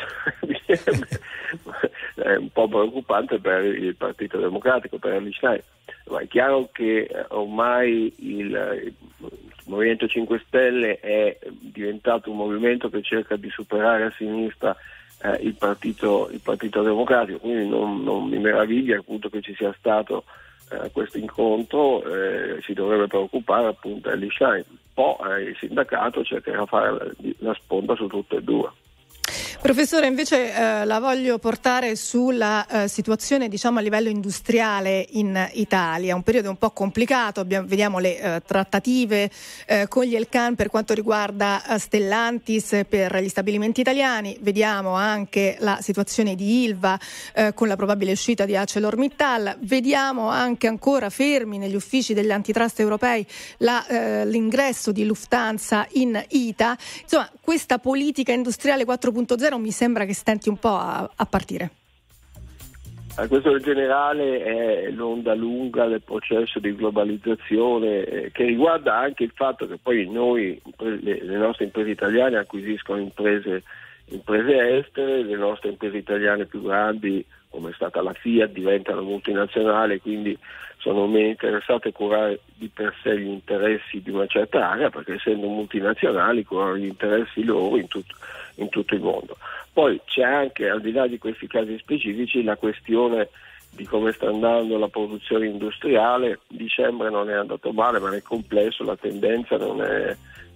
è un po' preoccupante per il Partito Democratico, per Elly Schlein, ma è chiaro che ormai il Movimento 5 Stelle è diventato un movimento che cerca di superare a sinistra il Partito Democratico, quindi non mi meraviglia appunto che ci sia stato questo incontro. Si dovrebbe preoccupare appunto Elly Schlein. Poi il sindacato cercherà di fare la sponda su tutte e due. Professore, invece la voglio portare sulla situazione, diciamo, a livello industriale in Italia. Un periodo un po' complicato, vediamo le trattative con gli Elkann per quanto riguarda Stellantis per gli stabilimenti italiani, vediamo anche la situazione di Ilva con la probabile uscita di ArcelorMittal, vediamo anche ancora fermi negli uffici degli antitrust europei l'ingresso di Lufthansa in ITA. Insomma, questa politica industriale 4.0 mi sembra che stenti un po' a partire. Questo in generale è l'onda lunga del processo di globalizzazione che riguarda anche il fatto che poi le nostre imprese italiane acquisiscono imprese estere, le nostre imprese italiane più grandi, come è stata la Fiat, diventano multinazionali, quindi sono meno interessate a curare di per sé gli interessi di una certa area, perché essendo multinazionali curano gli interessi loro in tutto il mondo. Poi c'è anche, al di là di questi casi specifici, la questione di come sta andando la produzione industriale. Dicembre non è andato male, ma nel complesso la tendenza non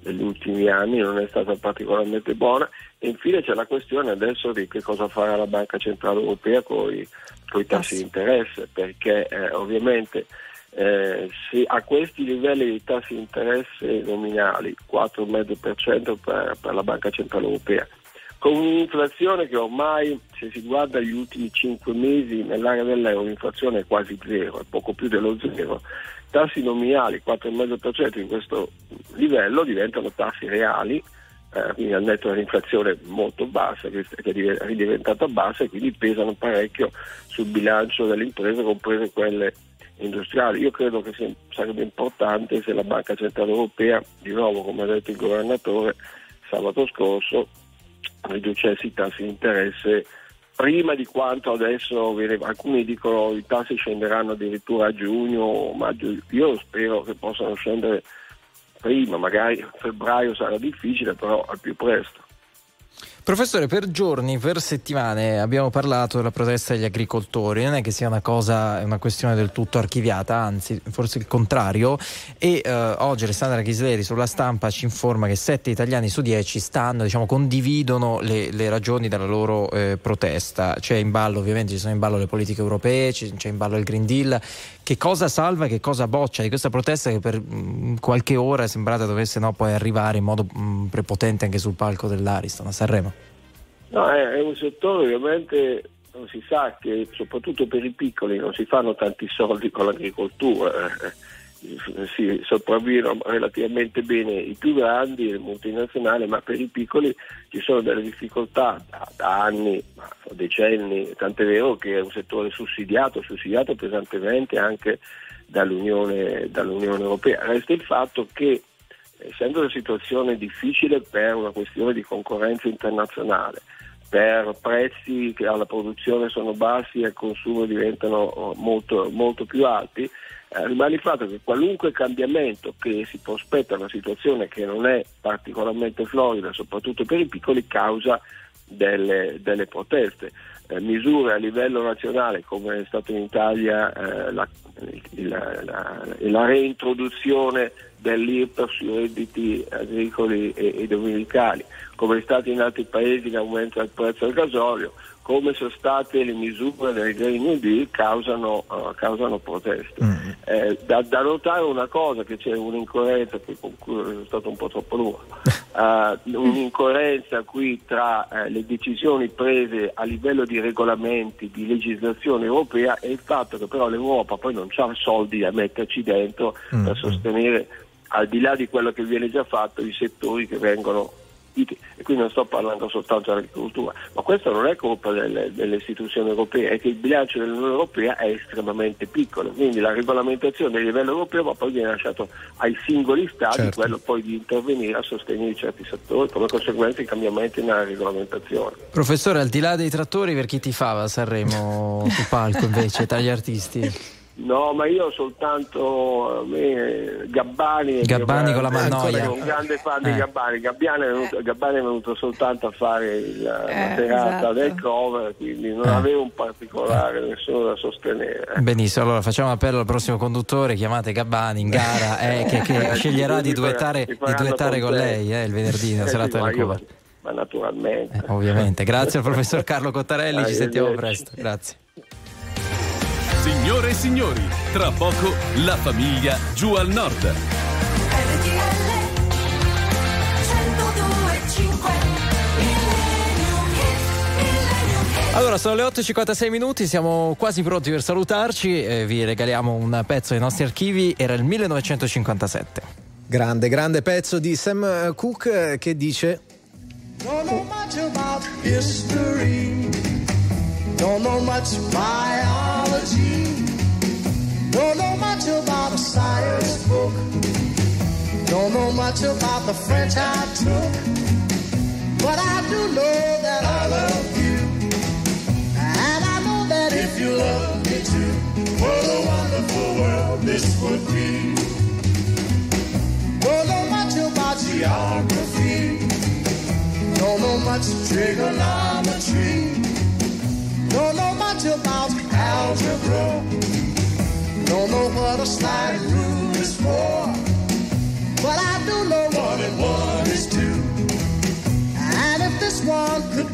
degli ultimi anni non è stata particolarmente buona. E infine c'è la questione adesso di che cosa farà la Banca Centrale Europea con i tassi di interesse, perché ovviamente se a questi livelli di tassi di interesse nominali, 4,5% per la Banca Centrale Europea, con un'inflazione che ormai, se si guarda gli ultimi 5 mesi nell'area dell'euro, l'inflazione è quasi zero, è poco più dello zero, tassi nominali 4,5% in questo livello diventano tassi reali, quindi al netto dell'inflazione molto bassa, che è ridiventata bassa, e quindi pesano parecchio sul bilancio delle imprese, comprese quelle industriali. Io credo che sarebbe importante se la Banca Centrale Europea, di nuovo come ha detto il governatore sabato scorso, riducesse i tassi di interesse prima di quanto adesso alcuni dicono i tassi scenderanno addirittura a giugno o maggio. Io spero che possano scendere prima, magari a febbraio sarà difficile, però al più presto. Professore, per giorni, per settimane abbiamo parlato della protesta degli agricoltori, non è che sia una questione del tutto archiviata, anzi forse il contrario, e oggi Alessandra Ghisleri sulla Stampa ci informa che 7 italiani su 10 condividono le ragioni della loro protesta. C'è in ballo, ovviamente ci sono in ballo le politiche europee, c'è in ballo il Green Deal. Che cosa salva e che cosa boccia di questa protesta che per qualche ora è sembrata dovesse poi arrivare in modo prepotente anche sul palco dell'Ariston a Sanremo? No, è un settore ovviamente, non si sa che soprattutto per i piccoli non si fanno tanti soldi con l'agricoltura, si sopravvivono relativamente bene i più grandi, le multinazionali, ma per i piccoli ci sono delle difficoltà da anni, decenni, tant'è vero che è un settore sussidiato pesantemente anche dall'Unione Europea. Resta il fatto che, essendo una situazione difficile per una questione di concorrenza internazionale, per prezzi che alla produzione sono bassi e al consumo diventano molto, molto più alti, rimane il fatto che qualunque cambiamento che si prospetta in una situazione che non è particolarmente florida, soprattutto per i piccoli, causa delle proteste. Misure a livello nazionale, come è stato in Italia la reintroduzione dell'IRPEF sui redditi agricoli e dominicali, come è stato in altri paesi l'aumento del prezzo del gasolio, come sono state le misure del Green New Deal, causano proteste. Da notare una cosa, che c'è un'incoerenza, che è stato un po' troppo lungo, un'incoerenza qui tra le decisioni prese a livello di regolamenti, di legislazione europea, e il fatto che però l'Europa poi non ha soldi da metterci dentro per sostenere, al di là di quello che viene già fatto, i settori che vengono. E qui non sto parlando soltanto dell'agricoltura, ma questo non è colpa delle istituzioni europee, è che il bilancio dell'Unione Europea è estremamente piccolo, quindi la regolamentazione a livello europeo poi viene lasciato ai singoli stati, quello poi di intervenire a sostegno di certi settori, come conseguenza i cambiamenti nella regolamentazione. Professore, al di là dei trattori, per chi tifava a Sanremo sul palco invece tra gli artisti? No, ma io soltanto Gabbani con la Mannoia. Sono un grande fan di Gabbani. Gabbani è venuto soltanto a fare la serata del cover, quindi non avevo un particolare, nessuno da sostenere. Benissimo, allora facciamo appello al prossimo conduttore, chiamate Gabbani in gara, che sceglierà di duettare con lei il venerdì nella serata del cover. Ma naturalmente. Ovviamente. Grazie al professor Carlo Cottarelli, ci sentiamo presto. Grazie. Signore e signori, tra poco la famiglia giù al nord. Allora, sono le 8:56 minuti, siamo quasi pronti per salutarci. Vi regaliamo un pezzo dei nostri archivi, era il 1957. Grande pezzo di Sam Cooke che dice: Don't know much about history. Don't know much biology. Don't know much about a science book. Don't know much about the French I took. But I do know that I love you. And I know that if you love me too, what a wonderful world this would be. Don't know much about geography. Don't know much trigonometry. Don't know much about algebra. Don't know what a slide rule is for. But I do know 1 and 1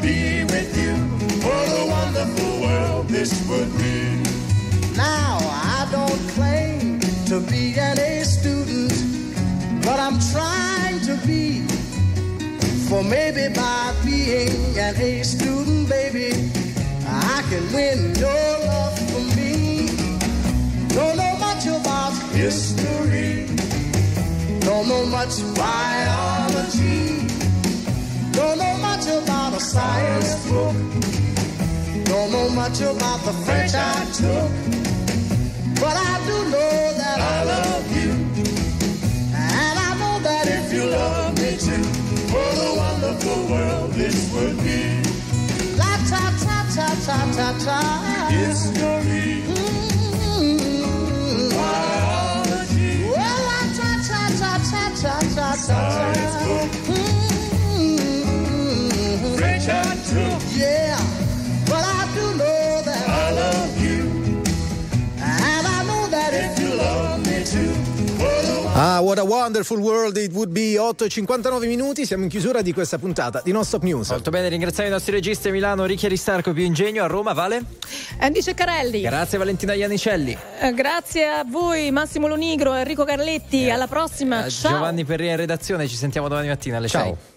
be with you. What a wonderful world this would be. Now, I don't claim to be an A student, but I'm trying to be. For maybe by being an A student, baby, I can win your love for me. Don't know much about history, don't know much biology, don't know much about a science book, don't know much about the French I took, but I do know that I love you, and I know that if you love me too, what a wonderful world this would be. La ta ta ta ta ta ta. History. Biology. Well, la ta ta ta ta ta ta ta. Science book. French I took. Yeah, but I do know that I love you, and I know that if you love me too. What a wonderful world it would be. 8:59 minuti, siamo in chiusura di questa puntata di Non Stop News. Molto bene, ringraziamo i nostri registi a Milano, Ricchi Aristarco, Più Ingegno. A Roma, Vale? Andy Ceccarelli. Grazie Valentina Iannicelli. Grazie a voi Massimo Lonigro, Enrico Carletti. Alla prossima, ciao. Giovanni Perria in redazione, ci sentiamo domani mattina alle 6.